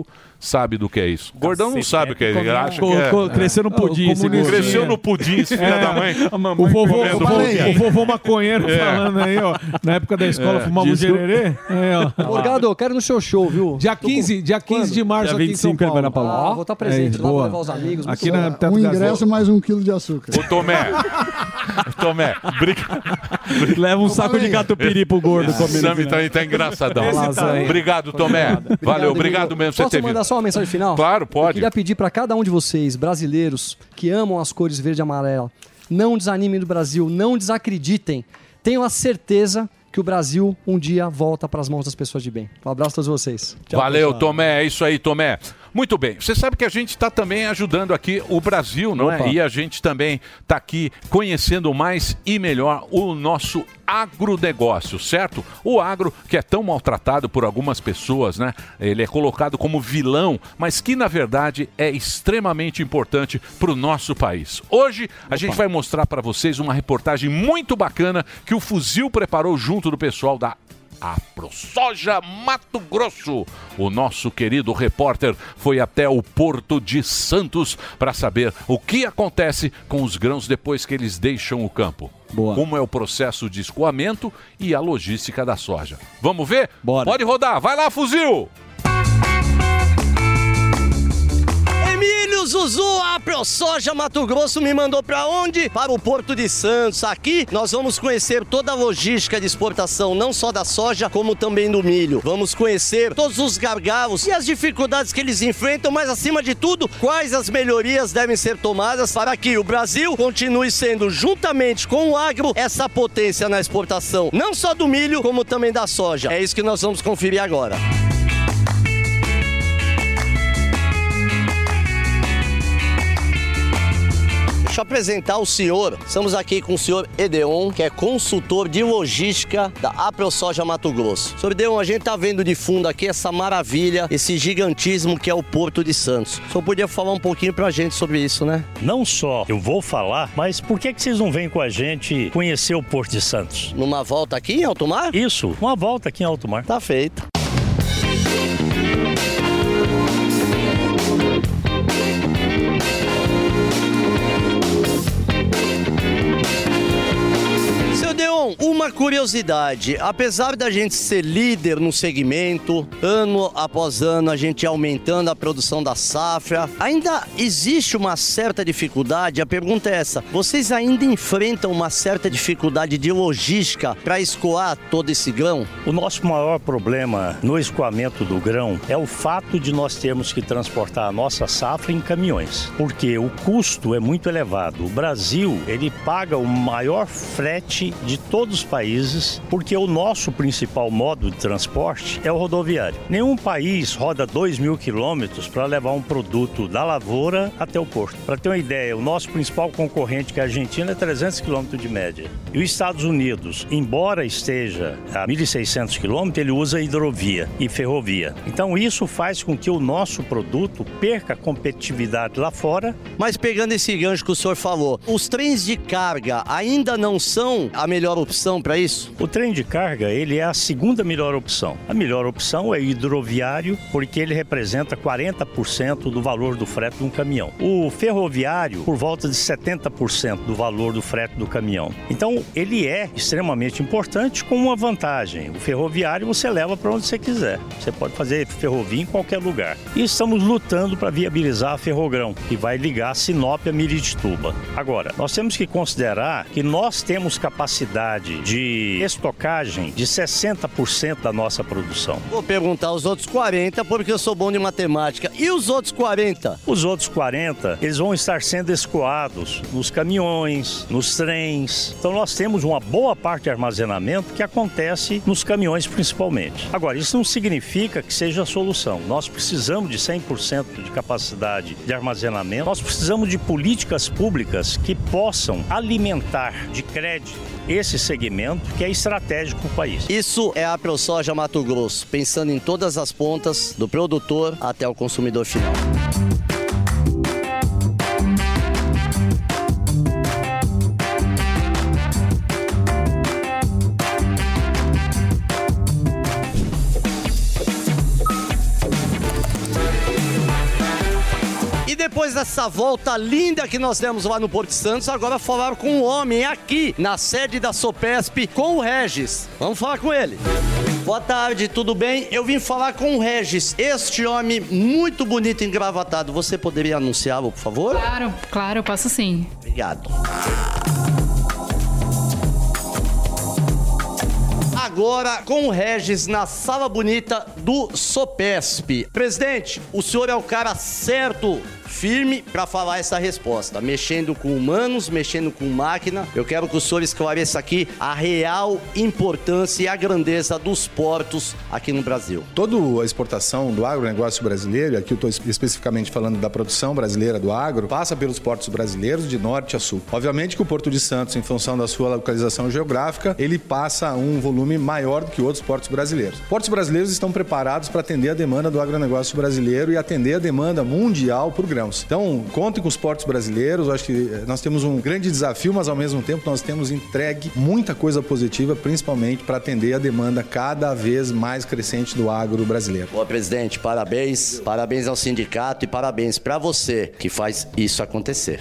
sabe do que é isso. Gordão não sabe o que é isso. Ele acha Co- que é... co- cresceu no pudim, esse gordo. Cresceu no pudim, esse filho É. da mãe. O vovô, comendo o vovô- pudim. o vovô maconheiro É. falando aí, ó. Na época da escola É. fumava um Diz que eu- gererê. É, ó. Morgado, eu quero ir no seu show, viu? Dia quinze, dia quinze de março aqui em São Paulo. Ah, vou estar presente É, lá, vou boa. levar os amigos. Aqui muito na bom. Teatro Um Gazeta. ingresso mais um quilo de açúcar. Ô, Tomé. Tomé, briga... Leva um saco de catupiry pro gordo Esse comer no Sami final. tá, tá engraçadão. Esse tá aí. Obrigado, Tomé. Valeu, obrigado Emílio. mesmo por você Posso ter vindo. mandar só uma mensagem final? Claro, pode. Eu queria pedir para cada um de vocês, brasileiros, que amam as cores verde e amarela, não desanimem do Brasil, não desacreditem. Tenham a certeza que o Brasil um dia volta para as mãos das pessoas de bem. Um abraço a todos vocês. Tchau, Valeu, pessoal. Tomé. É isso aí, Tomé. Muito bem. Você sabe que a gente está também ajudando aqui o Brasil, não Opa. é? E a gente também está aqui conhecendo mais e melhor o nosso agronegócio, certo? O agro que é tão maltratado por algumas pessoas, né? Ele é colocado como vilão, mas que na verdade é extremamente importante para o nosso país. Hoje a gente vai mostrar para vocês uma reportagem muito bacana que o Fuzil preparou junto do pessoal da a ProSoja Mato Grosso. O nosso querido repórter foi até o Porto de Santos para saber o que acontece com os grãos depois que eles deixam o campo. Boa. Como é o processo de escoamento e a logística da soja. Vamos ver? Bora. Pode rodar. Vai lá, Fuzil! Emílio Zuzu, a ProSoja Mato Grosso me mandou para onde? Para o Porto de Santos. Aqui nós vamos conhecer toda a logística de exportação, não só da soja, como também do milho. Vamos conhecer todos os gargalos e as dificuldades que eles enfrentam, mas acima de tudo, quais as melhorias devem ser tomadas para que o Brasil continue sendo, juntamente com o agro, essa potência na exportação, não só do milho, como também da soja. É isso que nós vamos conferir agora. Deixa eu apresentar o senhor. Estamos aqui com o senhor Edeon, que é consultor de logística da AproSoja Mato Grosso. Senhor Edeon, a gente tá vendo de fundo aqui essa maravilha, esse gigantismo que é o Porto de Santos. O senhor podia falar um pouquinho pra gente sobre isso, né? Não só eu vou falar, mas por que, que vocês não vêm com a gente conhecer o Porto de Santos? Numa volta aqui em Alto Mar? Isso, uma volta aqui em Alto Mar. Tá feito. Seu Deon, uma curiosidade. Apesar da gente ser líder no segmento, ano após ano a gente aumentando a produção da safra, ainda existe uma certa dificuldade. A pergunta é essa: vocês ainda enfrentam uma certa dificuldade de logística para escoar todo esse grão? O nosso maior problema no escoamento do grão é o fato de nós termos que transportar a nossa safra em caminhões, porque o custo é muito elevado. O Brasil, ele paga o maior frete de todos os países, porque o nosso principal modo de transporte é o rodoviário. Nenhum país roda dois mil quilômetros para levar um produto da lavoura até o porto. Para ter uma ideia, o nosso principal concorrente, que é a Argentina, é trezentos quilômetros de média. E os Estados Unidos, embora esteja a mil e seiscentos quilômetros, ele usa hidrovia e ferrovia. Então isso faz com que o nosso produto perca competitividade lá fora. Mas pegando esse gancho que o senhor falou, os trens de carga ainda não são a melhor opção para isso? O trem de carga, ele é a segunda melhor opção. A melhor opção é o hidroviário, porque ele representa quarenta por cento do valor do frete de um caminhão. O ferroviário, por volta de setenta por cento do valor do frete do caminhão. Então, ele é extremamente importante, com uma vantagem. O ferroviário você leva para onde você quiser. Você pode fazer ferrovia em qualquer lugar. E estamos lutando para viabilizar a Ferrogrão, que vai ligar Sinop a Miritituba. Agora, nós temos que considerar que nós temos capacidade de estocagem de sessenta por cento da nossa produção. Vou perguntar os outros quarenta, porque eu sou bom de matemática. E os outros quarenta? Os outros quarenta, eles vão estar sendo escoados nos caminhões, nos trens. Então nós temos uma boa parte de armazenamento que acontece nos caminhões principalmente. Agora, isso não significa que seja a solução. Nós precisamos de cem por cento de capacidade de armazenamento. Nós precisamos de políticas públicas que possam alimentar de crédito esse segmento que é estratégico para o país. Isso é a ProSoja Mato Grosso, pensando em todas as pontas, do produtor até o consumidor final. essa volta linda que nós demos lá no Porto de Santos, agora falaram com um homem aqui na sede da Sopesp, com o Regis. Vamos falar com ele. Boa tarde, tudo bem? Eu vim falar com o Regis, este homem muito bonito engravatado. Você poderia anunciá-lo, por favor? Claro, claro, eu posso sim. Obrigado. Agora com o Regis na sala bonita do Sopesp. Presidente, o senhor é o cara certo, firme para falar essa resposta. Mexendo com humanos, mexendo com máquina. Eu quero que o senhor esclareça aqui a real importância e a grandeza dos portos aqui no Brasil. Toda a exportação do agronegócio brasileiro, aqui eu estou especificamente falando da produção brasileira do agro, passa pelos portos brasileiros de norte a sul. Obviamente que o Porto de Santos, em função da sua localização geográfica, ele passa um volume maior do que outros portos brasileiros. Portos brasileiros estão preparados para atender a demanda do agronegócio brasileiro e atender a demanda mundial por grãos. Então, contem com os portos brasileiros. Eu acho que nós temos um grande desafio, mas ao mesmo tempo nós temos entregue muita coisa positiva, principalmente para atender a demanda cada vez mais crescente do agro brasileiro. Boa, presidente, parabéns. Parabéns ao sindicato e parabéns para você que faz isso acontecer.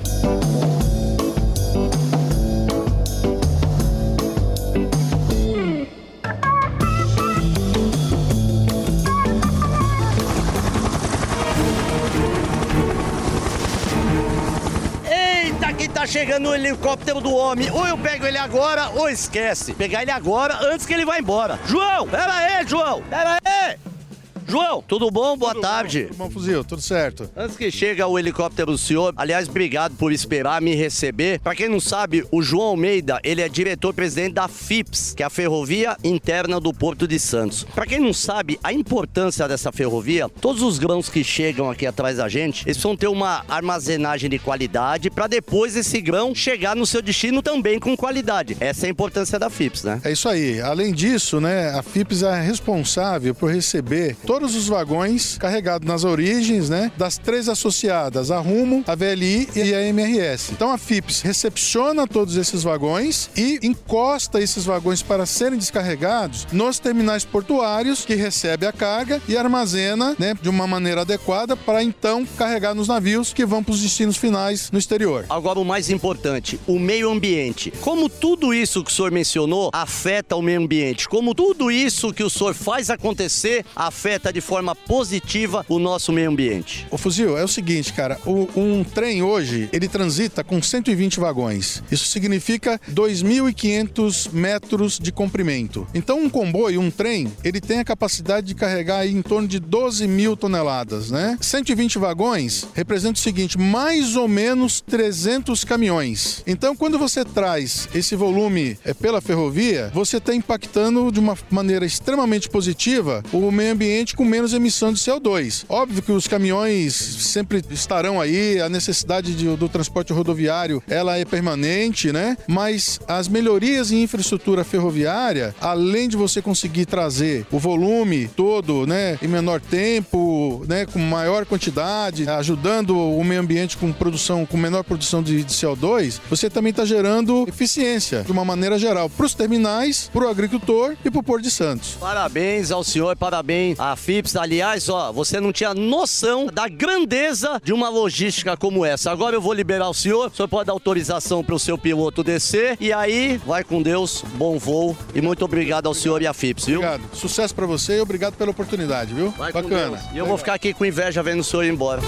Tá chegando o helicóptero do homem. Ou eu pego ele agora, ou esquece. Pegar ele agora antes que ele vá embora. João, pera aí, João. Pera aí. João, tudo bom? Boa tudo tarde. Bom, tudo bom, Fuzil? Tudo certo. Antes que chegue o helicóptero do senhor, aliás, obrigado por esperar me receber. Pra quem não sabe, o João Almeida, ele é diretor-presidente da F I P S, que é a Ferrovia Interna do Porto de Santos. Pra quem não sabe a importância dessa ferrovia, todos os grãos que chegam aqui atrás da gente, eles vão ter uma armazenagem de qualidade pra depois esse grão chegar no seu destino também com qualidade. Essa é a importância da F I P S, né? É isso aí. Além disso, né, a F I P S é responsável por receber todos os vagões carregados nas origens, né, das três associadas, a Rumo, a V L I e a M R S. Então a F I P S recepciona todos esses vagões e encosta esses vagões para serem descarregados nos terminais portuários, que recebe a carga e armazena, né, de uma maneira adequada para então carregar nos navios que vão para os destinos finais no exterior. Agora o mais importante, o meio ambiente. Como tudo isso que o senhor mencionou afeta o meio ambiente, como tudo isso que o senhor faz acontecer afeta de forma positiva o nosso meio ambiente. Ô Fuzil, é o seguinte, cara, o, um trem hoje, ele transita com cento e vinte vagões. Isso significa dois mil e quinhentos metros de comprimento. Então um comboio, um trem, ele tem a capacidade de carregar aí em torno de doze mil toneladas, né? cento e vinte vagões representa o seguinte, mais ou menos trezentos caminhões. Então quando você traz esse volume é, pela ferrovia, você está impactando de uma maneira extremamente positiva o meio ambiente com menos emissão de C O dois. Óbvio que os caminhões sempre estarão aí, a necessidade de, do transporte rodoviário, ela é permanente, né? Mas as melhorias em infraestrutura ferroviária, além de você conseguir trazer o volume todo, né, em menor tempo, né, com maior quantidade, ajudando o meio ambiente com produção, com menor produção de, de C O dois, você também está gerando eficiência de uma maneira geral para os terminais, para o agricultor e para o Porto de Santos. Parabéns ao senhor, parabéns à F I P S. Aliás, ó, você não tinha noção da grandeza de uma logística como essa. Agora eu vou liberar o senhor, o senhor pode dar autorização para o seu piloto descer e aí, vai com Deus, bom voo e muito obrigado ao senhor e à F I P S, viu? Obrigado, sucesso para você e obrigado pela oportunidade, viu? Vai Bacana. E eu vou ficar aqui com inveja vendo o senhor ir embora.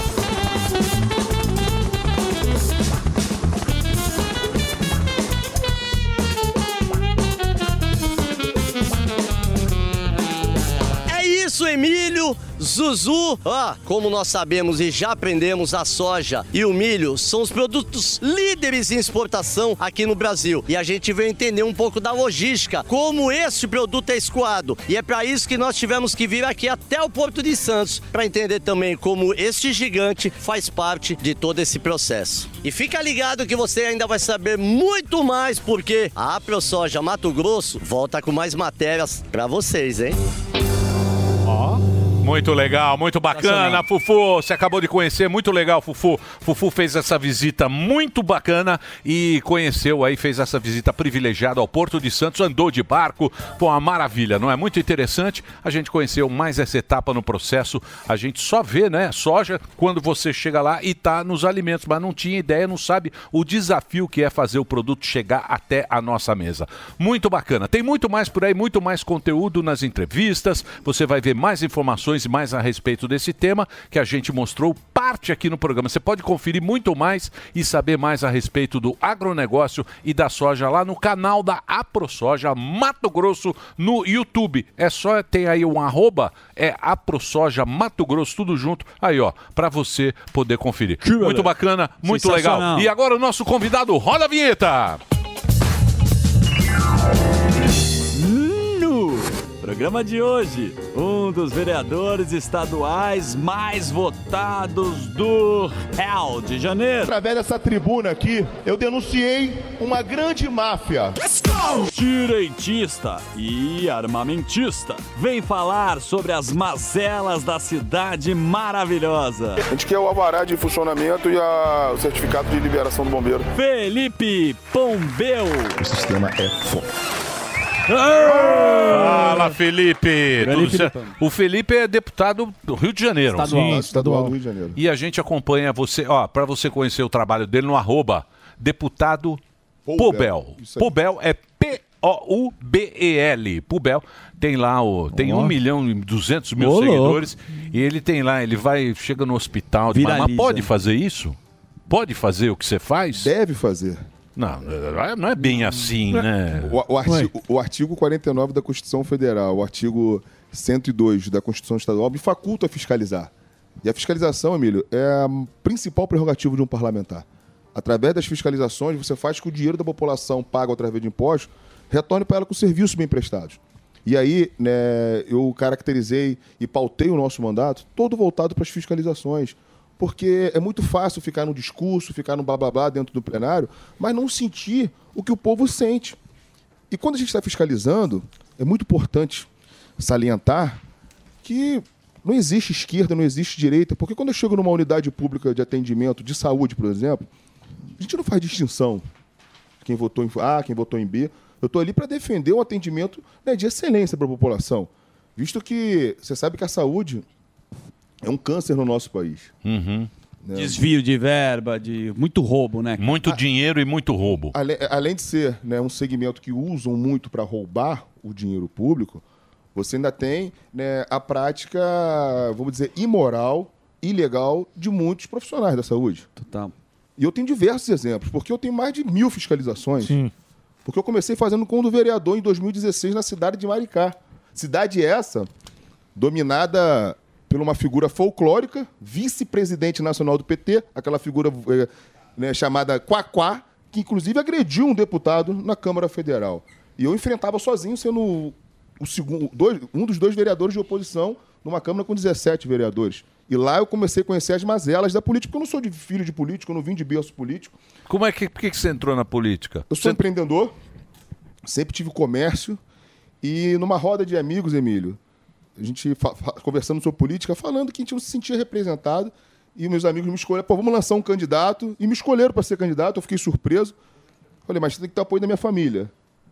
Isso, Emílio, Zuzu. Ah, como nós sabemos e já aprendemos, a soja e o milho são os produtos líderes em exportação aqui no Brasil. E a gente veio entender um pouco da logística, como esse produto é escoado. E é para isso que nós tivemos que vir aqui até o Porto de Santos, para entender também como este gigante faz parte de todo esse processo. E fica ligado que você ainda vai saber muito mais, porque a AproSoja Mato Grosso volta com mais matérias para vocês, hein? Ó, Muito legal, muito bacana, Fufu. Você acabou de conhecer, muito legal, Fufu. Fufu fez essa visita muito bacana e conheceu aí, fez essa visita privilegiada ao Porto de Santos, andou de barco. Pô, uma maravilha, não é? Muito interessante. A gente conheceu mais essa etapa no processo. A gente só vê, né, soja quando você chega lá e tá nos alimentos, mas não tinha ideia, não sabe o desafio que é fazer o produto chegar até a nossa mesa. Muito bacana. Tem muito mais por aí, muito mais conteúdo nas entrevistas. Você vai ver mais informações e mais a respeito desse tema que a gente mostrou parte aqui no programa. Você pode conferir muito mais e saber mais a respeito do agronegócio e da soja lá no canal da AproSoja Mato Grosso no YouTube. É só, tem aí um arroba, é AproSoja Mato Grosso, tudo junto, aí ó, pra você poder conferir. Muito bacana, muito legal. E agora o nosso convidado, roda a vinheta! No programa de hoje, um dos vereadores estaduais mais votados do Rio de Janeiro. Através dessa tribuna aqui, eu denunciei uma grande máfia. Direitista e armamentista. Vem falar sobre as mazelas da cidade maravilhosa. A gente quer o alvará de funcionamento e a... o certificado de liberação do bombeiro. Felipe Pombeu. O sistema é foda. Fala, Felipe! Tudo Felipe. certo? O Felipe é deputado do Rio de Janeiro. Estadual. Sim, estadual do Rio de Janeiro. E a gente acompanha você, ó, para você conhecer o trabalho dele no arroba deputado Pobel. Pobel é P O U B E L. Pobel. Tem lá o. Tem um milhão e duzentos mil Ô, seguidores. E ele tem lá, ele vai, chega no hospital. Mas, mas Viraliza. pode fazer isso? Pode fazer o que você faz? Deve fazer. Não, não é bem assim, né? O, o, artigo, o artigo quarenta e nove da Constituição Federal, o artigo cento e dois da Constituição Estadual me faculta a fiscalizar. E a fiscalização, Emílio, é a principal prerrogativa de um parlamentar. Através das fiscalizações, você faz que o dinheiro da população pago através de impostos retorne para ela com serviços bem prestados. E aí, né, eu caracterizei e pautei o nosso mandato todo voltado para as fiscalizações. Porque é muito fácil ficar no discurso, ficar no blá blá blá dentro do plenário, mas não sentir o que o povo sente. E quando a gente está fiscalizando, é muito importante salientar que não existe esquerda, não existe direita, porque quando eu chego numa unidade pública de atendimento de saúde, por exemplo, a gente não faz distinção. Quem votou em A, quem votou em B. Eu estou ali para defender um atendimento, né, de excelência para a população. Visto que você sabe que a saúde é um câncer no nosso país. Uhum. Né? Desvio de verba, de muito roubo, né? Muito dinheiro e muito roubo. Além, além de ser, né, um segmento que usam muito para roubar o dinheiro público, você ainda tem, né, a prática, vamos dizer, imoral, ilegal de muitos profissionais da saúde. Total. E eu tenho diversos exemplos, porque eu tenho mais de mil fiscalizações. Sim. Porque eu comecei fazendo com o do vereador em dois mil e dezesseis na cidade de Maricá. Cidade essa dominada por uma figura folclórica, vice-presidente nacional do P T, aquela figura eh, né, chamada Quaquá, que inclusive agrediu um deputado na Câmara Federal. E eu enfrentava sozinho, sendo o segundo, dois, um dos dois vereadores de oposição numa Câmara com dezessete vereadores. E lá eu comecei a conhecer as mazelas da política, porque eu não sou de filho de político, eu não vim de berço político. Como é que, por que que você entrou na política? Eu sou empreendedor, sempre tive comércio, e numa roda de amigos, Emílio, a gente fa- fa- conversando sobre política, falando que a gente não se sentia representado, e meus amigos me escolheram, pô, vamos lançar um candidato, e me escolheram para ser candidato, eu fiquei surpreso. Falei, mas tem que ter apoio da minha família.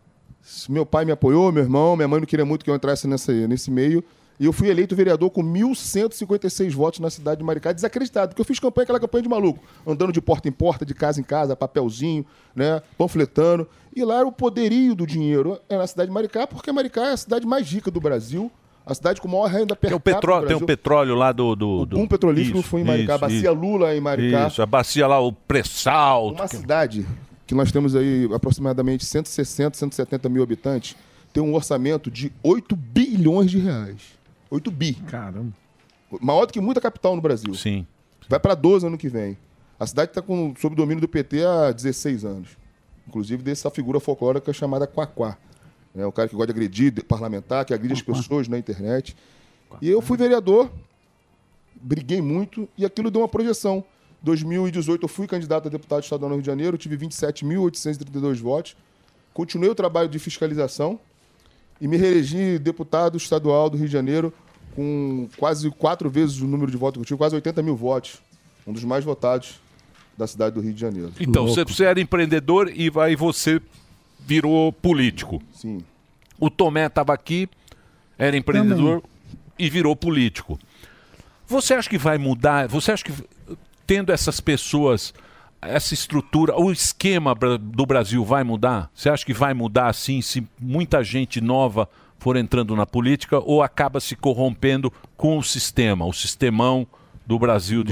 Meu pai me apoiou, meu irmão, minha mãe não queria muito que eu entrasse nessa, nesse meio, e eu fui eleito vereador com mil cento e cinquenta e seis votos na cidade de Maricá, desacreditado, porque eu fiz campanha, aquela campanha de maluco, andando de porta em porta, de casa em casa, papelzinho, né, panfletando, e lá era o poderio do dinheiro, é na cidade de Maricá, porque Maricá é a cidade mais rica do Brasil, a cidade com maior renda per Tem o, capita petróleo, do tem o Brasil. petróleo lá do... do, do... Um petrolífero Isso, foi em Maricá, a isso, bacia isso. Lula em Maricá. Isso, a bacia lá, o pré-sal. Uma cidade que nós temos aí aproximadamente cento e sessenta, cento e setenta mil habitantes, tem um orçamento de oito bilhões de reais. oito bi. Caramba. Maior do que muita capital no Brasil. Sim. Vai para doze ano que vem. A cidade está sob domínio do P T há dezesseis anos. Inclusive dessa figura folclórica chamada Quaquá. É o cara que gosta de agredir parlamentar, que agride as pessoas na internet. E eu fui vereador, briguei muito e aquilo deu uma projeção. Em dois mil e dezoito eu fui candidato a deputado estadual no Rio de Janeiro, tive vinte e sete mil oitocentos e trinta e dois votos. Continuei o trabalho de fiscalização e me reelegi deputado estadual do Rio de Janeiro com quase quatro vezes o número de votos que eu tive, quase oitenta mil votos. Um dos mais votados da cidade do Rio de Janeiro. Então, você, você era empreendedor e aí você virou político. Sim. O Tomé estava aqui, era empreendedor e virou político. Você acha que vai mudar? Você acha que tendo essas pessoas, essa estrutura, o esquema bra- do Brasil vai mudar? Você acha que vai mudar assim se muita gente nova for entrando na política ou acaba se corrompendo com o sistema, o sistemão do Brasil de...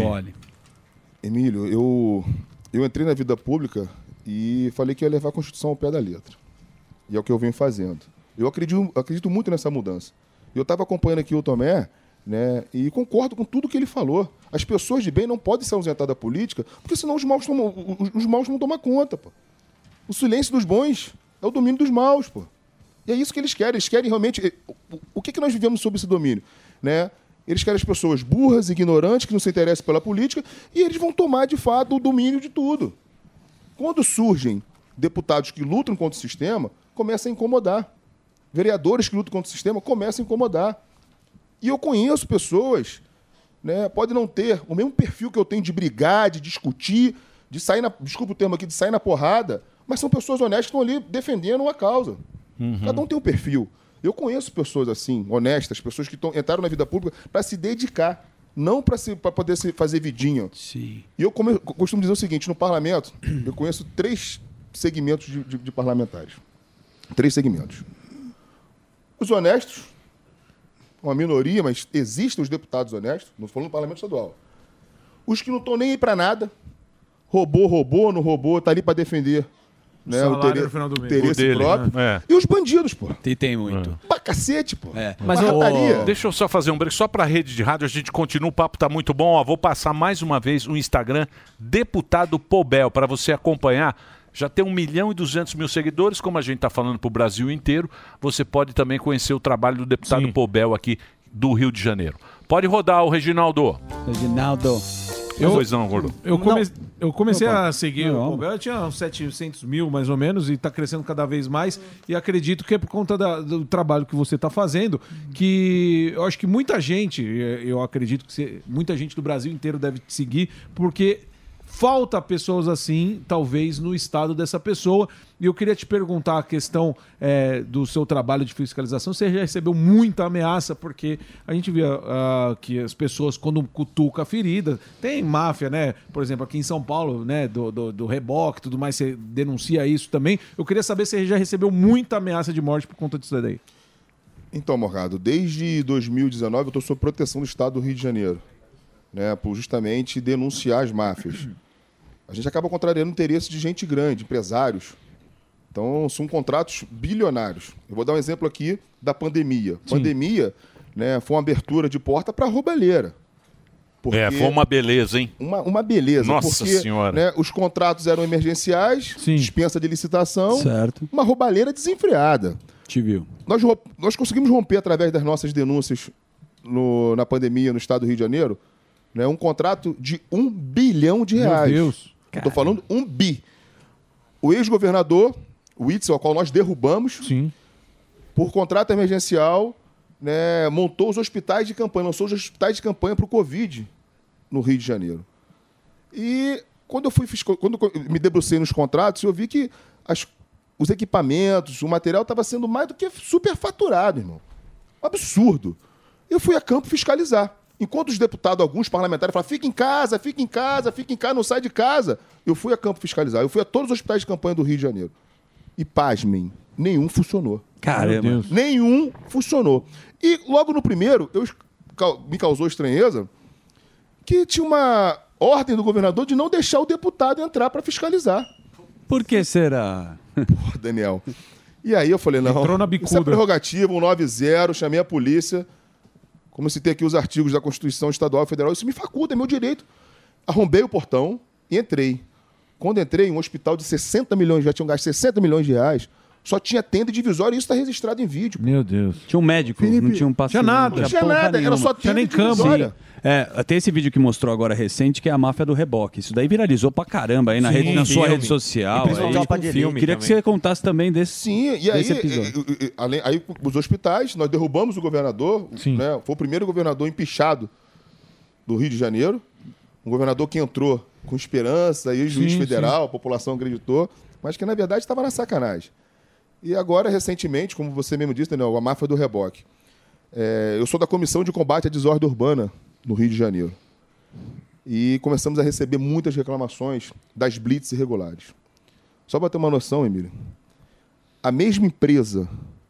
Emílio, eu, eu entrei na vida pública e falei que ia levar a Constituição ao pé da letra. E é o que eu venho fazendo. Eu acredito, acredito muito nessa mudança. Eu estava acompanhando aqui o Tomé, né, e concordo com tudo que ele falou. As pessoas de bem não podem se ausentar da política, porque senão os maus, tomam, os, os maus vão tomar conta. Pô. O silêncio dos bons é o domínio dos maus. Pô. E é isso que eles querem. Eles querem realmente... O, o que, que nós vivemos sob esse domínio? Né? Eles querem as pessoas burras, ignorantes, que não se interessam pela política, e eles vão tomar, de fato, o domínio de tudo. Quando surgem deputados que lutam contra o sistema, começa a incomodar. Vereadores que lutam contra o sistema começam a incomodar. E eu conheço pessoas, né, pode não ter o mesmo perfil que eu tenho de brigar, de discutir, de sair na, desculpa o termo aqui, de sair na porrada, mas são pessoas honestas que estão ali defendendo uma causa. Uhum. Cada um tem um perfil. Eu conheço pessoas assim, honestas, pessoas que tão, entraram na vida pública para se dedicar, não para poder se fazer vidinha. Sim. E eu, como eu costumo dizer o seguinte, no parlamento, eu conheço três segmentos de, de, de parlamentares. Três segmentos. Os honestos, uma minoria, mas existem os deputados honestos, não estou falando do parlamento estadual. Os que não estão nem aí para nada, roubou, roubou, não roubou, está ali para defender, né, o, salário tere- no final do mês. interesse O dele, próprio. né? E os bandidos, pô. Tem, tem muito. Pra cacete, pô. É. Mas Uma eu- rataria. Deixa eu só fazer um break, só para a rede de rádio, a gente continua, o papo tá muito bom. Ó, vou passar mais uma vez o Instagram Deputado Pobel, para você acompanhar. Já tem um milhão e duzentos mil seguidores, como a gente está falando para o Brasil inteiro. Você pode também conhecer o trabalho do deputado Sim. Pobel aqui do Rio de Janeiro. Pode rodar o Reginaldo. Reginaldo. Eu- Pois não, gordo. Eu, come- eu comecei Opa. a seguir Não, o vamos. Pobel, eu tinha uns setecentos mil mais ou menos e está crescendo cada vez mais e acredito que é por conta da- do trabalho que você está fazendo, que eu acho que muita gente, eh, eu acredito que você- muita gente do Brasil inteiro deve te seguir, porque falta pessoas assim, talvez, no estado dessa pessoa. E eu queria te perguntar a questão eh, do seu trabalho de fiscalização. Você já recebeu muita ameaça, porque a gente via ah, que as pessoas, quando cutuca a ferida, tem máfia, né? Por exemplo, aqui em São Paulo, né? Do, do, do reboque e tudo mais, você denuncia isso também. Eu queria saber se você já recebeu muita ameaça de morte por conta disso daí. Então, Morgado, desde dois mil e dezenove eu estou sob proteção do Estado do Rio de Janeiro, né, por justamente denunciar as máfias. A gente acaba contrariando o interesse de gente grande, empresários. Então, são contratos bilionários. Eu vou dar um exemplo aqui da pandemia. Sim. Pandemia, né, foi uma abertura de porta para roubalheira. Porque É, foi uma beleza, hein? Uma, uma beleza. Nossa porque, Senhora. né, os contratos eram emergenciais, dispensa de licitação, Certo. uma roubalheira desenfreada. Te viu. Nós, ro- nós conseguimos romper, através das nossas denúncias no- na pandemia no estado do Rio de Janeiro, né, um contrato de um bilhão de Meu reais. Deus. Estou falando um bi. O ex-governador, o Witzel, ao qual nós derrubamos, por contrato emergencial, né, montou os hospitais de campanha, lançou os hospitais de campanha para o Covid no Rio de Janeiro. E quando eu fui fiscal, quando eu me debrucei nos contratos, eu vi que as- os equipamentos, o material estava sendo mais do que superfaturado, irmão. Um absurdo. Eu fui a campo fiscalizar. Enquanto os deputados, alguns parlamentares, falavam, fica em casa, fica em casa, fica em casa, não sai de casa. Eu fui a campo fiscalizar. Eu fui a todos os hospitais de campanha do Rio de Janeiro. E, pasmem, nenhum funcionou. Caramba. Meu Deus. Nenhum funcionou. E logo no primeiro, eu, me causou estranheza que tinha uma ordem do governador de não deixar o deputado entrar para fiscalizar. Por que será? Pô, Daniel. E aí eu falei, não, Entrou na isso é bicuda. prerrogativa, um nove zero, chamei a polícia. Como se tem aqui os artigos da Constituição Estadual e Federal, isso me faculta, é meu direito. Arrombei o portão e entrei. Quando entrei, um hospital de sessenta milhões, já tinham gasto sessenta milhões de reais, Só tinha tenda e divisória e isso está registrado em vídeo. Meu Deus. Tinha um médico, não tinha um paciente. Tinha nada. Não tinha nada, era só tenda e divisória. É, tem esse vídeo que mostrou agora recente, que é a máfia do reboque. Isso daí viralizou pra caramba aí na, Sim, rede, na sua filme. rede social. E principalmente aí, com filme Queria que também. você contasse também desse, Sim, e aí, desse episódio. e- e- e- além- aí os hospitais, nós derrubamos o governador, né? Foi o primeiro governador empichado do Rio de Janeiro. Um governador que entrou com esperança, aí juiz Sim, federal, a população acreditou, mas que na verdade estava na sacanagem. E agora, recentemente, como você mesmo disse, Daniel, a máfia do reboque. É, eu sou da Comissão de Combate à Desordem Urbana no Rio de Janeiro. E começamos a receber muitas reclamações das blitz irregulares. Só para ter uma noção, Emílio, a mesma empresa,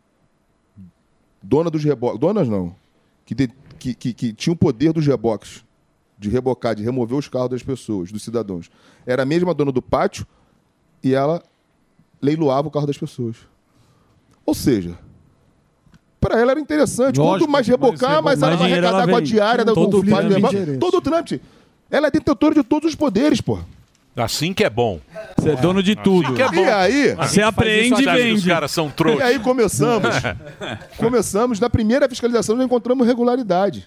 dona dos reboques, donas não, que, de- que, que, que tinha o poder dos reboques, de rebocar, de remover os carros das pessoas, dos cidadãos, era a mesma dona do pátio e ela leiloava o carro das pessoas. Ou seja, para ela era interessante. Lógico, Quanto mais rebocar, mais mais ela rebocar. vai Mais dinheiro arrecadar ela com a vem. diária da Todo do trâmite. do reboque. Todo o trâmite. Ela é detentora de todos os poderes, pô. Assim que é bom. Você é dono de tudo. que é bom. E aí? Você apreende e Você acha que vende. Os caras são trouxas. E aí começamos. começamos, na primeira fiscalização, nós encontramos regularidade.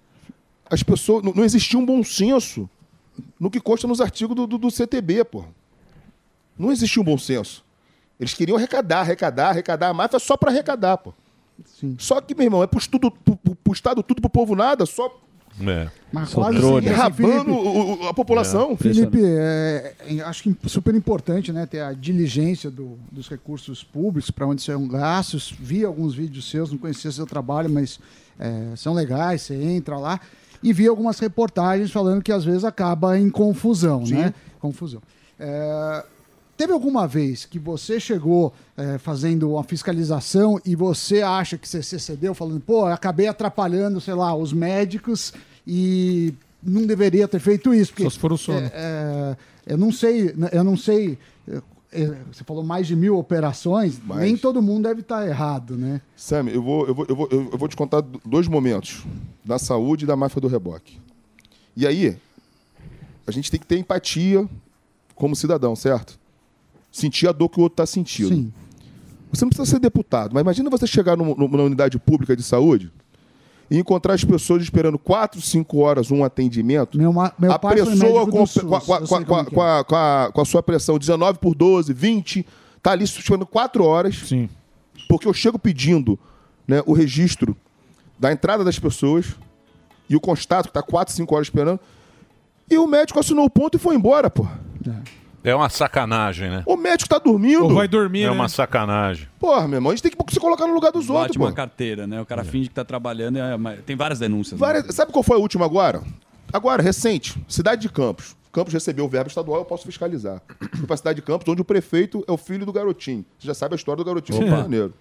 As pessoas. Não, não existia um bom senso no que consta nos artigos do, do, do C T B, pô. Não existia um bom senso. Eles queriam arrecadar, arrecadar, arrecadar a máfia só para arrecadar, pô. Só que, meu irmão, é pro, estudo, pro, pro, pro Estado tudo, pro povo nada, só É. Mas quase assim, assim, rabando o- o- a população. Felipe, é, é, acho que super importante, né, ter a diligência do- dos recursos públicos, para onde são gastos. Vi alguns vídeos seus, não conhecia seu trabalho, mas é, são legais, você entra lá. E vi algumas reportagens falando que às vezes acaba em confusão, Sim. né? Confusão. É, teve alguma vez que você chegou é, fazendo uma fiscalização e você acha que você se excedeu, falando, pô, eu acabei atrapalhando, sei lá, os médicos e não deveria ter feito isso? Porque, Só se for o sono. é, é, eu não sei, eu não sei. é, é, Você falou mais de mil operações, Mais. nem todo mundo deve estar errado, né? Sam, eu vou, eu, vou, eu, vou, eu vou te contar do- dois momentos, da saúde e da máfia do reboque. E aí, a gente tem que ter empatia como cidadão, certo? Sentir a dor que o outro está sentindo. Sim. Você não precisa ser deputado, mas imagina você chegar no- no- numa unidade pública de saúde e encontrar as pessoas esperando quatro, cinco horas um atendimento. Meu, ma- meu a pai foi pessoa médico com, do SUS, com a- com a- eu com a- sei com a- como que é. com a- com a- com a sua pressão dezenove por doze, vinte, tá ali esperando quatro horas. Sim. Porque eu chego pedindo, né, o registro da entrada das pessoas e o constato que tá quatro, cinco horas esperando. E o médico assinou o ponto e foi embora, pô. É uma sacanagem, né? O médico tá dormindo. Ou vai dormir, É né? uma sacanagem. Porra, meu irmão, a gente tem que se colocar no lugar dos Bate outros, uma pô. carteira, né? O cara finge que tá trabalhando. é, mas tem várias denúncias. né? Várias- Sabe qual foi a última agora? Agora, recente. Cidade de Campos. Campos recebeu o verbo estadual, eu posso fiscalizar. Fui pra cidade de Campos, onde o prefeito é o filho do garotinho. Você já sabe a história do garotinho do Rio de Janeiro.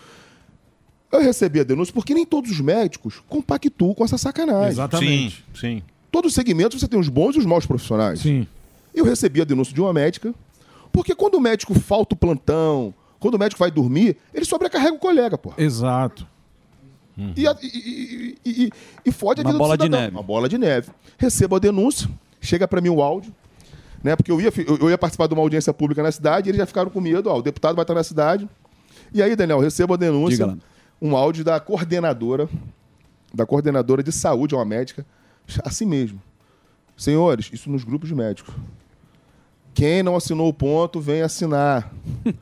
Eu recebi a denúncia porque nem todos os médicos compactuam com essa sacanagem. Exatamente. Sim, sim. Todos os segmentos você tem os bons e os maus profissionais. Sim. Eu recebi a denúncia de uma médica, porque quando o médico falta o plantão, quando o médico vai dormir, ele sobrecarrega o colega, pô. Exato. E, a- e- e- e- e- e fode a Uma vida bola do de cidadão. neve. Uma bola de neve. Recebo a denúncia, chega pra mim o áudio, né? Porque eu ia, fi- eu eu ia participar de uma audiência pública na cidade e eles já ficaram com medo. Ó, o deputado vai estar na cidade. E aí, Daniel, eu recebo a Diga denúncia, lá. um áudio da coordenadora, da coordenadora de saúde, é uma médica, assim mesmo. Senhores, isso nos grupos de médicos. Quem não assinou o ponto, vem assinar.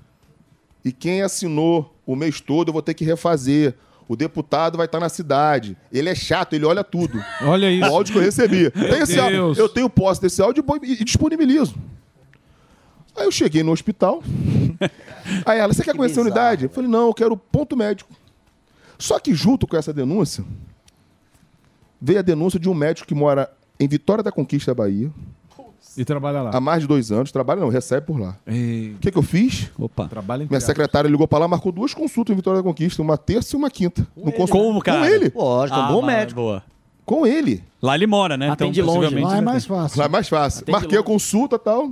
E quem assinou o mês todo, eu vou ter que refazer. O deputado vai estar na cidade. Ele é chato, ele olha tudo. Olha isso. O áudio que eu recebi. Meu Tem esse áudio. Deus. Eu tenho posse desse áudio e e disponibilizo. Aí eu cheguei no hospital. Aí ela, você quer conhecer a unidade? Eu falei, não, eu quero ponto médico. Só que junto com essa denúncia, veio a denúncia de um médico que mora em Vitória da Conquista, Bahia. E trabalha lá. Há mais de dois anos. Trabalha não, recebe por lá. Ei. O que, que eu fiz? Opa. Trabalha em Minha secretária ligou pra lá, marcou duas consultas em Vitória da Conquista, uma terça e uma quinta. No cons- Como, cara? Com ele. Lógico, é um Ah, bom mas- médico. Boa. Com ele. Lá ele mora, né? Atende longe, possivelmente Lá é ele mais atende. fácil. Lá é mais fácil. Atende Marquei a longe. consulta e tal.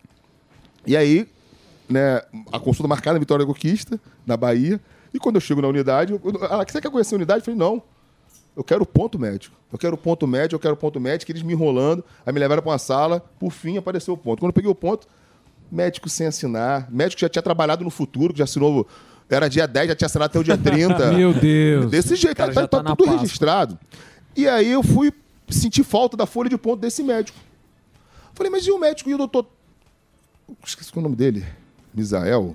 E aí, né, a consulta marcada em Vitória da Conquista, na Bahia. E quando eu chego na unidade, eu, eu- ela, você quer conhecer a unidade? Eu falei, não. Eu quero o ponto médico. Eu quero o ponto médico, eu quero o ponto médico. Eles me enrolando. Aí me levaram para uma sala. Por fim, apareceu o ponto. Quando eu peguei o ponto, médico sem assinar, médico que já tinha trabalhado no futuro, que já assinou, era dia dez, já tinha assinado até o dia trinta. Meu Deus. Desse jeito, tá, tá, tá tudo registrado. E aí eu fui sentir falta da folha de ponto desse médico. Falei, mas e o médico e o doutor... Esqueci o nome dele. Misael.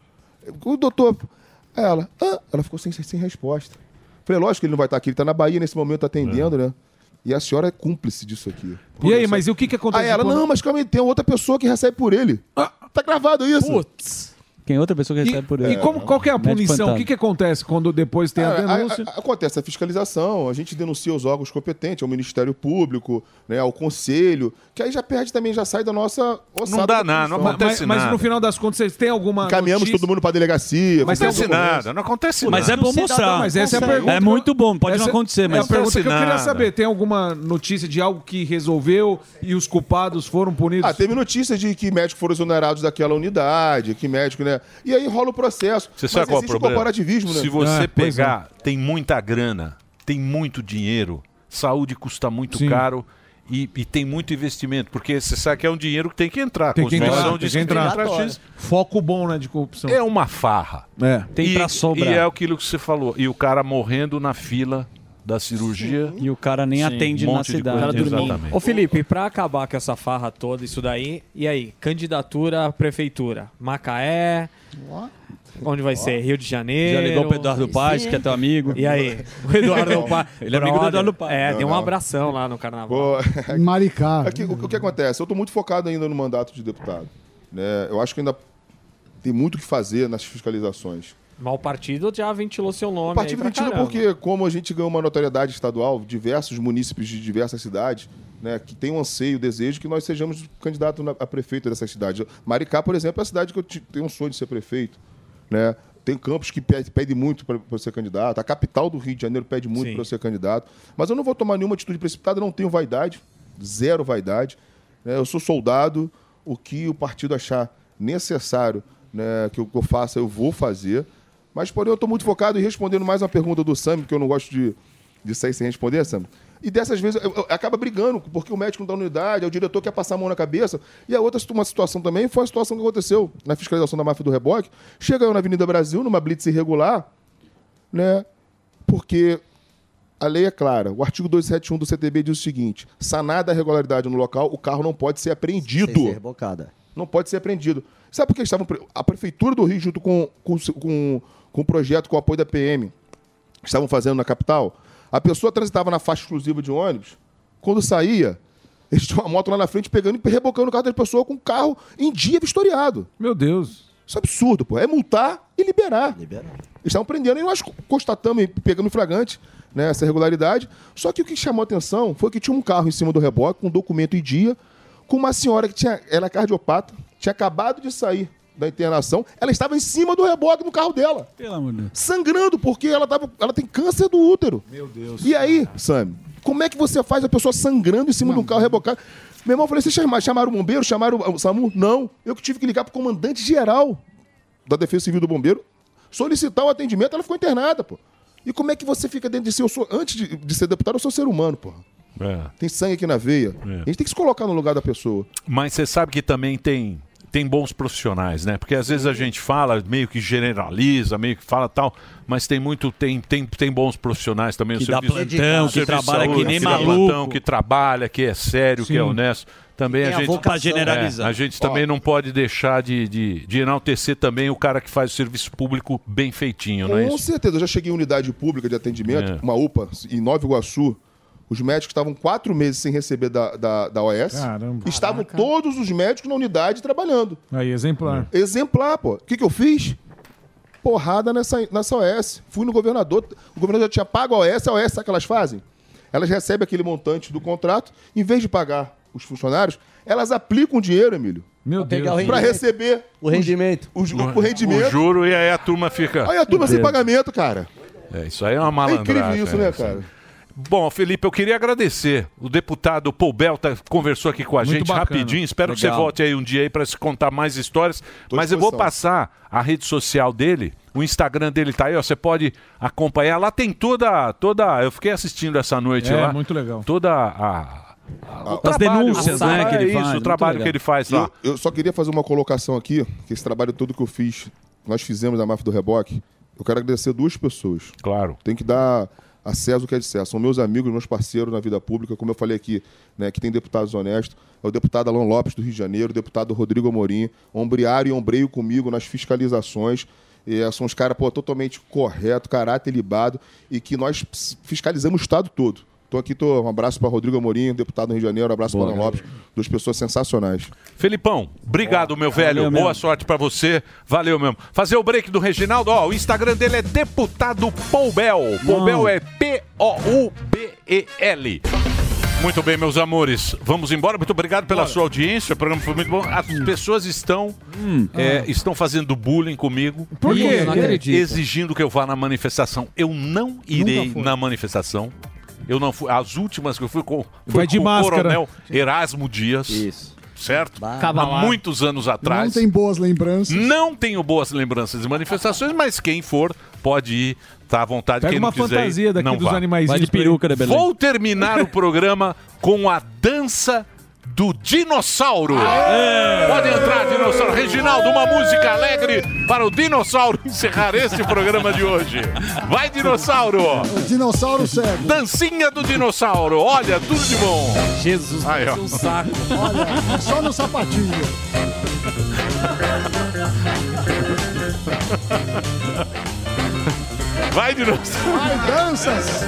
O doutor... Ela, ah, ela ficou sem, sem resposta. Falei, lógico que ele não vai estar aqui, ele está na Bahia nesse momento atendendo, é. né? E a senhora é cúmplice disso aqui. E aí, mas e o que que acontece? Aí ela, quando... não, mas calma aí, tem outra pessoa que recebe por ele. Ah, tá gravado isso. Putz. Quem outra pessoa que recebe por ele. E como, qual que é a Médico punição? fantasma. O que, que acontece quando depois tem a É, denúncia? a- a- acontece a fiscalização, a gente denuncia os órgãos competentes, ao Ministério Público, né, ao Conselho, que aí já perde também, já sai da nossa ossada. Não dá da nada, não punição. acontece Mas nada. no final das contas, vocês têm alguma Encaminhamos notícia? todo mundo pra delegacia. Mas não fizemos acontece documento. nada, não acontece Mas nada. é bom mostrar. Mas essa é a Consegue. pergunta. É muito bom, pode Essa não acontecer, mas é a pergunta que eu queria nada. saber. Tem alguma notícia de algo que resolveu e os culpados foram punidos? Ah, teve notícias de que médicos foram exonerados daquela unidade, que médico, né? E aí rola o processo. Você Mas sabe qual é o existe problema? corporativismo, né? Se você É, pois pegar, tem muita grana, tem muito dinheiro, saúde custa muito Sim. caro e, e tem muito investimento, porque você sabe que é um dinheiro que tem que entrar. Tem A que entrar, Constituição tem diz que entrar. tem X. Foco bom, né, de corrupção. É uma farra. É. Tem e, pra sobrar. E é aquilo que você falou. E o cara morrendo na fila da cirurgia. E o cara nem Sim, atende um na monte de cidade. coisa. Exatamente. Ô Felipe, pra acabar com essa farra toda, isso daí, e aí? Candidatura à prefeitura. Macaé. Onde vai ser? Rio de Janeiro. Já ligou pro Eduardo Paes, que é teu amigo. E aí? O Eduardo Paes. Ele é amigo do Eduardo Paes. É, Não, deu um não. abração lá no carnaval. Pô, Em Maricá. Aqui, o, o que acontece? Eu estou muito focado ainda no mandato de deputado. Né? Eu acho que ainda tem muito o que fazer nas fiscalizações. Mas o partido já ventilou seu nome. O partido aí pra ventila caramba. porque, como a gente ganhou uma notoriedade estadual, diversos munícipes de diversas cidades, né, que tem um anseio, desejo que nós sejamos candidatos na- a prefeito dessa cidade. Maricá, por exemplo, é a cidade que eu ti- tenho um sonho de ser prefeito. Né? Tem campos que pede, pede muito para eu ser candidato. A capital do Rio de Janeiro pede muito Sim. para eu ser candidato. Mas eu não vou tomar nenhuma atitude precipitada, não tenho vaidade, zero vaidade. Né? Eu sou soldado, o que o partido achar necessário, né, que eu, que eu faça, eu vou fazer. Mas, porém, eu estou muito focado em respondendo mais uma pergunta do Sam, que eu não gosto de, de sair sem responder, Sam. E dessas vezes eu, eu, acaba brigando, porque o médico não dá unidade, é o diretor que quer passar a mão na cabeça. E a outra uma situação também foi a situação que aconteceu na fiscalização da máfia do reboque. Chega eu na Avenida Brasil, numa blitz irregular, né? Porque a lei é clara. O artigo duzentos e setenta e um do C T B diz o seguinte: sanada a irregularidade no local, o carro não pode ser apreendido. Sem ser rebocada. Não pode ser apreendido. Sabe por que estavam pre- a Prefeitura do Rio, junto com, com, com, com o projeto, com o apoio da P M, estavam fazendo na capital? A pessoa transitava na faixa exclusiva de ônibus, quando saía, eles tinham uma moto lá na frente pegando e rebocando o carro da pessoa com o carro em dia vistoriado. Meu Deus. Isso é absurdo, pô. É multar e liberar. Liberar. Eles estavam prendendo e nós constatamos, e pegando em flagrante, né, essa irregularidade. Só que o que chamou a atenção foi que tinha um carro em cima do reboque, com documento em dia, com uma senhora que tinha, era cardiopata, tinha acabado de sair da internação, ela estava em cima do reboque no carro dela. Pelo amor de Deus. Sangrando, porque ela, tava, ela tem câncer do útero. Meu Deus. E aí, Sam, como é que você faz a pessoa sangrando em cima de um carro rebocado? Meu irmão, eu falei, vocês chamaram, chamaram o bombeiro, chamaram o SAMU? Não. Eu que tive que ligar para o comandante-geral da Defesa Civil do Bombeiro, solicitar o atendimento, ela ficou internada, pô. E como é que você fica dentro de si? Eu sou, antes de, de ser deputado, eu sou ser humano, pô. É. Tem sangue aqui na veia. É. A gente tem que se colocar no lugar da pessoa. Mas você sabe que também tem, tem bons profissionais, né? Porque às vezes a gente fala, meio que generaliza, meio que fala tal, mas tem muito, tem, tem, tem bons profissionais também. Que o dá serviço- plantão, o que serviço de trabalha saúde, que nem dá maluco. plantão, que trabalha, que é sério, que é Sim. honesto. Também Tem a a gente vocação. Pra generalizar. É, a gente Ó. também não pode deixar de, de, de enaltecer também o cara que faz o serviço público bem feitinho, não é Com isso? certeza. Eu já cheguei em unidade pública de atendimento, É. uma U P A, em Nova Iguaçu. Os médicos estavam quatro meses sem receber da, da, da O S. Caramba. Estavam todos os médicos na unidade trabalhando. Aí, exemplar. Exemplar, pô. O que, que eu fiz? Porrada nessa, nessa O S. Fui no governador. O governador já tinha pago a O S. A O S, sabe o que elas fazem? Elas recebem aquele montante do contrato. Em vez de pagar os funcionários, elas aplicam o dinheiro, Emílio. Meu Pra pegar o Para rendimento. receber O rendimento. o, o, o rendimento. O juro e aí a turma fica... Aí a turma sem Deus. pagamento, cara. É, isso aí é uma É malandragem. incrível isso, né, cara? Bom, Felipe, eu queria agradecer. O deputado Paul Belta conversou aqui com a Muito gente bacana. rapidinho. Espero que você Legal. volte aí um dia aí para se contar mais histórias. Tô à Mas eu vou disposição. passar a rede social dele. O Instagram dele tá aí, ó. Você pode acompanhar. Lá tem toda, toda. Eu fiquei assistindo essa noite É, lá. muito legal. Toda a O trabalho, é isso, o trabalho que ele faz lá. Eu, eu só queria fazer uma colocação aqui, que esse trabalho todo que eu fiz, nós fizemos na Máfia do Reboque, eu quero agradecer duas pessoas. Claro. Tem que dar a César o que é de César. São meus amigos, meus parceiros na vida pública, como eu falei aqui, né, que tem deputados honestos. É o deputado Alan Lopes, do Rio de Janeiro, o deputado Rodrigo Amorim, ombrearam e ombreio comigo nas fiscalizações. E, é, são os caras totalmente corretos, caráter libado, e que nós fiscalizamos o Estado todo. Então aqui tô, um abraço para Rodrigo Amorim, deputado do Rio de Janeiro, um abraço para Alan Lopes, duas pessoas sensacionais. Felipão, obrigado, meu velho. Valeu Boa mesmo. sorte pra você. Valeu mesmo. Fazer o break do Reginaldo. Ó, o Instagram dele é deputado Poubel. Poubel é P O U B E L. Muito bem, meus amores. Vamos embora. Muito obrigado pela sua audiência. O programa foi muito bom. As pessoas estão, é, estão fazendo bullying comigo. Por quê? E Não acredito. Exigindo que eu vá na manifestação. Eu não irei foi. na manifestação. Eu não fui. As últimas que eu fui com, foi Vai de com o máscara. coronel Erasmo Dias. Isso. Certo? Há muitos anos atrás. Não tem boas lembranças. Não tenho boas lembranças de manifestações, mas quem for pode ir, tá à vontade. Pega quem não uma quiser fantasia ir, daqui não dos vá. animaizinhos Vai de peruca, pra ir. né, Belém? Vou terminar o programa com a dança do dinossauro. Pode entrar, dinossauro. Reginaldo, uma música alegre para o dinossauro encerrar esse programa de hoje. Vai, dinossauro. O dinossauro cego. Dancinha do dinossauro. Olha, tudo de bom. Jesus, Aí, ó. um saco. Olha, é só no sapatinho. Vai, dinossauro. Vai, danças.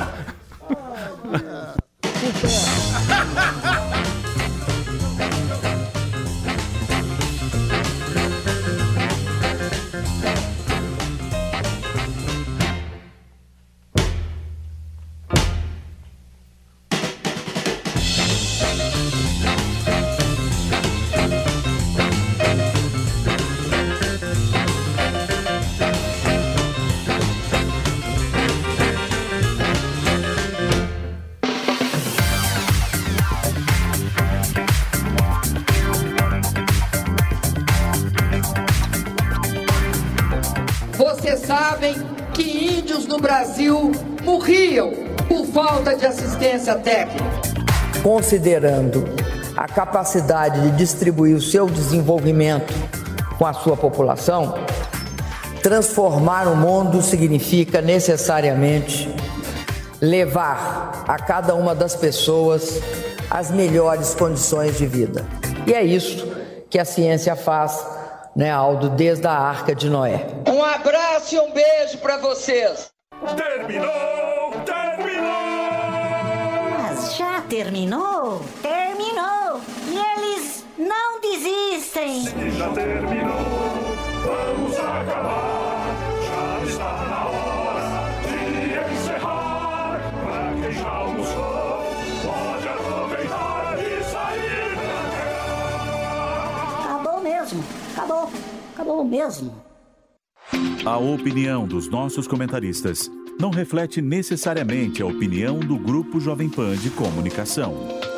Vocês sabem que índios no Brasil morriam por falta de assistência técnica. Considerando a capacidade de distribuir o seu desenvolvimento com a sua população, transformar o mundo significa necessariamente levar a cada uma das pessoas as melhores condições de vida. E é isso que a ciência faz, né, Aldo, desde a Arca de Noé. Um abraço e um beijo para vocês. Terminou! Terminou! Mas já terminou? Terminou! E eles não desistem! Se já terminou, vamos acabar. Já está na hora de encerrar. Pra quem já almoçou, pode aproveitar e sair pra cá. Acabou mesmo! Acabou! Acabou mesmo! A opinião dos nossos comentaristas não reflete necessariamente a opinião do Grupo Jovem Pan de Comunicação.